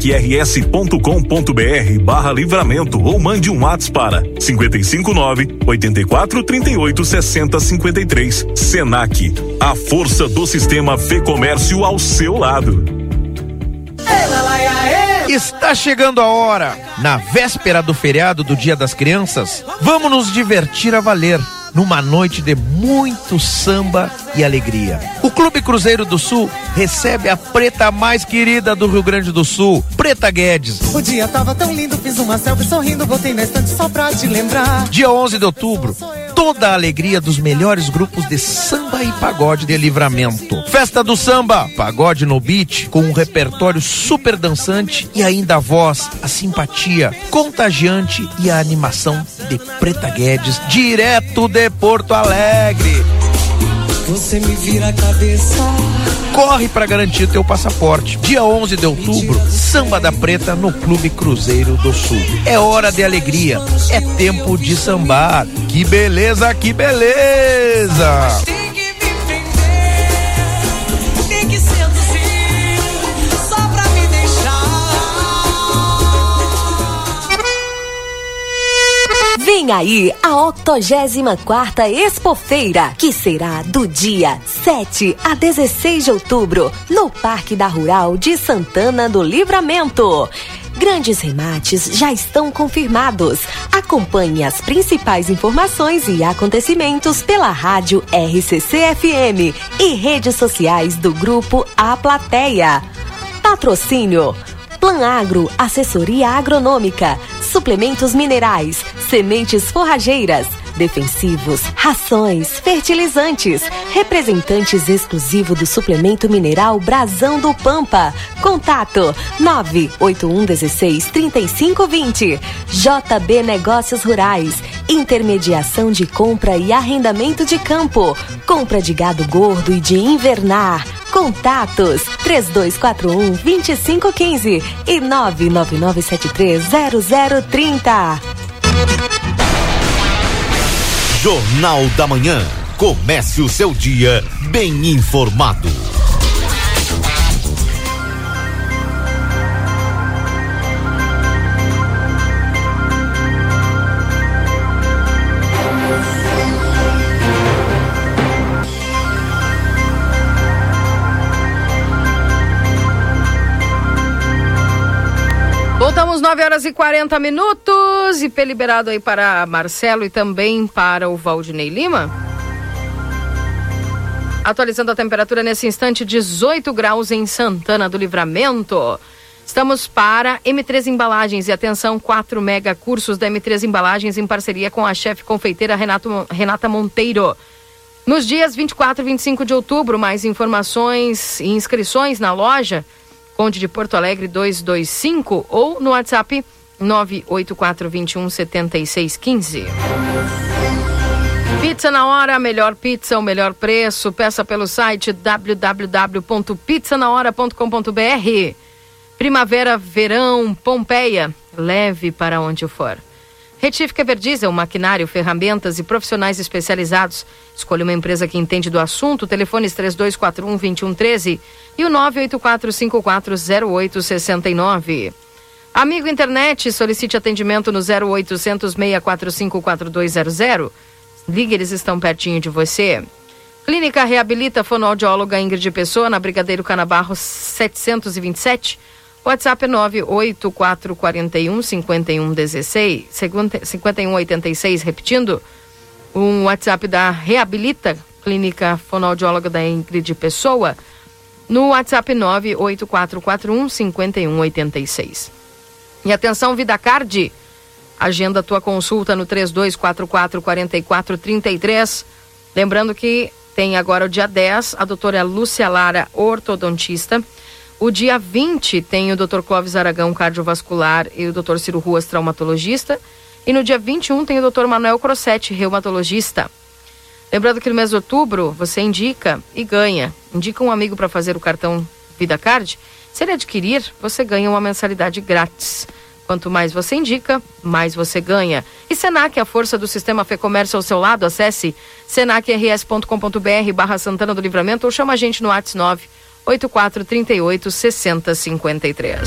senacrs.com.br/livramento ou mande um WhatsApp para 559-8438-6053. Senac, a força do sistema Fê Comércio ao seu lado. Está chegando a hora, na véspera do feriado do Dia das Crianças, vamos nos divertir a valer, numa noite de muito samba e alegria. O Clube Cruzeiro do Sul recebe a preta mais querida do Rio Grande do Sul, Preta Guedes. O dia tava tão lindo, fiz uma selfie sorrindo, voltei na estante só pra te lembrar. Dia 11 de outubro, toda a alegria dos melhores grupos de samba e pagode de Livramento. Festa do Samba, pagode no beat, com um repertório super dançante e ainda a voz, a simpatia contagiante e a animação de Preta Guedes, direto de Porto Alegre. Você me vira a cabeça. Corre para garantir teu passaporte. Dia 11 de outubro, Samba da Preta no Clube Cruzeiro do Sul. É hora de alegria, é tempo de sambar. Que beleza, que beleza! Tem que seduzir só pra me deixar. Vem aí a 84ª Expofeira, que será do dia 7 a 16 de outubro, no Parque da Rural de Santana do Livramento. Grandes remates já estão confirmados. Acompanhe as principais informações e acontecimentos pela rádio RCC-FM e redes sociais do Grupo A Plateia. Patrocínio: Plan Agro, assessoria agronômica, suplementos minerais, sementes forrageiras, defensivos, rações, fertilizantes, representantes exclusivo do suplemento mineral Brasão do Pampa. Contato 981163520. JB Negócios Rurais, intermediação de compra e arrendamento de campo, compra de gado gordo e de invernar. Contatos 3241-2515 e 999730030. Jornal da Manhã. Comece o seu dia bem informado. Voltamos 9h40 e liberado aí para Marcelo e também para o Valdinei Lima. Atualizando a temperatura nesse instante, 18 graus em Santana do Livramento. Estamos para M3 Embalagens e atenção, 4 mega cursos da M3 Embalagens em parceria com a chefe confeiteira Renata Monteiro. Nos dias 24 e 25 de outubro, mais informações e inscrições na loja Conde de Porto Alegre 225 ou no WhatsApp 984217615. Pizza na hora, a melhor pizza, o melhor preço. Peça pelo site www.pizzanahora.com.br. Primavera, verão, Pompeia, leve para onde for. Retífica Everdiesel, maquinário, ferramentas e profissionais especializados. Escolha uma empresa que entende do assunto. Telefones 3241-2113 e o 984540869. Amigo Internet, solicite atendimento no 0800 645 4200. Ligue, eles estão pertinho de você. Clínica Reabilita, fonoaudióloga Ingrid Pessoa, na Brigadeiro Canabarro 727. WhatsApp 98441-5116, 5186, repetindo, um WhatsApp da Reabilita, Clínica Fonoaudióloga da Ingrid Pessoa, no WhatsApp 98441-5186. E atenção, VidaCard, agenda tua consulta no 3244-4433, lembrando que tem agora o dia 10, a doutora Lúcia Lara, ortodontista. O dia 20 tem o Dr. Clóvis Aragão, cardiovascular, e o Dr. Ciro Ruas, traumatologista. E no dia 21 tem o Dr. Manuel Crossetti, reumatologista. Lembrando que no mês de outubro você indica e ganha. Indica um amigo para fazer o cartão VidaCard. Se ele adquirir, você ganha uma mensalidade grátis. Quanto mais você indica, mais você ganha. E Senac, a força do sistema Fê Comércio ao seu lado. Acesse senacrs.com.br/Santana do Livramento ou chama a gente no WhatsApp 98438-6053.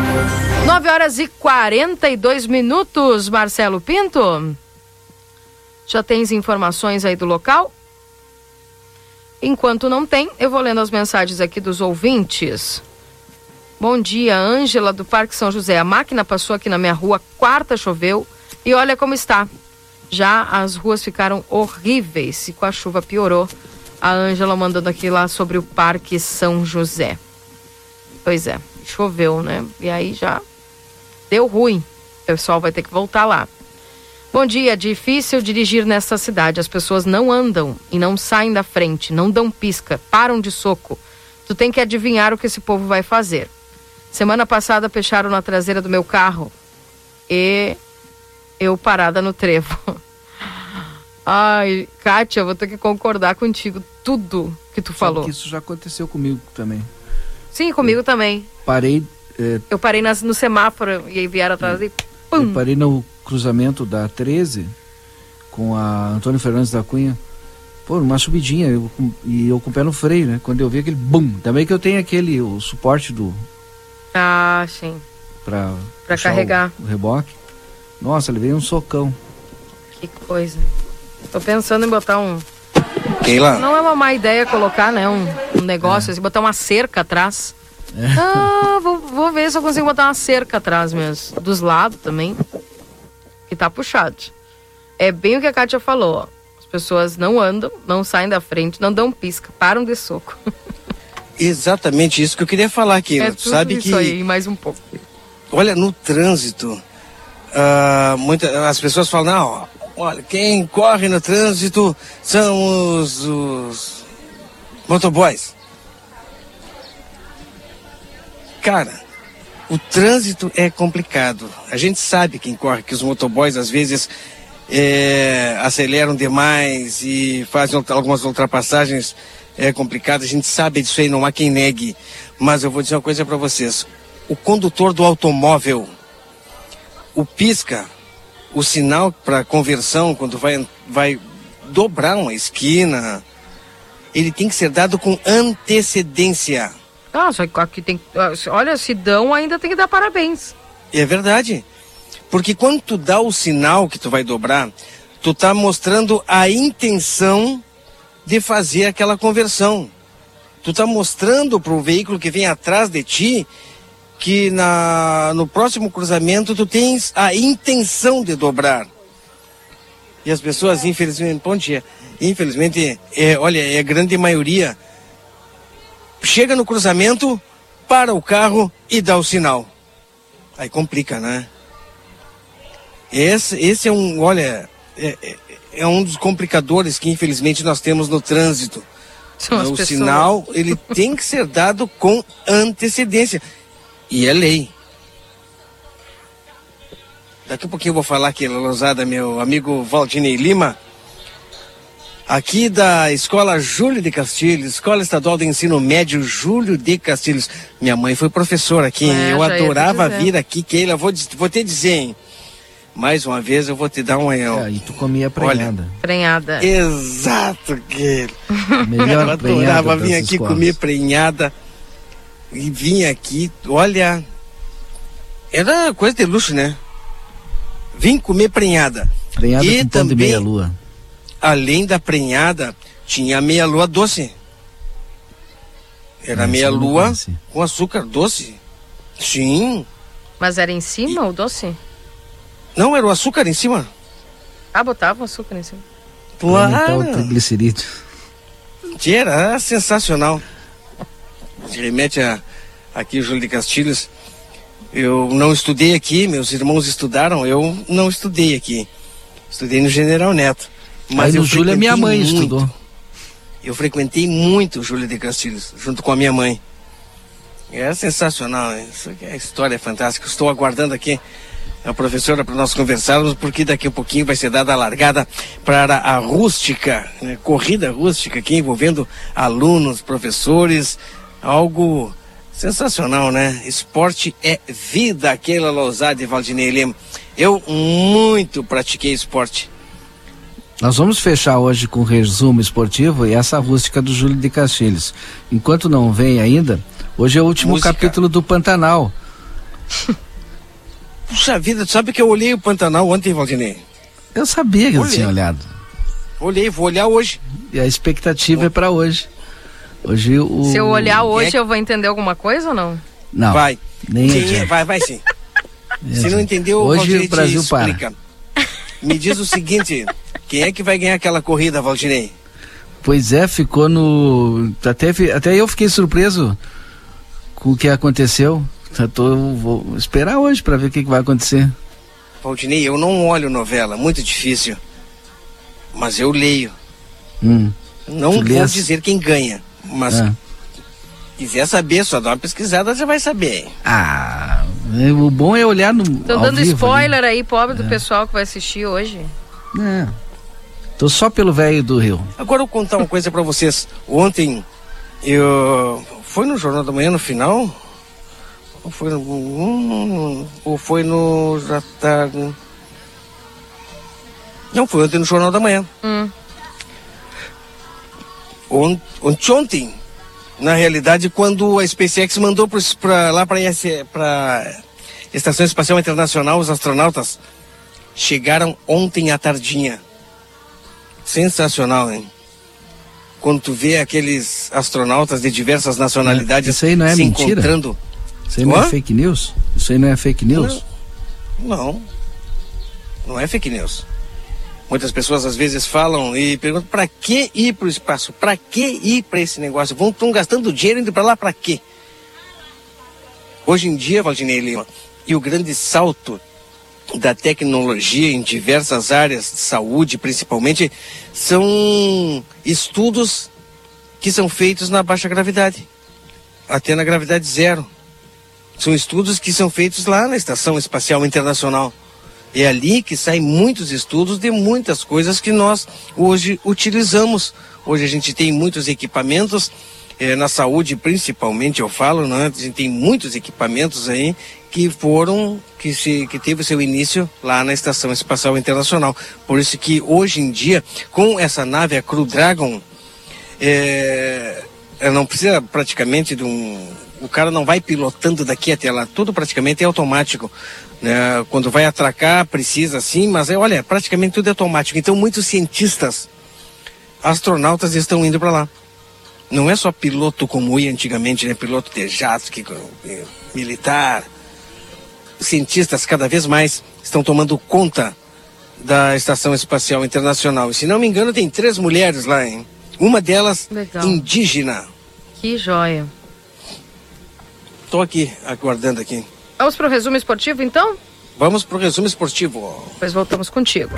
9h42, Marcelo Pinto. Já tens informações aí do local? Enquanto não tem, eu vou lendo as mensagens aqui dos ouvintes. Bom dia, Ângela do Parque São José. A máquina passou aqui na minha rua, quarta choveu e olha como está. Já as ruas ficaram horríveis e com a chuva piorou. A Ângela mandando aqui lá sobre o Parque São José. Pois é, choveu, né? E aí já deu ruim. O pessoal vai ter que voltar lá. Bom dia, difícil dirigir nessa cidade. As pessoas não andam e não saem da frente, não dão pisca, param de soco. Tu tem que adivinhar o que esse povo vai fazer. Semana passada fecharam na traseira do meu carro e eu parada no trevo. Ai, Kátia, eu vou ter que concordar contigo. Tudo que tu falou. Que isso já aconteceu comigo também. Sim, comigo também. Parei. Eu parei no semáforo e aí vieram atrás e pum. Eu parei no cruzamento da 13 com a Antônio Fernandes da Cunha. Pô, uma subidinha. Eu com o pé no freio, né? Quando eu vi aquele bum. Também que eu tenho o suporte do. Ah, sim. Pra carregar. O reboque. Nossa, levei um socão. Que coisa. Tô pensando em botar Keila. Não é uma má ideia colocar, né? Um negócio assim, botar uma cerca atrás. Ah, vou ver se eu consigo botar uma cerca atrás mesmo. Dos lados também. Que tá puxado. É bem o que a Kátia falou, ó. As pessoas não andam, não saem da frente, não dão pisca, param de soco. Exatamente isso que eu queria falar aqui. Sabe isso que aí, mais um pouco. Olha, no trânsito, as pessoas falam, não, olha, quem corre no trânsito são os motoboys. Cara, o trânsito é complicado. A gente sabe quem corre, que os motoboys às vezes aceleram demais e fazem algumas ultrapassagens é complicado, a gente sabe disso aí, não há quem negue. Mas eu vou dizer uma coisa para vocês. O condutor do automóvel, o pisca, o sinal para conversão, quando vai dobrar uma esquina, ele tem que ser dado com antecedência. Ah, só que aqui tem... Olha, se dão, ainda tem que dar parabéns. É verdade. Porque quando tu dá o sinal que tu vai dobrar, tu tá mostrando a intenção de fazer aquela conversão. Tu tá mostrando pro veículo que vem atrás de ti que no próximo cruzamento tu tens a intenção de dobrar. E as pessoas, infelizmente, bom dia, infelizmente, olha, a grande maioria chega no cruzamento, para o carro e dá o sinal. Aí complica, né? Esse é um, olha, é um dos complicadores que infelizmente nós temos no trânsito. O sinal, ele tem que ser dado com antecedência. E é lei. Daqui a pouquinho eu vou falar aqui, Lousada, meu amigo Valdinei Lima, aqui da Escola Júlio de Castilhos, Escola Estadual de Ensino Médio Júlio de Castilhos. Minha mãe foi professora aqui, hein? Eu adorava vir aqui, Keila, vou te dizer, hein? Mais uma vez eu vou te dar um... E tu comia prenhada. Olha, prenhada. Exato, Keila. Melhor eu adorava vir aqui comer prenhada. E vim aqui, olha, era coisa de luxo, né? Vim comer prenhada. Prenhada e com pão de meia-lua. Além da prenhada, tinha a meia-lua doce. Era meia-lua com açúcar doce. Sim. Mas era em cima o doce? Não, era o açúcar em cima. Ah, botava o açúcar em cima. Claro. O triglicerídeo. Era sensacional. Se remete aqui o Júlio de Castilhos. Eu não estudei aqui, meus irmãos estudaram, eu não estudei aqui. Estudei no General Neto. Mas o Júlio, minha mãe estudou. Eu frequentei muito o Júlio de Castilhos, junto com a minha mãe. É sensacional, isso aqui, a história é fantástica. Estou aguardando aqui a professora para nós conversarmos, porque daqui a pouquinho vai ser dada a largada para a rústica, né? Corrida rústica aqui, envolvendo alunos, professores, algo sensacional, né? Esporte é vida, aquela Lousada e Valdinei Lima. Eu muito pratiquei esporte. Nós vamos fechar hoje com o resumo esportivo e essa rústica do Júlio de Castilhos. Enquanto não vem ainda, hoje é o último capítulo do Pantanal. Puxa vida, tu sabe que eu olhei o Pantanal ontem, Valdinei? Eu sabia que eu tinha olhado. Olhei, vou olhar hoje. E a expectativa é para hoje. Hoje o... Se eu olhar hoje, eu vou entender alguma coisa ou não? Não. Vai. Nem sim, vai sim. Se não entendeu, hoje o Brasil explica. Me diz o seguinte, quem é que vai ganhar aquela corrida, Valdinei? Pois é, ficou no... Até eu fiquei surpreso com o que aconteceu. Vou esperar hoje para ver o que vai acontecer. Valdinei, eu não olho novela, muito difícil. Mas eu leio. Não vou dizer quem ganha, mas quiser saber, só dá uma pesquisada, já vai saber. O bom é olhar no Estão dando spoiler aí, pobre do pessoal que vai assistir hoje. Tô só pelo velho do Rio. Agora eu vou contar uma coisa pra vocês. Ontem, foi no Jornal da Manhã no final? Ou foi no já tarde? Não, foi ontem no Jornal da Manhã. Ontem, na realidade, quando a SpaceX mandou para a Estação Espacial Internacional, os astronautas chegaram ontem à tardinha. Sensacional, hein? Quando tu vê aqueles astronautas de diversas nacionalidades isso aí não é se mentira? encontrando. Isso aí não é fake news? Isso aí não é fake news? Não é fake news. Muitas pessoas às vezes falam e perguntam para que ir para o espaço? Para que ir para esse negócio? Estão gastando dinheiro indo para lá para quê? Hoje em dia, Valdinei Lima, e o grande salto da tecnologia em diversas áreas de saúde, principalmente, são estudos que são feitos na baixa gravidade, até na gravidade zero. São estudos que são feitos lá na Estação Espacial Internacional. É ali que saem muitos estudos de muitas coisas que nós hoje utilizamos. Hoje a gente tem muitos equipamentos, na saúde principalmente eu falo, né? A gente tem muitos equipamentos aí que teve seu início lá na Estação Espacial Internacional. Por isso que hoje em dia, com essa nave, a Crew Dragon, não precisa praticamente o cara não vai pilotando daqui até lá, tudo praticamente é automático. Né? Quando vai atracar, precisa sim, mas olha, praticamente tudo é automático. Então muitos cientistas, astronautas estão indo para lá. Não é só piloto como ia antigamente, né? Piloto de jato, militar. Cientistas cada vez mais estão tomando conta da Estação Espacial Internacional. E, se não me engano, tem 3 mulheres lá, hein? Uma delas, legal, indígena. Que joia. Tô aqui, aguardando aqui. Vamos pro resumo esportivo, então? Vamos pro resumo esportivo. Depois voltamos contigo.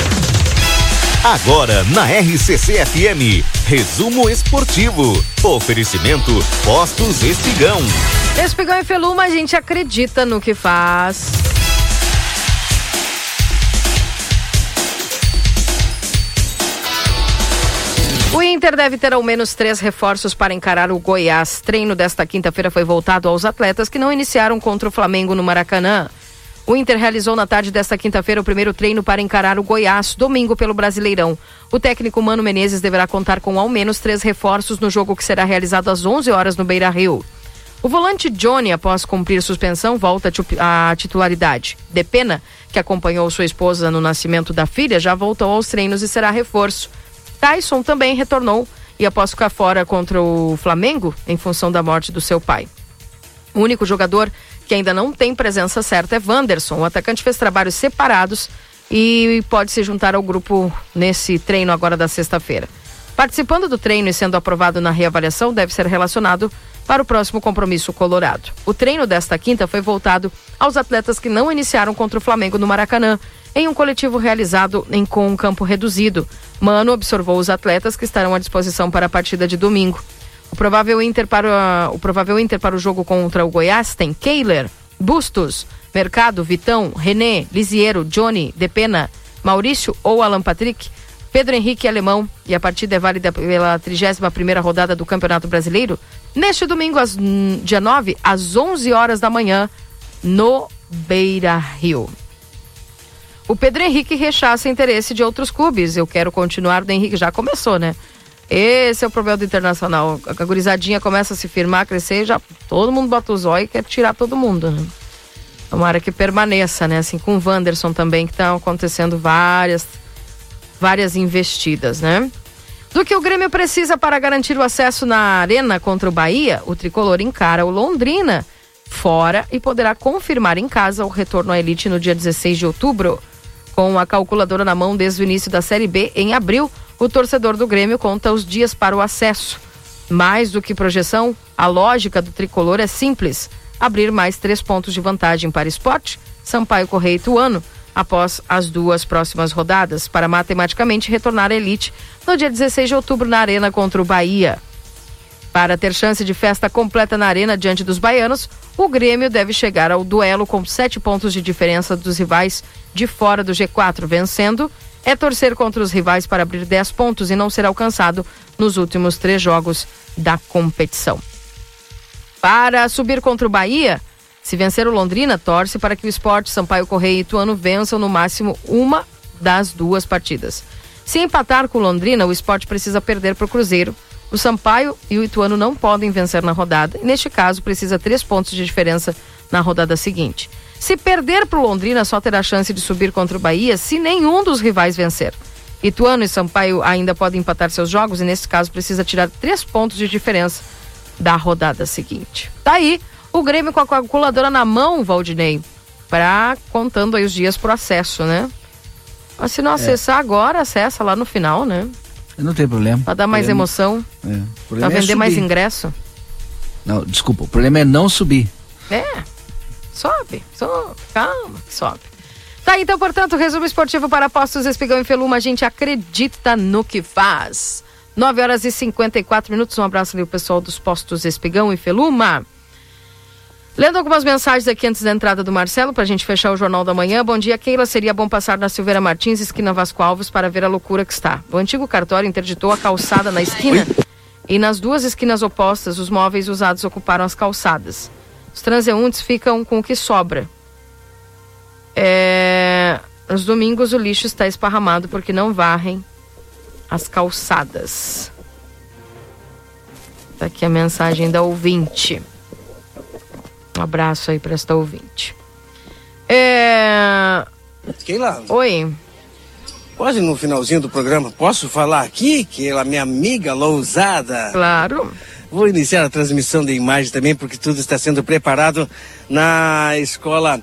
Agora na RCC FM, resumo esportivo. Oferecimento Postos Espigão. Espigão e Feluma, a gente acredita no que faz. O Inter deve ter ao menos 3 reforços para encarar o Goiás. Treino desta quinta-feira foi voltado aos atletas que não iniciaram contra o Flamengo no Maracanã. O Inter realizou na tarde desta quinta-feira o primeiro treino para encarar o Goiás, domingo pelo Brasileirão. O técnico Mano Menezes deverá contar com ao menos 3 reforços no jogo que será realizado às 11 horas no Beira-Rio. O volante Johnny, após cumprir suspensão, volta à titularidade. Depena, que acompanhou sua esposa no nascimento da filha, já voltou aos treinos e será reforço. Tyson também retornou e após ficar fora contra o Flamengo, em função da morte do seu pai. O único jogador que ainda não tem presença certa é Wanderson. O atacante fez trabalhos separados e pode se juntar ao grupo nesse treino agora da sexta-feira. Participando do treino e sendo aprovado na reavaliação, deve ser relacionado para o próximo compromisso colorado. O treino desta quinta foi voltado aos atletas que não iniciaram contra o Flamengo no Maracanã, em um coletivo realizado com um campo reduzido. Mano observou os atletas que estarão à disposição para a partida de domingo. O provável Inter para o jogo contra o Goiás tem Keiler, Bustos, Mercado, Vitão, René, Lisiero, Johnny, Depena, Maurício ou Alan Patrick, Pedro Henrique e Alemão. E a partida é válida pela 31ª rodada do Campeonato Brasileiro, neste domingo, dia 9, às 11 horas da manhã, no Beira-Rio. O Pedro Henrique rechaça interesse de outros clubes. Eu quero continuar do Henrique. Já começou, né? Esse é o problema do Internacional. A gurizadinha começa a se firmar, crescer, já todo mundo bota o zóio e quer tirar todo mundo, né? Tomara que permaneça, né? Assim com o Wanderson também, que estão acontecendo várias investidas, né? Do que o Grêmio precisa para garantir o acesso na Arena contra o Bahia, o tricolor encara o Londrina fora e poderá confirmar em casa o retorno à elite no dia 16 de outubro. Com a calculadora na mão desde o início da Série B, em abril, o torcedor do Grêmio conta os dias para o acesso. Mais do que projeção, a lógica do tricolor é simples: abrir mais 3 pontos de vantagem para Sport, Sampaio Corrêa e Ituano, após as 2 próximas rodadas, para matematicamente retornar à elite no dia 16 de outubro na Arena contra o Bahia. Para ter chance de festa completa na Arena diante dos baianos, o Grêmio deve chegar ao duelo com 7 pontos de diferença dos rivais de fora do G4, vencendo é torcer contra os rivais para abrir 10 pontos e não ser alcançado nos últimos 3 jogos da competição. Para subir contra o Bahia, se vencer o Londrina, torce para que o Sport, Sampaio Corrêa e Ituano vençam no máximo uma das 2 partidas. Se empatar com o Londrina, o Sport precisa perder para o Cruzeiro. O Sampaio e o Ituano não podem vencer na rodada e, neste caso, precisa 3 pontos de diferença na rodada seguinte. Se perder para o Londrina, só terá chance de subir contra o Bahia se nenhum dos rivais vencer. Ituano e Sampaio ainda podem empatar seus jogos e, nesse caso, precisa tirar 3 pontos de diferença da rodada seguinte. Tá aí o Grêmio com a calculadora na mão, Valdinei, contando aí os dias pro acesso, né? Mas se não acessar agora, acessa lá no final, né? Não tem problema. Pra dar mais emoção. Pra vender mais ingresso. Não, desculpa, o problema é não subir. Sobe, calma, sobe. Tá, então, portanto, resumo esportivo para Postos Espigão e Feluma. A gente acredita no que faz. 9h54. Um abraço ali ao pessoal dos Postos Espigão e Feluma. Lendo algumas mensagens aqui antes da entrada do Marcelo, pra gente fechar o Jornal da Manhã. Bom dia, Keila. Seria bom passar na Silveira Martins, esquina Vasco Alves, para ver a loucura que está. O antigo cartório interditou a calçada na esquina e nas duas esquinas opostas, os móveis usados ocuparam as calçadas. Os transeuntes ficam com o que sobra. Nos domingos o lixo está esparramado porque não varrem as calçadas. Tá aqui a mensagem da ouvinte. Um abraço aí para esta ouvinte. Keila. Oi. Quase no finalzinho do programa, posso falar aqui, Keila, minha amiga lousada? Claro. Vou iniciar a transmissão de imagem também, porque tudo está sendo preparado na escola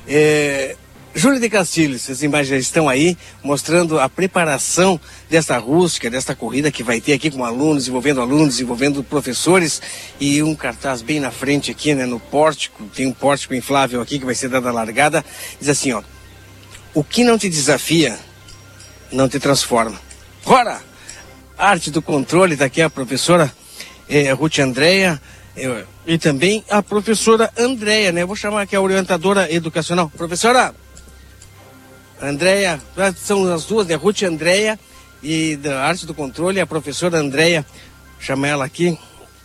Júlio de Castilhos. As imagens já estão aí, mostrando a preparação desta rústica, desta corrida que vai ter aqui com alunos, envolvendo professores, e um cartaz bem na frente aqui, né, no pórtico. Tem um pórtico inflável aqui que vai ser dada a largada. Diz assim, ó: o que não te desafia, não te transforma. Ora, arte do controle, tá aqui a professora Ruth Andréia, e também a professora Andréia, né? Vou chamar aqui a orientadora educacional. Professora Andréia, são as duas, né? Ruth Andréia, e da arte do controle, a professora Andréia. Chama ela aqui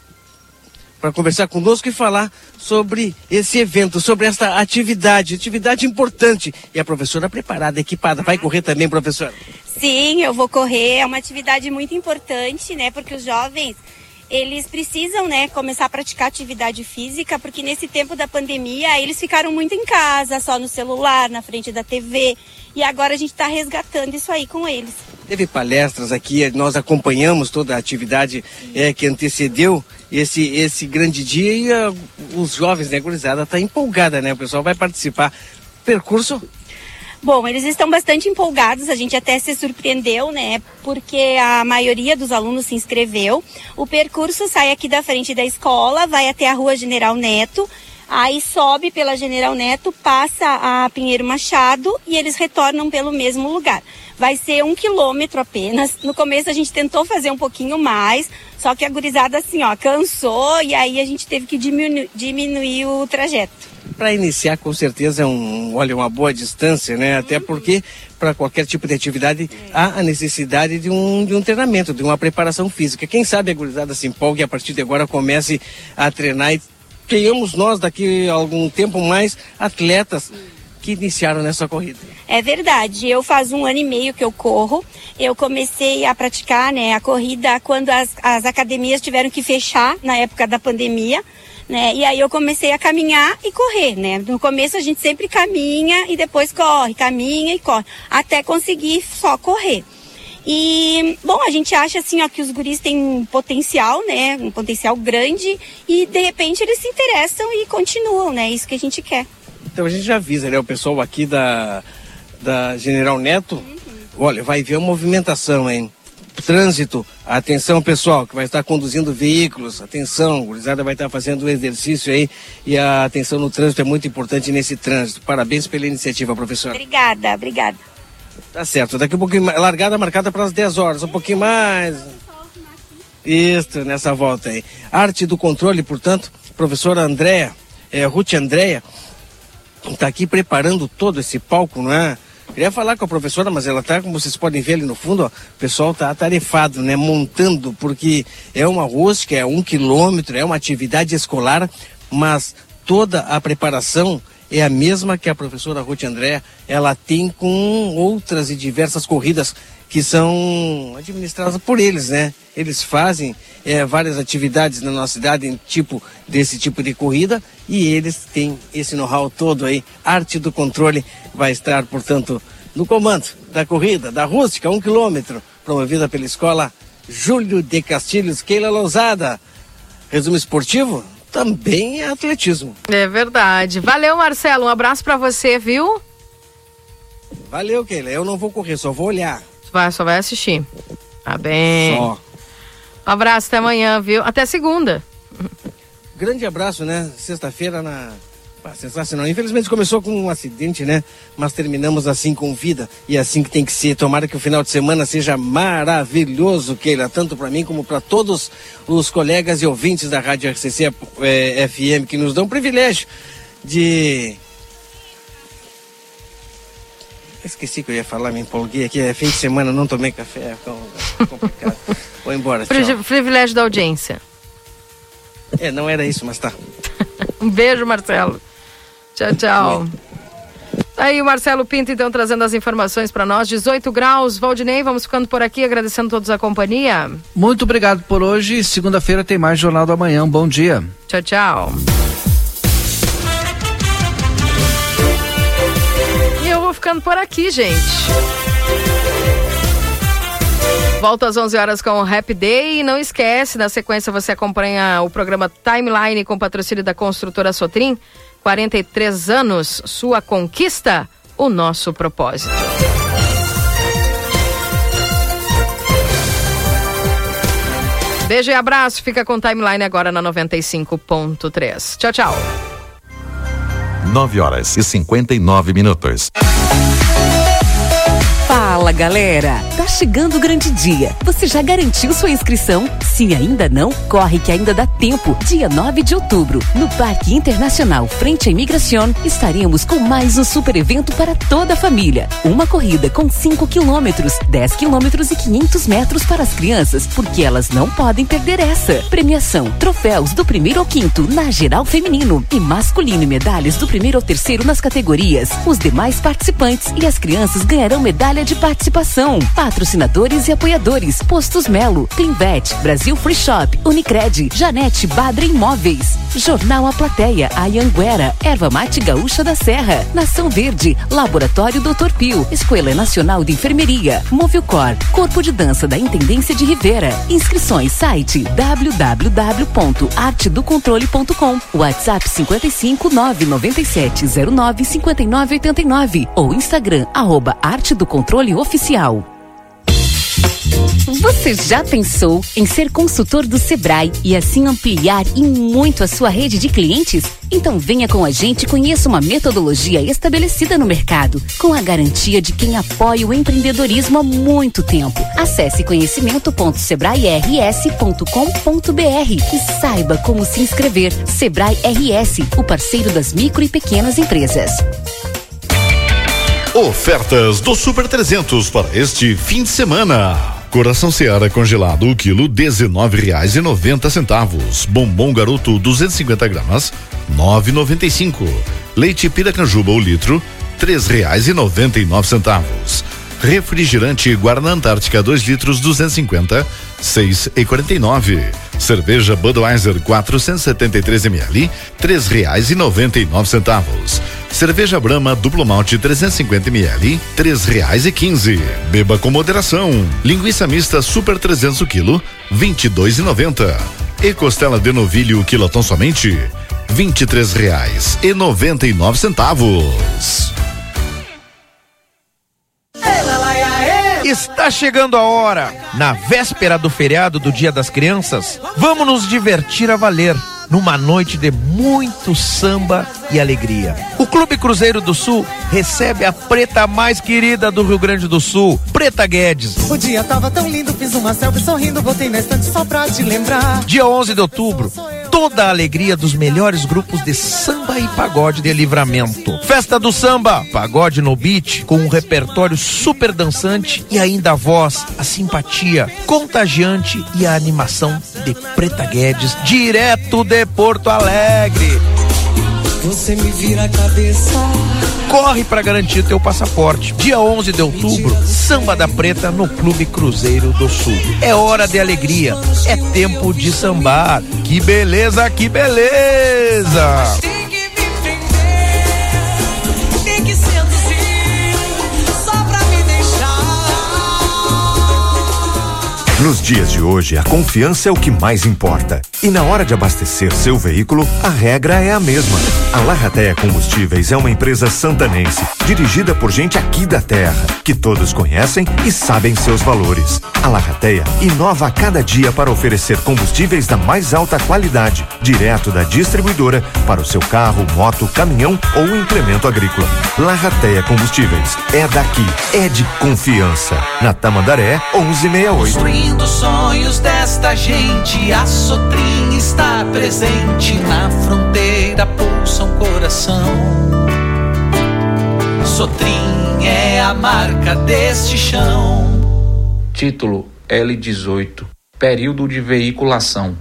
para conversar conosco e falar sobre esse evento, sobre esta atividade importante. E a professora preparada, equipada. Vai correr também, professora? Sim, eu vou correr. É uma atividade muito importante, né? Porque os jovens, eles precisam, né, começar a praticar atividade física, porque nesse tempo da pandemia eles ficaram muito em casa, só no celular, na frente da TV, e agora a gente está resgatando isso aí com eles. Teve palestras aqui, nós acompanhamos toda a atividade que antecedeu esse grande dia, e os jovens, né, gurizada, tá empolgada, né, o pessoal vai participar. Percurso? Bom, eles estão bastante empolgados, a gente até se surpreendeu, né, porque a maioria dos alunos se inscreveu. O percurso sai aqui da frente da escola, vai até a Rua General Neto, aí sobe pela General Neto, passa a Pinheiro Machado e eles retornam pelo mesmo lugar. Vai ser 1 quilômetro apenas. No começo a gente tentou fazer um pouquinho mais, só que a gurizada assim, ó, cansou, e aí a gente teve que diminuir o trajeto. Para iniciar, com certeza, uma boa distância, né? Até porque, para qualquer tipo de atividade, há a necessidade de um treinamento, de uma preparação física. Quem sabe a gurizada se empolgue e a partir de agora comece a treinar, e tenhamos nós, daqui a algum tempo mais, atletas que iniciaram nessa corrida. É verdade, eu faz 1 ano e meio que eu corro. Eu comecei a praticar, né, a corrida quando as academias tiveram que fechar na época da pandemia, né? E aí eu comecei a caminhar e correr, né? No começo a gente sempre caminha e depois corre, caminha e corre, até conseguir só correr. E, bom, a gente acha assim, ó, que os guris têm um potencial, né? Um potencial grande, e de repente eles se interessam e continuam, né? Isso que a gente quer. Então a gente já avisa, né, o pessoal aqui da General Neto, olha, vai ver a movimentação, hein? Trânsito, atenção pessoal que vai estar conduzindo veículos, atenção, gurizada vai estar fazendo o exercício aí, e a atenção no trânsito é muito importante nesse trânsito. Parabéns pela iniciativa, professora. Obrigada. Tá certo, daqui um pouquinho, largada marcada para as 10 horas, um pouquinho mais. Isso, nessa volta aí. Arte do controle, portanto, professora Andréia, Ruth Andréia, está aqui preparando todo esse palco, não é? Queria falar com a professora, mas ela tá, como vocês podem ver ali no fundo, ó, o pessoal tá atarefado, né, montando, porque é uma rústica, é 1 quilômetro, é uma atividade escolar, mas toda a preparação é a mesma que a professora Ruth Andréia, ela tem com outras e diversas corridas que são administradas por eles, né? Eles fazem várias atividades na nossa cidade desse tipo de corrida, e eles têm esse know-how todo aí. Arte do controle vai estar, portanto, no comando da corrida, da rústica, 1 quilômetro, promovida pela escola Júlio de Castilhos. Keila Lousada, resumo esportivo, também é atletismo. É verdade. Valeu, Marcelo, um abraço pra você, viu? Valeu, Keila, eu não vou correr, só vou olhar. Só vai assistir. Tá bem. Só. Um abraço, até amanhã, viu? Até segunda. Grande abraço, né? Sexta-feira Sensacional. Infelizmente começou com um acidente, né? Mas terminamos assim com vida e assim que tem que ser. Tomara que o final de semana seja maravilhoso, Keila, tanto para mim como para todos os colegas e ouvintes da Rádio RCC FM, que nos dão o privilégio de... Esqueci que eu ia falar, me empolguei aqui. É fim de semana, não tomei café, é complicado. Vou embora, tchau. Privilégio da audiência. Não era isso, mas tá. Um beijo, Marcelo. Tchau, tchau. Aí o Marcelo Pinto, então, trazendo as informações para nós. 18 graus. Valdinei, vamos ficando por aqui, agradecendo a todos a companhia. Muito obrigado por hoje. Segunda-feira tem mais Jornal da Manhã. Um bom dia. Tchau, tchau. E eu vou ficando por aqui, gente. Volto às 11 horas com o Happy Day. E não esquece, na sequência você acompanha o programa Timeline com patrocínio da construtora Sotrim. 43 anos, sua conquista, o nosso propósito. Beijo e abraço, fica com o Timeline agora na 95.3. Tchau, tchau. 9 horas e 59 minutos. Fala, galera! Tá chegando o grande dia. Você já garantiu sua inscrição? Se ainda não, corre que ainda dá tempo. Dia 9 de outubro, no Parque Internacional Frente à Imigração, estaremos com mais um super evento para toda a família. Uma corrida com 5 quilômetros, 10 quilômetros e 500 metros para as crianças, porque elas não podem perder essa. Premiação, troféus do 1º ao 5º na geral feminino e masculino e medalhas do 1º ao 3º nas categorias. Os demais participantes e as crianças ganharão medalha de participação. Patrocinadores e apoiadores: Postos Melo, Clinvet, Brasil Free Shop, Unicred, Janete Badra Imóveis, Jornal A Plateia, Anhanguera, Erva Mate Gaúcha da Serra, Nação Verde, Laboratório Dr. Pio, Escola Nacional de Enfermeria, Movilcor, Corpo de Dança da Intendência de Rivera. Inscrições site www.artedocontrole.com, WhatsApp 55 997 09 59 89 ou Instagram @Arte do Controle Oficial. Você já pensou em ser consultor do Sebrae e assim ampliar e muito a sua rede de clientes? Então venha com a gente e conheça uma metodologia estabelecida no mercado, com a garantia de quem apoia o empreendedorismo há muito tempo. Acesse conhecimento.sebrae-rs.com.br e saiba como se inscrever. Sebrae RS, o parceiro das micro e pequenas empresas. Ofertas do Super 300 para este fim de semana. Coração Seara congelado, o quilo R$19,90. Bombom Garoto 250 gramas, R$9,95. Leite Piracanjuba o litro, R$3,99. Refrigerante Guaraná Antártica 2 litros 250, R$6,49. Cerveja Budweiser 473 ml, R$3,99. Cerveja Brahma Duplo Malte 350 ml, R$3,15. Beba com moderação. Linguiça mista Super 300 kg, R$22,90. E costela de novilho quilotão somente, R$23,99. Está chegando a hora. Na véspera do feriado do Dia das Crianças, vamos nos divertir a valer numa noite de muito samba e alegria. O Clube Cruzeiro do Sul recebe a preta mais querida do Rio Grande do Sul, Preta Guedes. O dia tava tão lindo, fiz uma selfie sorrindo, voltei na estante só pra te lembrar. Dia 11 de outubro, toda a alegria dos melhores grupos de samba e pagode de Livramento. Festa do Samba, pagode no beat, com um repertório super dançante e ainda a voz, a simpatia contagiante e a animação de Preta Guedes, direto de Porto Alegre. Você me vira a cabeça. Corre para garantir teu passaporte. Dia 11 de outubro, Samba da Preta no Clube Cruzeiro do Sul. É hora de alegria, é tempo de sambar. Que beleza, que beleza! Tem que me prender, tem que seduzir, só pra me deixar. Nos dias de hoje, a confiança é o que mais importa. E na hora de abastecer seu veículo, a regra é a mesma. A Larratea Combustíveis é uma empresa santanense, dirigida por gente aqui da terra, que todos conhecem e sabem seus valores. A Larratea inova a cada dia para oferecer combustíveis da mais alta qualidade, direto da distribuidora para o seu carro, moto, caminhão ou implemento agrícola. Larratea Combustíveis é daqui, é de confiança. Na Tamandaré, 1168. Construindo sonhos desta gente, a Sotrim está presente na fronteira, pulsa um coração. Sotrim é a marca deste chão. Título L18. Período de veiculação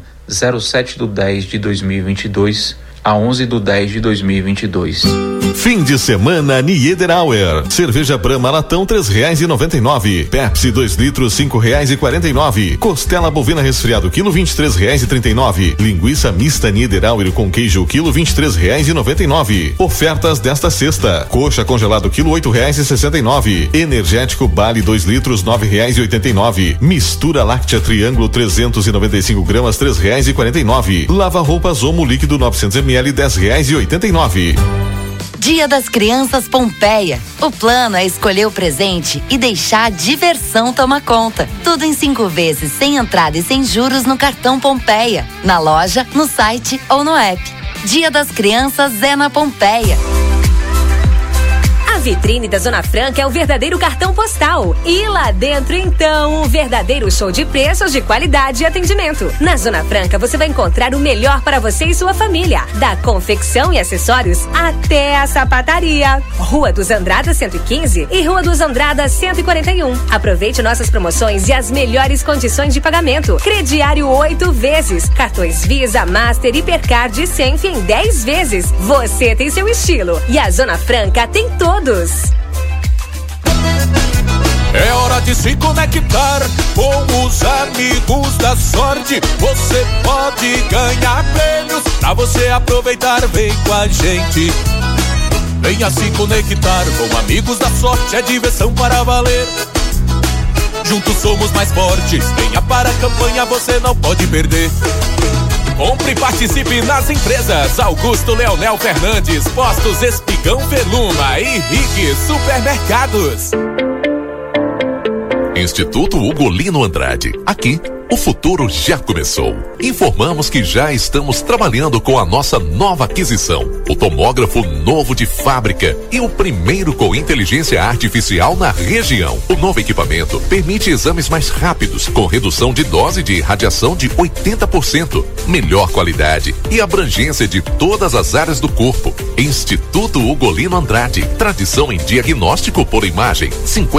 07/10/2022 a 11/10/2022. Fim de semana Niederauer. Cerveja Brahma latão R$3,99. Pepsi 2 litros R$5,49. Costela bovina resfriado quilo R$23,39. Linguiça mista Niederauer com queijo quilo R$23,99. Ofertas desta sexta: coxa congelado quilo R$8,69. Energético Bali 2 litros R$9,89. Mistura láctea Triângulo 395 gramas R$3,49. Lava roupas Omo líquido 900 ml R$10,89. Dia das Crianças Pompeia. O plano é escolher o presente e deixar a diversão tomar conta. Tudo em 5 vezes, sem entrada e sem juros no cartão Pompeia. Na loja, no site ou no app. Dia das Crianças é na Pompeia. A vitrine da Zona Franca é o verdadeiro cartão postal. E lá dentro, então, um verdadeiro show de preços, de qualidade e atendimento. Na Zona Franca, você vai encontrar o melhor para você e sua família. Da confecção e acessórios até a sapataria. Rua dos Andradas 115 e Rua dos Andradas 141. Aproveite nossas promoções e as melhores condições de pagamento. Crediário 8 vezes. Cartões Visa, Master, Hipercard e Senf em 10 vezes. Você tem seu estilo. E a Zona Franca tem todos. É hora de se conectar com os amigos da sorte. Você pode ganhar prêmios pra você aproveitar. Vem com a gente. Venha se conectar com amigos da sorte. É diversão para valer. Juntos somos mais fortes. Venha para a campanha, você não pode perder. Compre e participe nas empresas Augusto Leonel Fernandes, Postos Espigão Veluma e Rig Supermercados. Instituto Ugolino Andrade. Aqui, o futuro já começou. Informamos que já estamos trabalhando com a nossa nova aquisição, o tomógrafo novo de fábrica e o primeiro com inteligência artificial na região. O novo equipamento permite exames mais rápidos, com redução de dose de radiação de 80%, melhor qualidade e abrangência de todas as áreas do corpo. Instituto Ugolino Andrade, tradição em diagnóstico por imagem.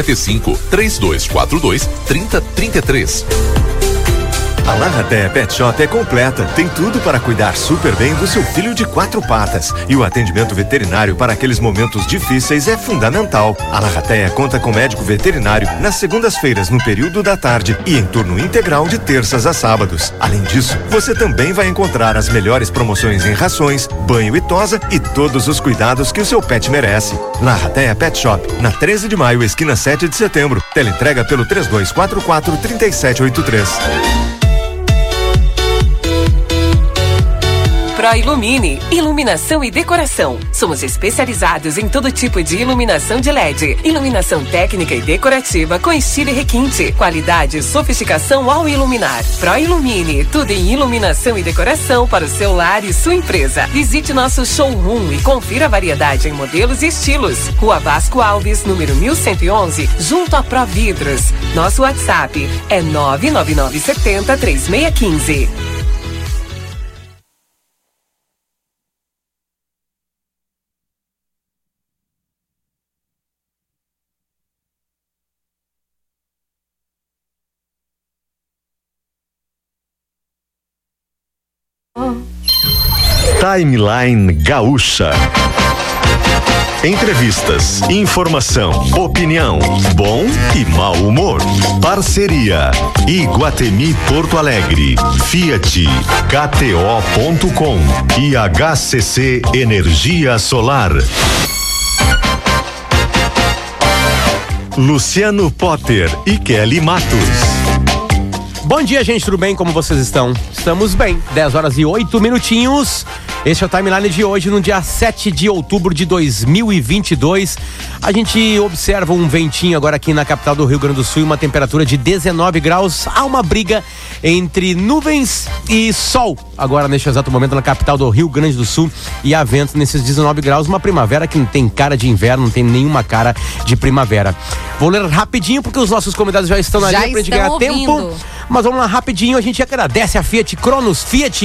55-3242-3033. A Larratea Pet Shop é completa, tem tudo para cuidar super bem do seu filho de 4 patas. E o atendimento veterinário para aqueles momentos difíceis é fundamental. A Larratea conta com médico veterinário nas segundas-feiras no período da tarde e em turno integral de terças a sábados. Além disso, você também vai encontrar as melhores promoções em rações, banho e tosa e todos os cuidados que o seu pet merece. Larratea Pet Shop, na 13 de maio, esquina 7 de setembro. Teleentrega pelo 3244-3783. Proilumine, iluminação e decoração. Somos especializados em todo tipo de iluminação de LED, iluminação técnica e decorativa com estilo e requinte, qualidade e sofisticação ao iluminar. Proilumine, tudo em iluminação e decoração para o seu lar e sua empresa. Visite nosso showroom e confira a variedade em modelos e estilos. Rua Vasco Alves, número 1111, junto a Providros. Nosso WhatsApp é 99970-3615. Timeline Gaúcha. Entrevistas, informação, opinião, bom e mau humor. Parceria Iguatemi Porto Alegre, Fiat, KTO.com e HCC Energia Solar. Luciano Potter e Kelly Matos. Bom dia, gente, tudo bem? Como vocês estão? Estamos bem, 10 horas e 8 minutinhos. Este é o Timeline de hoje, no dia 7 de outubro de 2022. A gente observa um ventinho agora aqui na capital do Rio Grande do Sul, uma temperatura de 19 graus. Há uma briga entre nuvens e sol agora neste exato momento na capital do Rio Grande do Sul, e há vento nesses 19 graus, uma primavera que não tem cara de inverno, não tem nenhuma cara de primavera. Vou ler rapidinho porque os nossos convidados já estão na linha pra gente ganhar tempo. Mas vamos lá rapidinho, a gente agradece a Fiat Cronos,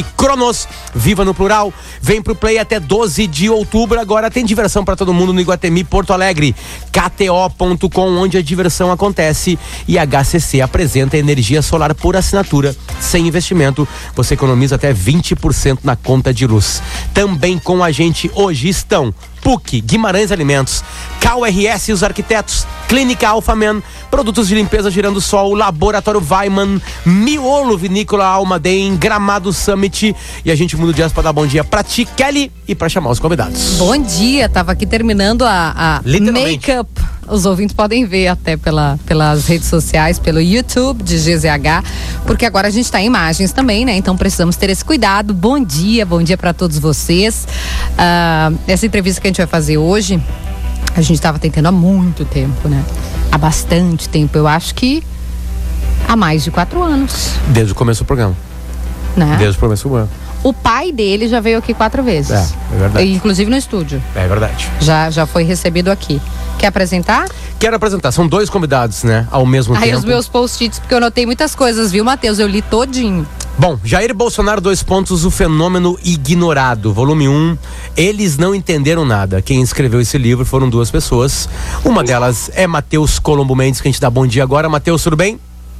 viva no plural, vem pro Play até 12 de outubro, agora tem diversão pra todo mundo no Iguatemi, Porto Alegre, KTO.com, onde a diversão acontece, e HCC apresenta energia solar por assinatura, sem investimento, você economiza até 20% na conta de luz. Também com a gente hoje estão PUC, Guimarães Alimentos, KRS Os Arquitetos, Clínica Alphaman, Produtos de Limpeza Girando Sol, Laboratório Weiman, Miolo Vinícola Almaden, Gramado Summit, e a gente muda o dia para dar bom dia pra ti, Kelly, e pra chamar os convidados. Bom dia, tava aqui terminando a make-up. Os ouvintes podem ver até pelas redes sociais, pelo YouTube de GZH, porque agora a gente tá em imagens também, né? Então precisamos ter esse cuidado. Bom dia para todos vocês. Essa entrevista que a gente vai fazer hoje, a gente estava tentando há muito tempo, né? Há bastante tempo, eu acho que há mais de 4 anos. Desde o começo do programa. Né? Desde o começo do programa. O pai dele já veio aqui 4 vezes. É verdade. Inclusive no estúdio. É verdade. Já foi recebido aqui. Quer apresentar? Quero apresentar. São 2 convidados, né? Ao mesmo tempo. Aí os meus post-its, porque eu anotei muitas coisas, viu, Matheus? Eu li todinho. Bom, Jair Bolsonaro, 2 pontos, o fenômeno ignorado, volume 1, eles não entenderam nada. Quem escreveu esse livro foram 2 pessoas. Uma delas é Matheus Colombo Mendes, que a gente dá bom dia agora. Matheus, tudo bem?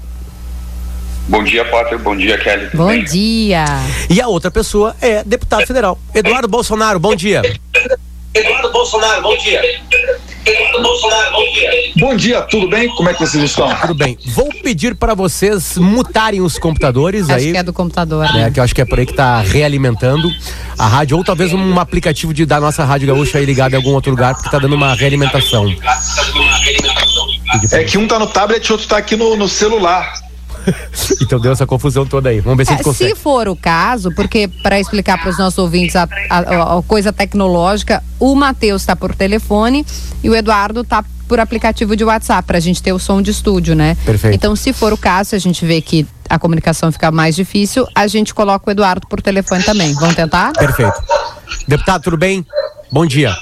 Bom dia, Potter. Bom dia, Kelly. Tudo bem? Bom dia. E a outra pessoa é deputado federal, Eduardo Bolsonaro. Bom dia. Eduardo Bolsonaro, bom dia. Eduardo Bolsonaro, bom dia. Bom dia, tudo bem? Como é que vocês estão? Tudo bem. Vou pedir para vocês mutarem os computadores. Acho que é do computador. Né? Que eu acho que é por aí que tá realimentando a rádio, ou talvez um aplicativo da nossa Rádio Gaúcha aí ligado em algum outro lugar, porque tá dando uma realimentação. É que um tá no tablet e outro tá aqui no celular. Então deu essa confusão toda aí. Vamos ver se a gente consegue. Se for o caso, porque para explicar para os nossos ouvintes a coisa tecnológica, o Matheus está por telefone e o Eduardo está por aplicativo de WhatsApp, pra gente ter o som de estúdio, né? Perfeito. Então, se for o caso, se a gente vê que a comunicação fica mais difícil, a gente coloca o Eduardo por telefone também. Vamos tentar? Perfeito. Deputado, tudo bem? Bom dia.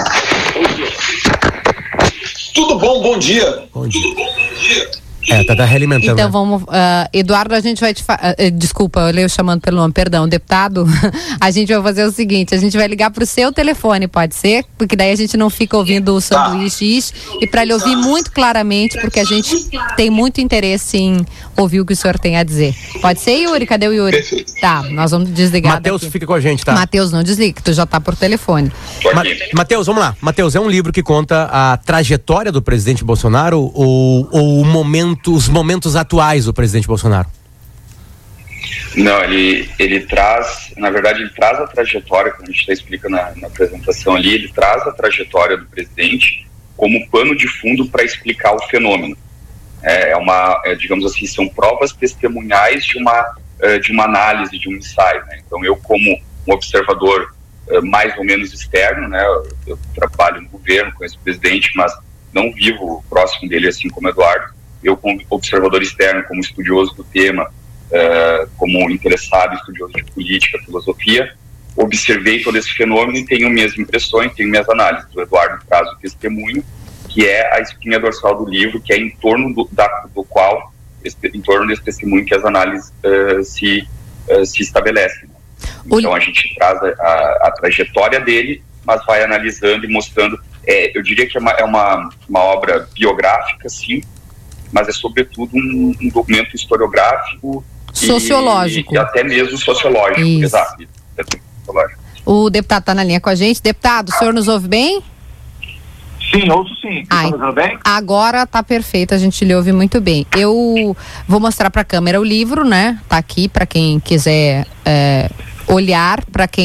Tudo bom, bom dia. Bom dia. Tá realimentando. Então né? vamos, Eduardo, a gente vai desculpa, eu chamando pelo nome, perdão, deputado, a gente vai fazer o seguinte, a gente vai ligar pro seu telefone, pode ser? Porque daí a gente não fica ouvindo o sanduíche e para ele ouvir muito claramente, porque a gente tem muito interesse em ouvir o que o senhor tem a dizer. Pode ser, Yuri? Cadê o Yuri? Perfeito. Tá, nós vamos desligar. Matheus, fica com a gente, tá? Matheus, não desliga, que tu já tá por telefone. Matheus, vamos lá. Matheus, é um livro que conta a trajetória do presidente Bolsonaro ou os momentos atuais do presidente Bolsonaro? Não, ele traz, na verdade, ele traz a trajetória, como a gente explica na apresentação ali, ele traz a trajetória do presidente como pano de fundo para explicar o fenômeno. Digamos assim, são provas testemunhais de uma análise, de um ensaio, né? Então eu, como um observador mais ou menos externo, né? Eu trabalho no governo, conheço o presidente, mas não vivo próximo dele, assim como Eduardo. Eu, como observador externo, como estudioso do tema, como interessado, estudioso de política, filosofia, observei todo esse fenômeno e tenho minhas impressões, tenho minhas análises. O Eduardo traz o testemunho, que é a espinha dorsal do livro, que é em torno em torno desse testemunho que as análises se estabelecem. Então a gente traz a trajetória dele, mas vai analisando e mostrando. Eu diria que é uma obra biográfica, sim, mas é sobretudo um documento historiográfico, sociológico e até mesmo sociológico. Isso. Exato. O deputado está na linha com a gente. Deputado, o senhor nos ouve bem? Sim, ouço sim. Tá me ouvindo bem? Agora tá perfeito, a gente lhe ouve muito bem. Eu vou mostrar para a câmera o livro, né? Tá aqui para quem quiser olhar, para quem não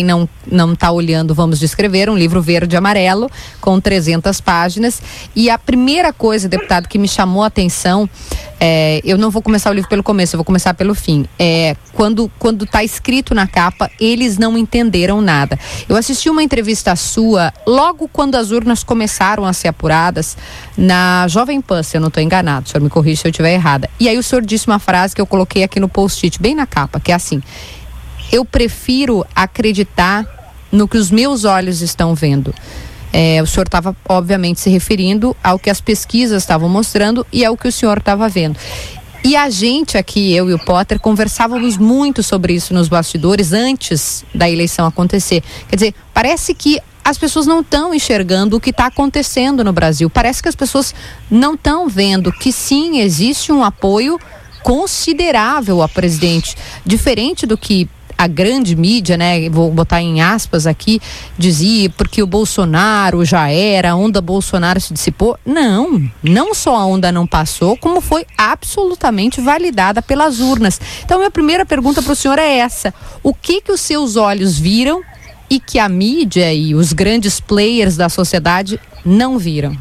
não está olhando, vamos descrever, um livro verde e amarelo com 300 páginas. E a primeira coisa, deputado, que me chamou a atenção, eu não vou começar o livro pelo começo, eu vou começar pelo fim. Quando está escrito na capa, eles não entenderam nada. Eu assisti uma entrevista sua logo quando as urnas começaram a ser apuradas na Jovem Pan, se eu não estou enganado, o senhor me corrige se eu estiver errada. E aí o senhor disse uma frase que eu coloquei aqui no post-it, bem na capa, que é assim: eu prefiro acreditar no que os meus olhos estão vendo. O senhor estava, obviamente, se referindo ao que as pesquisas estavam mostrando e ao que o senhor estava vendo. E a gente aqui, eu e o Potter, conversávamos muito sobre isso nos bastidores antes da eleição acontecer. Quer dizer, parece que as pessoas não estão enxergando o que está acontecendo no Brasil. Parece que as pessoas não estão vendo que sim, existe um apoio considerável ao presidente, diferente do que a grande mídia, né, vou botar em aspas aqui, dizia porque o Bolsonaro já era, a onda Bolsonaro se dissipou. Não só a onda não passou, como foi absolutamente validada pelas urnas. Então, minha primeira pergunta para o senhor é essa: o que os seus olhos viram e que a mídia e os grandes players da sociedade não viram?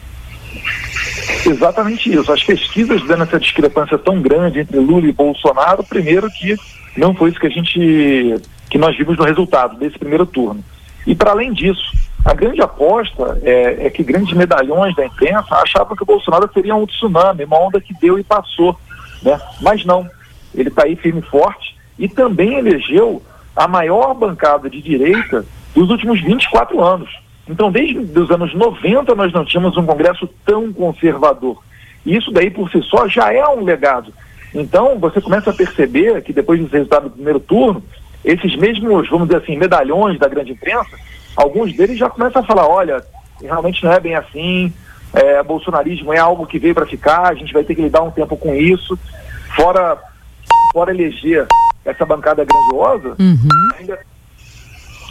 Exatamente isso. As pesquisas dando essa discrepância tão grande entre Lula e Bolsonaro, primeiro que não foi isso que nós vimos no resultado desse primeiro turno. E para além disso, a grande aposta é que grandes medalhões da imprensa achavam que o Bolsonaro seria um tsunami, uma onda que deu e passou, né? Mas não, ele está aí firme e forte e também elegeu a maior bancada de direita dos últimos 24 anos. Então, desde os anos 90, nós não tínhamos um Congresso tão conservador. E isso daí, por si só, já é um legado. Então, você começa a perceber que depois do resultado do primeiro turno, esses mesmos, vamos dizer assim, medalhões da grande imprensa, alguns deles já começam a falar: olha, realmente não é bem assim, bolsonarismo é algo que veio para ficar, a gente vai ter que lidar um tempo com isso, fora eleger essa bancada grandiosa,